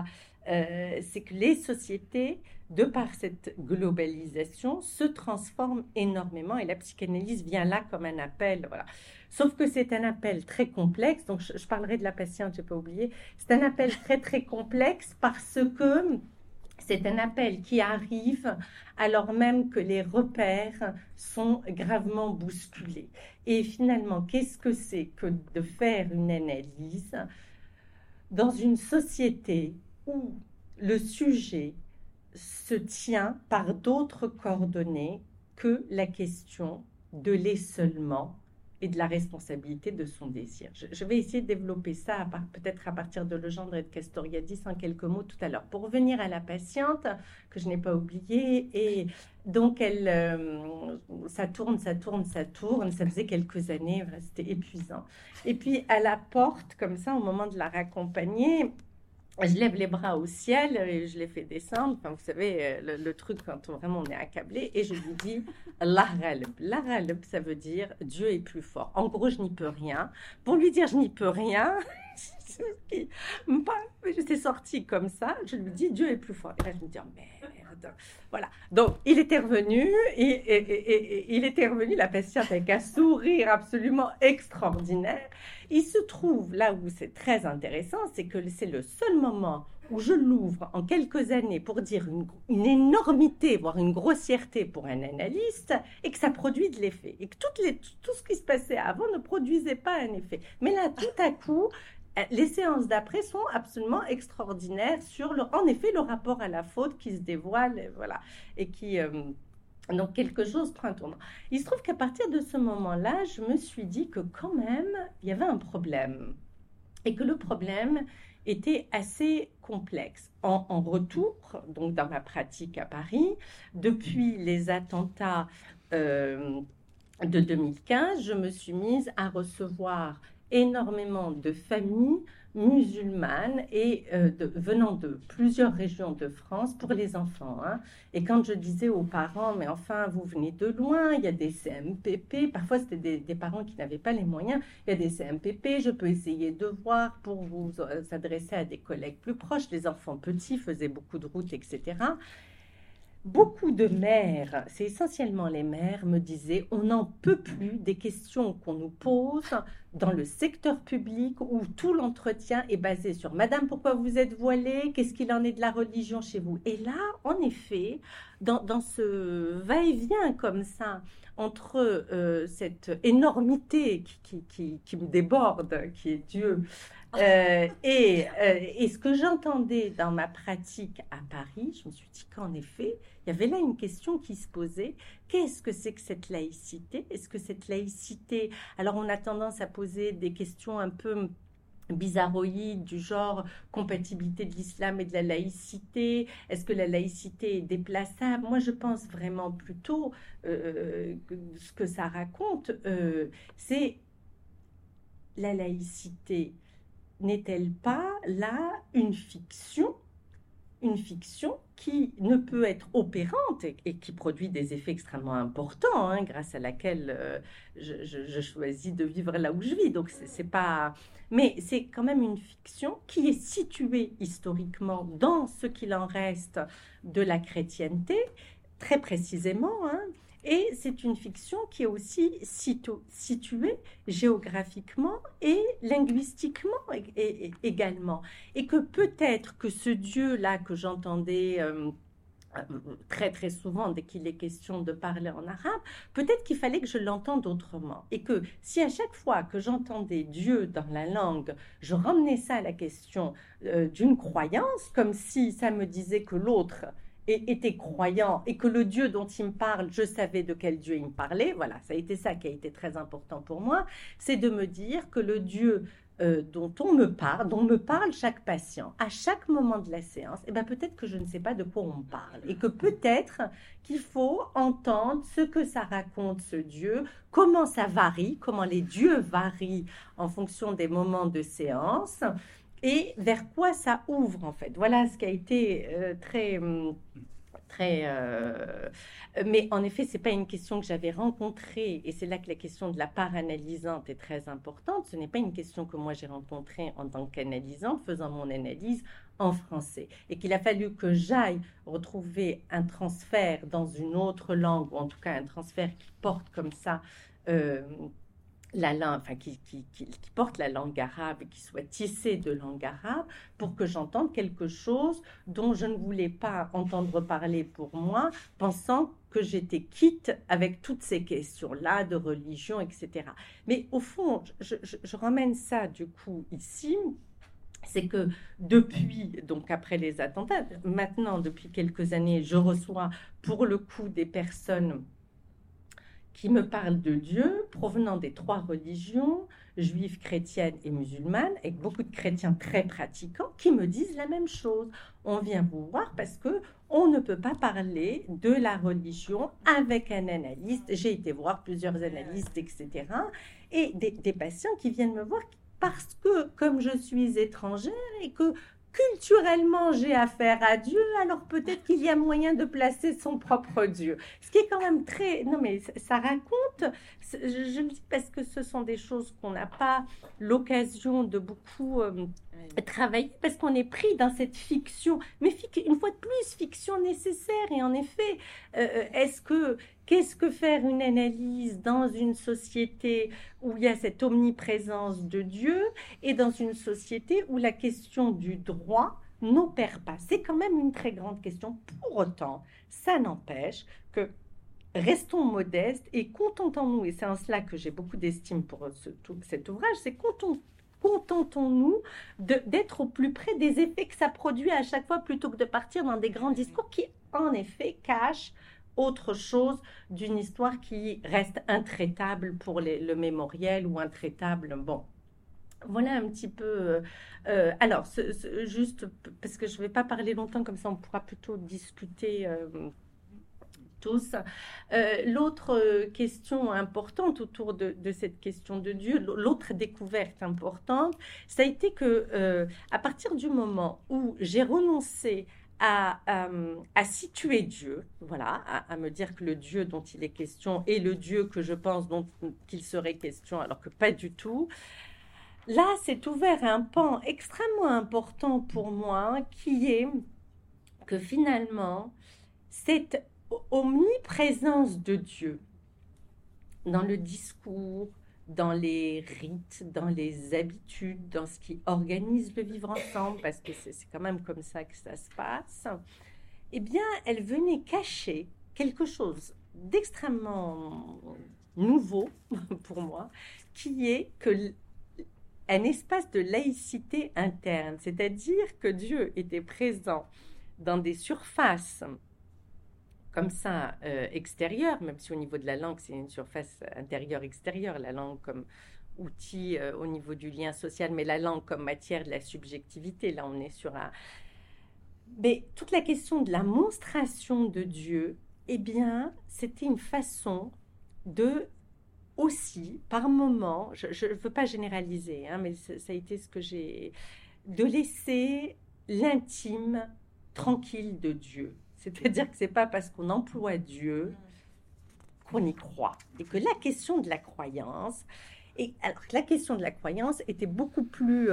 que les sociétés, de par cette globalisation, se transforment énormément et la psychanalyse vient là comme un appel, voilà. Sauf que c'est un appel très complexe, donc je parlerai de la patiente, je n'ai pas oublié, c'est un appel très très complexe parce que c'est un appel qui arrive alors même que les repères sont gravement bousculés. Et finalement, qu'est-ce que c'est que de faire une analyse dans une société où le sujet se tient par d'autres coordonnées que la question de l'essolement et de la responsabilité de son désir. Je vais essayer de développer ça peut-être à partir de Legendre et de Castoriadis en quelques mots tout à l'heure. Pour revenir à la patiente, que je n'ai pas oubliée, et donc ça tourne, ça faisait quelques années, c'était épuisant. Et puis à la porte, comme ça, au moment de la raccompagner, je lève les bras au ciel et je les fais descendre. Enfin, vous savez, le truc quand vraiment on est accablé. Et je lui dis Allah Ghalib. Allah Ghalib, ça veut dire Dieu est plus fort. En gros, je n'y peux rien. Pour lui dire je n'y peux rien, j'étais sortie comme ça. Je lui dis Dieu est plus fort. Et là, je me dis oh, merde. Voilà. Donc, il était revenu. Il était revenu, la patiente, avec un sourire absolument extraordinaire. Il se trouve, là où c'est très intéressant, c'est que c'est le seul moment où je l'ouvre en quelques années pour dire une énormité, voire une grossièreté pour un analyste, et que ça produit de l'effet. Et que tout ce qui se passait avant ne produisait pas un effet. Mais là, tout à coup, les séances d'après sont absolument extraordinaires sur, en effet, le rapport à la faute qui se dévoile, et voilà, et qui... donc, quelque chose prend un tournant. Il se trouve qu'à partir de ce moment-là, je me suis dit que quand même, il y avait un problème. Et que le problème était assez complexe. En retour, donc dans ma pratique à Paris, depuis les attentats de 2015, je me suis mise à recevoir énormément de familles musulmanes et venant de plusieurs régions de France pour les enfants. Hein. Et quand je disais aux parents, mais enfin, vous venez de loin, il y a des CMPP, parfois c'était des parents qui n'avaient pas les moyens, il y a des CMPP, je peux essayer de voir pour vous adresser à des collègues plus proches, les enfants petits faisaient beaucoup de routes, etc. Beaucoup de mères, c'est essentiellement les mères, me disaient on n'en peut plus des questions qu'on nous pose dans le secteur public où tout l'entretien est basé sur Madame, pourquoi vous êtes voilée? Qu'est-ce qu'il en est de la religion chez vous? Et là, en effet, dans ce va-et-vient comme ça, entre cette énormité qui me déborde, qui est Dieu, et ce que j'entendais dans ma pratique à Paris, je me suis dit qu'en effet, il y avait là une question qui se posait. Qu'est-ce que c'est que cette laïcité? Est-ce que cette laïcité... Alors, on a tendance à poser des questions un peu bizarroïdes du genre compatibilité de l'islam et de la laïcité. Est-ce que la laïcité est déplaçable? Moi, je pense vraiment plutôt ce que ça raconte, c'est la laïcité. N'est-elle pas là une fiction qui ne peut être opérante et qui produit des effets extrêmement importants, hein, grâce à laquelle je choisis de vivre là où je vis. Donc c'est pas, mais c'est quand même une fiction qui est située historiquement dans ce qu'il en reste de la chrétienté, très précisément, hein. Et c'est une fiction qui est aussi située géographiquement et linguistiquement également. Et que peut-être que ce Dieu-là que j'entendais très très souvent dès qu'il est question de parler en arabe, peut-être qu'il fallait que je l'entende autrement. Et que si à chaque fois que j'entendais Dieu dans la langue, je ramenais ça à la question d'une croyance, comme si ça me disait que l'autre était croyant et que le Dieu dont il me parle, je savais de quel Dieu il me parlait. Voilà, ça a été ça qui a été très important pour moi, c'est de me dire que le Dieu dont me parle chaque patient, à chaque moment de la séance, eh ben peut-être que je ne sais pas de quoi on me parle et que peut-être qu'il faut entendre ce que ça raconte ce Dieu, comment ça varie, comment les dieux varient en fonction des moments de séance, et vers quoi ça ouvre en fait. Voilà ce qui a été mais en effet, ce n'est pas une question que j'avais rencontrée, et c'est là que la question de la part analysante est très importante. Ce n'est pas une question que moi j'ai rencontrée en tant qu'analysante, faisant mon analyse en français, et qu'il a fallu que j'aille retrouver un transfert dans une autre langue, ou en tout cas un transfert qui porte comme ça la langue, enfin qui porte la langue arabe et qui soit tissé de langue arabe, pour que j'entende quelque chose dont je ne voulais pas entendre parler pour moi, pensant que j'étais quitte avec toutes ces questions-là de religion, etc. Mais au fond, je ramène ça du coup ici, c'est que depuis, donc après les attentats, maintenant depuis quelques années, je reçois pour le coup des personnes qui me parlent de Dieu provenant des trois religions, juive, chrétienne et musulmane, avec beaucoup de chrétiens très pratiquants qui me disent la même chose. On vient vous voir parce que on ne peut pas parler de la religion avec un analyste. J'ai été voir plusieurs analystes, etc. Et des patients qui viennent me voir parce que, comme je suis étrangère et que culturellement j'ai affaire à Dieu, alors peut-être qu'il y a moyen de placer son propre Dieu. Ce qui est quand même très... Non mais ça raconte, je le dis parce que ce sont des choses qu'on n'a pas l'occasion de beaucoup travailler, parce qu'on est pris dans cette fiction, mais une fois de plus, fiction nécessaire. Et en effet, qu'est-ce que faire une analyse dans une société où il y a cette omniprésence de Dieu et dans une société où la question du droit n'opère pas? C'est quand même une très grande question. Pour autant, ça n'empêche que restons modestes et contentons-nous, et c'est en cela que j'ai beaucoup d'estime pour cet ouvrage, c'est contentons-nous d'être au plus près des effets que ça produit à chaque fois plutôt que de partir dans des grands discours qui, en effet, cachent autre chose d'une histoire qui reste intraitable pour le mémoriel ou intraitable. Bon, voilà un petit peu. Alors, juste parce que je ne vais pas parler longtemps, comme ça on pourra plutôt discuter tous. L'autre question importante autour de cette question de Dieu, l'autre découverte importante, ça a été que à partir du moment où j'ai renoncé à situer Dieu, voilà, à me dire que le Dieu dont il est question est le Dieu que je pense dont qu'il serait question, alors que pas du tout. Là, s'est ouvert un pan extrêmement important pour moi, qui est que finalement, cette omniprésence de Dieu dans le discours, dans les rites, dans les habitudes, dans ce qui organise le vivre ensemble, parce que c'est quand même comme ça que ça se passe, eh bien, elle venait cacher quelque chose d'extrêmement nouveau pour moi, qui est que un espace de laïcité interne, c'est-à-dire que Dieu était présent dans des surfaces comme ça extérieures, même si au niveau de la langue, c'est une surface intérieure-extérieure, la langue comme outil au niveau du lien social, mais la langue comme matière de la subjectivité, là on est sur un... Mais toute la question de la monstration de Dieu, eh bien, c'était une façon de aussi, par moment, je ne veux pas généraliser, hein, mais ça a été ce que j'ai... de laisser l'intime tranquille de Dieu. C'est-à-dire que ce n'est pas parce qu'on emploie Dieu qu'on y croit. Et que la question de la croyance, la question de la croyance était beaucoup plus...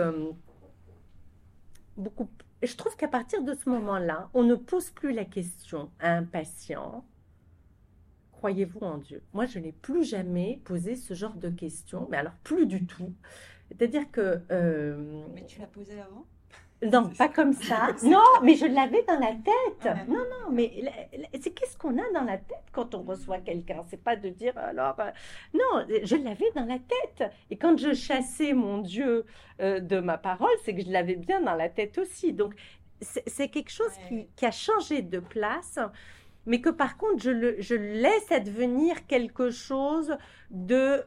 je trouve qu'à partir de ce moment-là, on ne pose plus la question à un patient, croyez-vous en Dieu? Moi, je n'ai plus jamais posé ce genre de questions, mais alors plus du tout. C'est-à-dire que... Mais tu l'as posé avant? Non, pas comme ça. Non, mais je l'avais dans la tête. Non, mais c'est qu'est-ce qu'on a dans la tête quand on reçoit quelqu'un? C'est pas de dire alors... non, je l'avais dans la tête. Et quand je chassais mon Dieu de ma parole, c'est que je l'avais bien dans la tête aussi. Donc, c'est quelque chose qui a changé de place, mais que par contre, je laisse advenir quelque chose de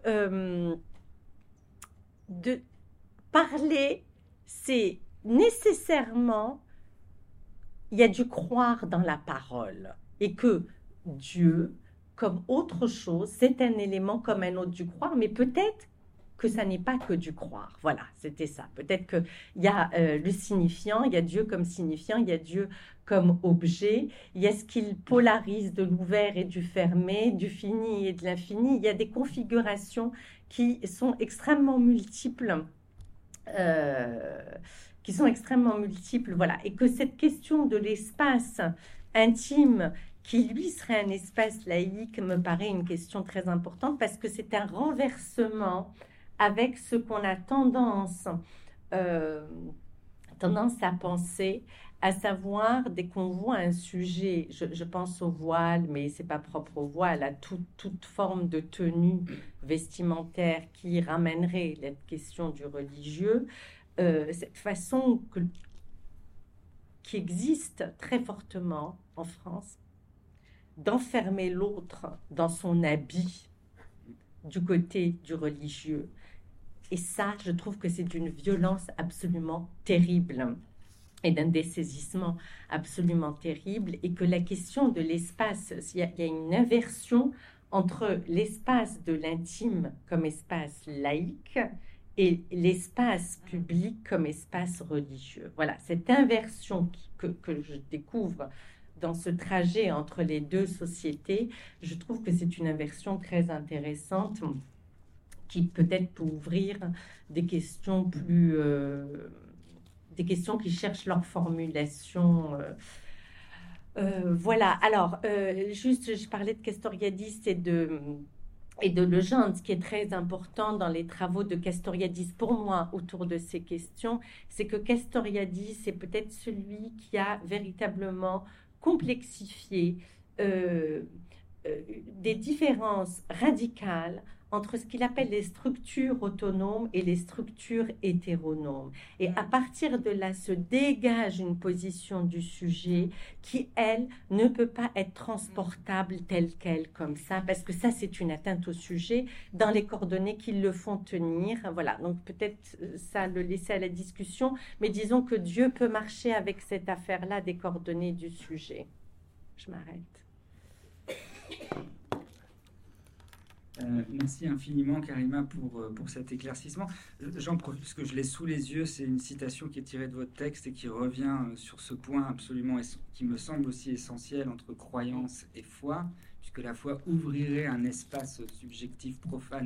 parler, c'est nécessairement, il y a du croire dans la parole, et que Dieu, comme autre chose, c'est un élément comme un autre du croire, mais peut-être que ça n'est pas que du croire. Voilà, c'était ça. Peut-être qu'il y a le signifiant, il y a Dieu comme signifiant, il y a Dieu comme objet, il y a ce qu'il polarise de l'ouvert et du fermé, du fini et de l'infini. Il y a des configurations qui sont extrêmement multiples. Voilà, et que cette question de l'espace intime, qui lui serait un espace laïque, me paraît une question très importante, parce que c'est un renversement avec ce qu'on a tendance à penser, à savoir, dès qu'on voit un sujet, je pense au voile, mais c'est pas propre au voile, à toute forme de tenue vestimentaire qui ramènerait la question du religieux, cette façon qui existe très fortement en France d'enfermer l'autre dans son habit du côté du religieux. Et ça, je trouve que c'est d'une violence absolument terrible et d'un dessaisissement absolument terrible, et que la question de l'espace, il y a une inversion entre l'espace de l'intime comme espace laïque et l'espace public comme espace religieux. Voilà, cette inversion que je découvre dans ce trajet entre les deux sociétés, je trouve que c'est une inversion très intéressante qui peut-être peut ouvrir des questions plus... des questions qui cherchent leur formulation. Voilà, alors, juste, je parlais de Castoriadis et de et de Legendre. Ce qui est très important dans les travaux de Castoriadis pour moi autour de ces questions, c'est que Castoriadis est peut-être celui qui a véritablement complexifié des différences radicales entre ce qu'il appelle les structures autonomes et les structures hétéronomes. Et à partir de là se dégage une position du sujet qui, elle, ne peut pas être transportable telle qu'elle, comme ça, parce que ça, c'est une atteinte au sujet dans les coordonnées qui le font tenir. Voilà, donc peut-être ça le laisser à la discussion, mais disons que Dieu peut marcher avec cette affaire-là des coordonnées du sujet. Je m'arrête. Merci infiniment, Karima, pour cet éclaircissement. J'en profite parce que je l'ai sous les yeux. C'est une citation qui est tirée de votre texte et qui revient sur ce point absolument, qui me semble aussi essentiel entre croyance et foi, puisque la foi ouvrirait un espace subjectif profane